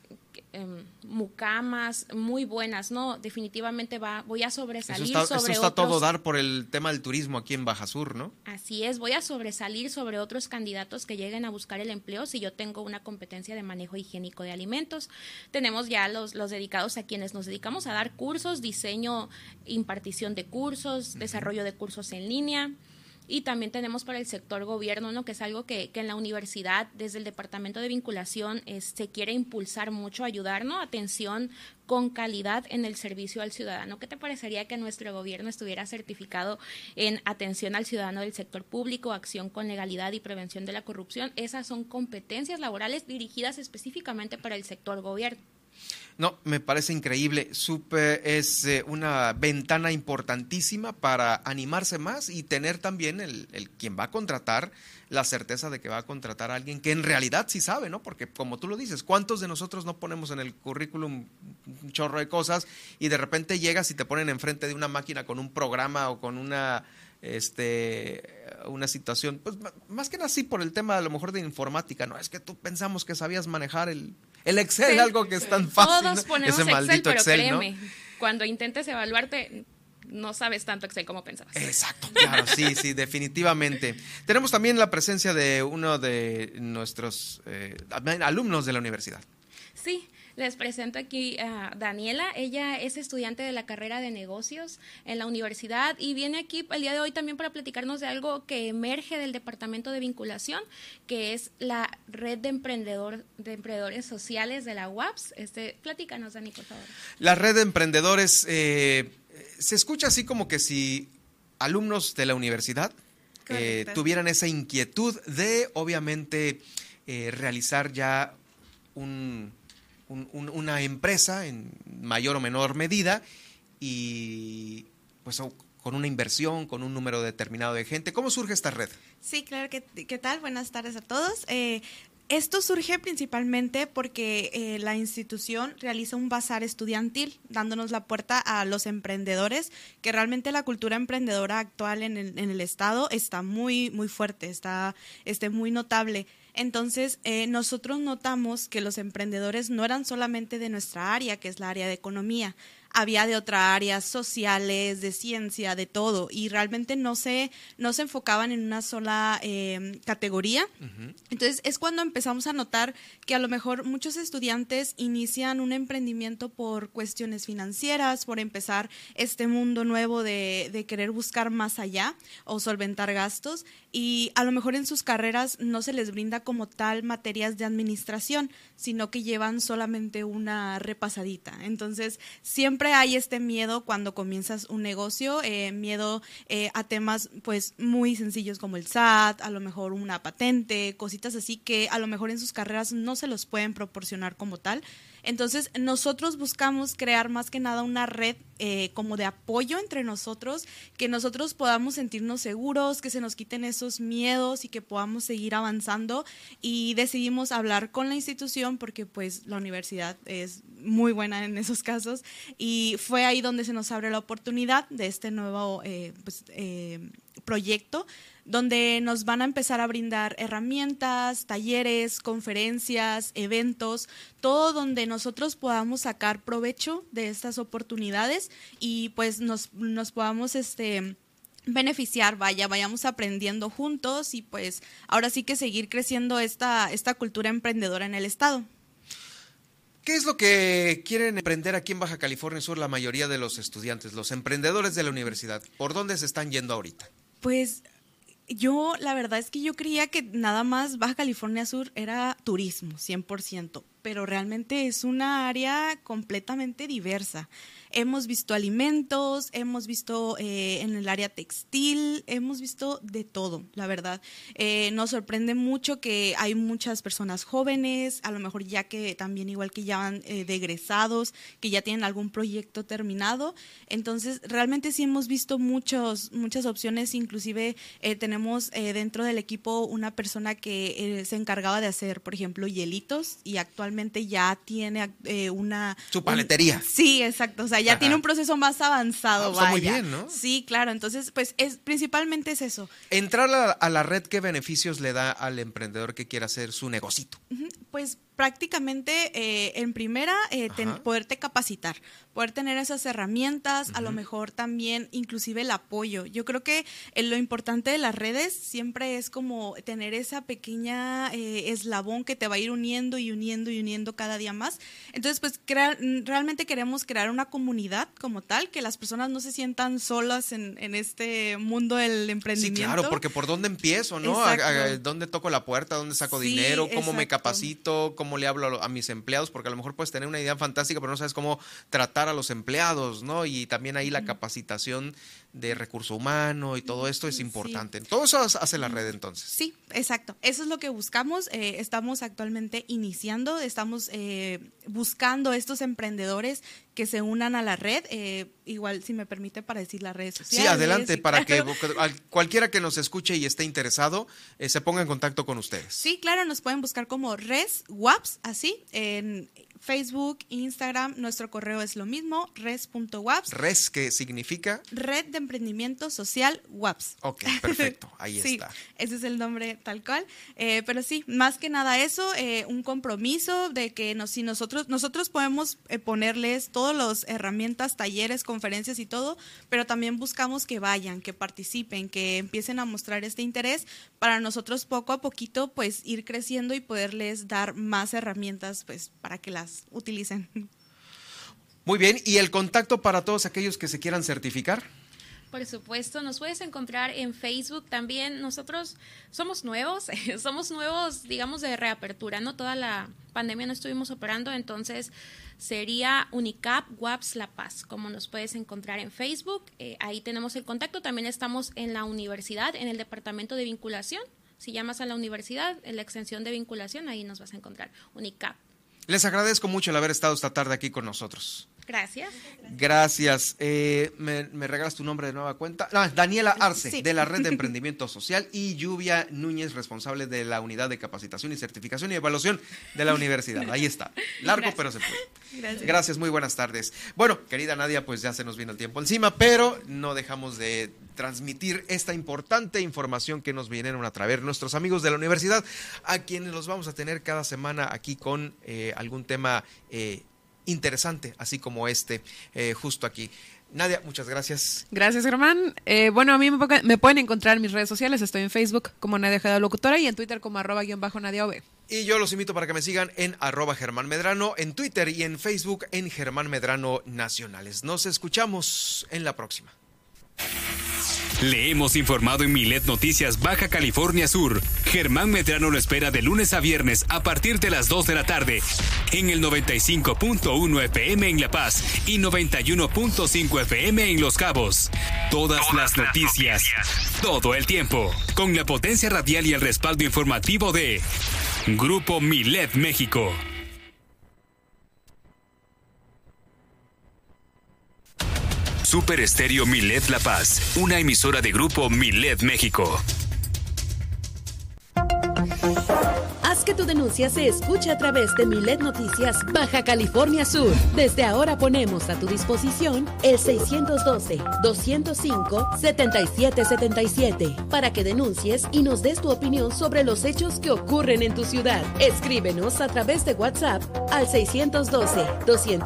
mucamas, muy buenas, ¿no? Definitivamente voy a sobresalir eso está todo dar por el tema del turismo aquí en Baja Sur, ¿no? Así es, voy a sobresalir sobre otros candidatos que lleguen a buscar el empleo si yo tengo una competencia de manejo higiénico de alimentos. Tenemos ya los dedicados a quienes nos dedicamos a dar cursos, diseño, impartición de cursos, desarrollo de cursos en línea. Y también tenemos para el sector gobierno, ¿no? Que es algo que en la universidad, desde el Departamento de Vinculación, se quiere impulsar mucho, ayudar, ¿no? Atención con calidad en el servicio al ciudadano. ¿Qué te parecería que nuestro gobierno estuviera certificado en atención al ciudadano del sector público, acción con legalidad y prevención de la corrupción? Esas son competencias laborales dirigidas específicamente para el sector gobierno. No, me parece increíble. Es una ventana importantísima para animarse más y tener también el quien va a contratar la certeza de que va a contratar a alguien que en realidad sí sabe, ¿no? Porque como tú lo dices, ¿cuántos de nosotros no ponemos en el currículum un chorro de cosas y de repente llegas y te ponen enfrente de una máquina con un programa o con una situación, pues más que nada así por el tema a lo mejor de informática, ¿no? Es que tú pensamos que sabías manejar el Excel, sí, algo que es tan fácil. Todos ponemos ese maldito pero Excel, créeme, ¿no? Cuando intentes evaluarte, no sabes tanto Excel como pensabas. Exacto, claro, sí, definitivamente. Tenemos también la presencia de uno de nuestros alumnos de la universidad. Sí. Les presento aquí a Daniela. Ella es estudiante de la carrera de negocios en la universidad y viene aquí el día de hoy también para platicarnos de algo que emerge del Departamento de Vinculación, que es la red de emprendedores sociales de la UAPS. Platícanos, Dani, por favor. La red de emprendedores se escucha así como que si alumnos de la universidad tuvieran esa inquietud de, obviamente, realizar ya una empresa en mayor o menor medida y pues con una inversión, con un número determinado de gente. ¿Cómo surge esta red? Sí, claro, ¿qué tal? Buenas tardes a todos. Esto surge principalmente porque la institución realiza un bazar estudiantil, dándonos la puerta a los emprendedores, que realmente la cultura emprendedora actual en el estado está muy, muy fuerte, está muy notable. Entonces, nosotros notamos que los emprendedores no eran solamente de nuestra área, que es la área de economía. había de otra área, sociales, de ciencia, de todo, y realmente no se enfocaban en una sola categoría. Entonces es cuando empezamos a notar que a lo mejor muchos estudiantes inician un emprendimiento por cuestiones financieras, por empezar este mundo nuevo de querer buscar más allá o solventar gastos, y a lo mejor en sus carreras no se les brinda como tal materias de administración, sino que llevan solamente una repasadita. Entonces siempre hay este miedo cuando comienzas un negocio, miedo a temas pues muy sencillos como el SAT, a lo mejor una patente, cositas así que a lo mejor en sus carreras no se los pueden proporcionar como tal. Entonces nosotros buscamos crear más que nada una red como de apoyo entre nosotros, que nosotros podamos sentirnos seguros, que se nos quiten esos miedos y que podamos seguir avanzando, y decidimos hablar con la institución porque pues la universidad es muy buena en esos casos, y fue ahí donde se nos abre la oportunidad de este nuevo proyecto, donde nos van a empezar a brindar herramientas, talleres, conferencias, eventos, todo donde nosotros podamos sacar provecho de estas oportunidades y pues nos podamos beneficiar, vayamos aprendiendo juntos y pues ahora sí que seguir creciendo esta cultura emprendedora en el estado. ¿Qué es lo que quieren emprender aquí en Baja California Sur la mayoría de los estudiantes, los emprendedores de la universidad? ¿Por dónde se están yendo ahorita? Pues la verdad es que yo creía que nada más Baja California Sur era turismo, 100%, pero realmente es una área completamente diversa. Hemos visto alimentos, hemos visto en el área textil, hemos visto de todo, la verdad. Nos sorprende mucho que hay muchas personas jóvenes, a lo mejor ya que también igual que ya van de egresados, que ya tienen algún proyecto terminado. Entonces, realmente sí hemos visto muchas opciones, inclusive tenemos dentro del equipo una persona que se encargaba de hacer, por ejemplo, hielitos y actualmente ya tiene su paletería. Sí, exacto, o sea, ya tiene un proceso más avanzado. Está muy bien, ¿no? Sí, claro, entonces pues principalmente es eso. Entrar a la red, ¿qué beneficios le da al emprendedor que quiera hacer su negocito? Pues prácticamente en primera poderte capacitar, poder tener esas herramientas, a lo mejor también inclusive el apoyo. Yo creo que lo importante de las redes siempre es como tener esa pequeña eslabón que te va a ir uniendo y uniendo y uniendo cada día más. Entonces pues realmente queremos crear una comunidad como tal, que las personas no se sientan solas en este mundo del emprendimiento. Sí, claro, porque ¿por dónde empiezo, no? ¿Dónde toco la puerta? ¿Dónde saco dinero? ¿Cómo me capacito? ¿Cómo le hablo a mis empleados? Porque a lo mejor puedes tener una idea fantástica, pero no sabes cómo tratar a los empleados, ¿no? Y también ahí la capacitación de recurso humano y todo esto es importante. Todo eso hace la red entonces. Sí, exacto. Eso es lo que buscamos. Estamos actualmente iniciando, estamos buscando estos emprendedores que se unan a la red. Igual, si me permite, para decir las redes sociales. Sí, adelante, para que cualquiera que nos escuche y esté interesado se ponga en contacto con ustedes. Sí, claro, nos pueden buscar como res.waps, así, en Facebook, Instagram, nuestro correo es lo mismo, res.waps. ¿Res qué significa? Red de Emprendimiento Social WAPS. Ok, perfecto, ahí sí, está. Ese es el nombre tal cual, pero sí, más que nada eso, un compromiso de que si nosotros podemos ponerles todas las herramientas, talleres, conferencias y todo, pero también buscamos que vayan, que participen, que empiecen a mostrar este interés para nosotros poco a poquito pues ir creciendo y poderles dar más herramientas pues para que las utilicen. Muy bien, ¿y el contacto para todos aquellos que se quieran certificar? Por supuesto, nos puedes encontrar en Facebook también. Nosotros somos nuevos, digamos, de reapertura, ¿no? Toda la pandemia no estuvimos operando, entonces sería UNICAP WAPS La Paz, como nos puedes encontrar en Facebook. Ahí tenemos el contacto. También estamos en la universidad, en el departamento de vinculación. Si llamas a la universidad, en la extensión de vinculación, ahí nos vas a encontrar, UNICAP. Les agradezco mucho el haber estado esta tarde aquí con nosotros. Gracias. Gracias. ¿Me regalas tu nombre de nueva cuenta? Daniela Arce, sí, de la Red de Emprendimiento Social, y Lluvia Núñez, responsable de la Unidad de Capacitación y Certificación y Evaluación de la Universidad. Ahí está. Largo, pero se puede. Gracias, muy buenas tardes. Bueno, querida Nadia, pues ya se nos vino el tiempo encima, pero no dejamos de transmitir esta importante información que nos vinieron a traer nuestros amigos de la universidad, a quienes los vamos a tener cada semana aquí con algún tema interesante, así como justo aquí. Nadia, muchas gracias. Gracias, Germán. Bueno, a mí me pueden encontrar en mis redes sociales. Estoy en Facebook como Nadia Ojeda Locutora y en Twitter como @_NadiaOV. Y yo los invito para que me sigan en @Germán Medrano, en Twitter y en Facebook en Germán Medrano Nacionales. Nos escuchamos en la próxima. Le hemos informado en Milet Noticias Baja California Sur. Germán Medrano lo espera de lunes a viernes a partir de las 2 de la tarde en el 95.1 FM en La Paz y 91.5 FM en Los Cabos. Todas las noticias, todo el tiempo, con la potencia radial y el respaldo informativo de Grupo Milet México. Super Estéreo Milet La Paz, una emisora de Grupo Milet México. Haz que tu denuncia se escuche a través de Milet Noticias Baja California Sur. Desde ahora ponemos a tu disposición el 612-205-7777 para que denuncies y nos des tu opinión sobre los hechos que ocurren en tu ciudad. Escríbenos a través de WhatsApp al 612-200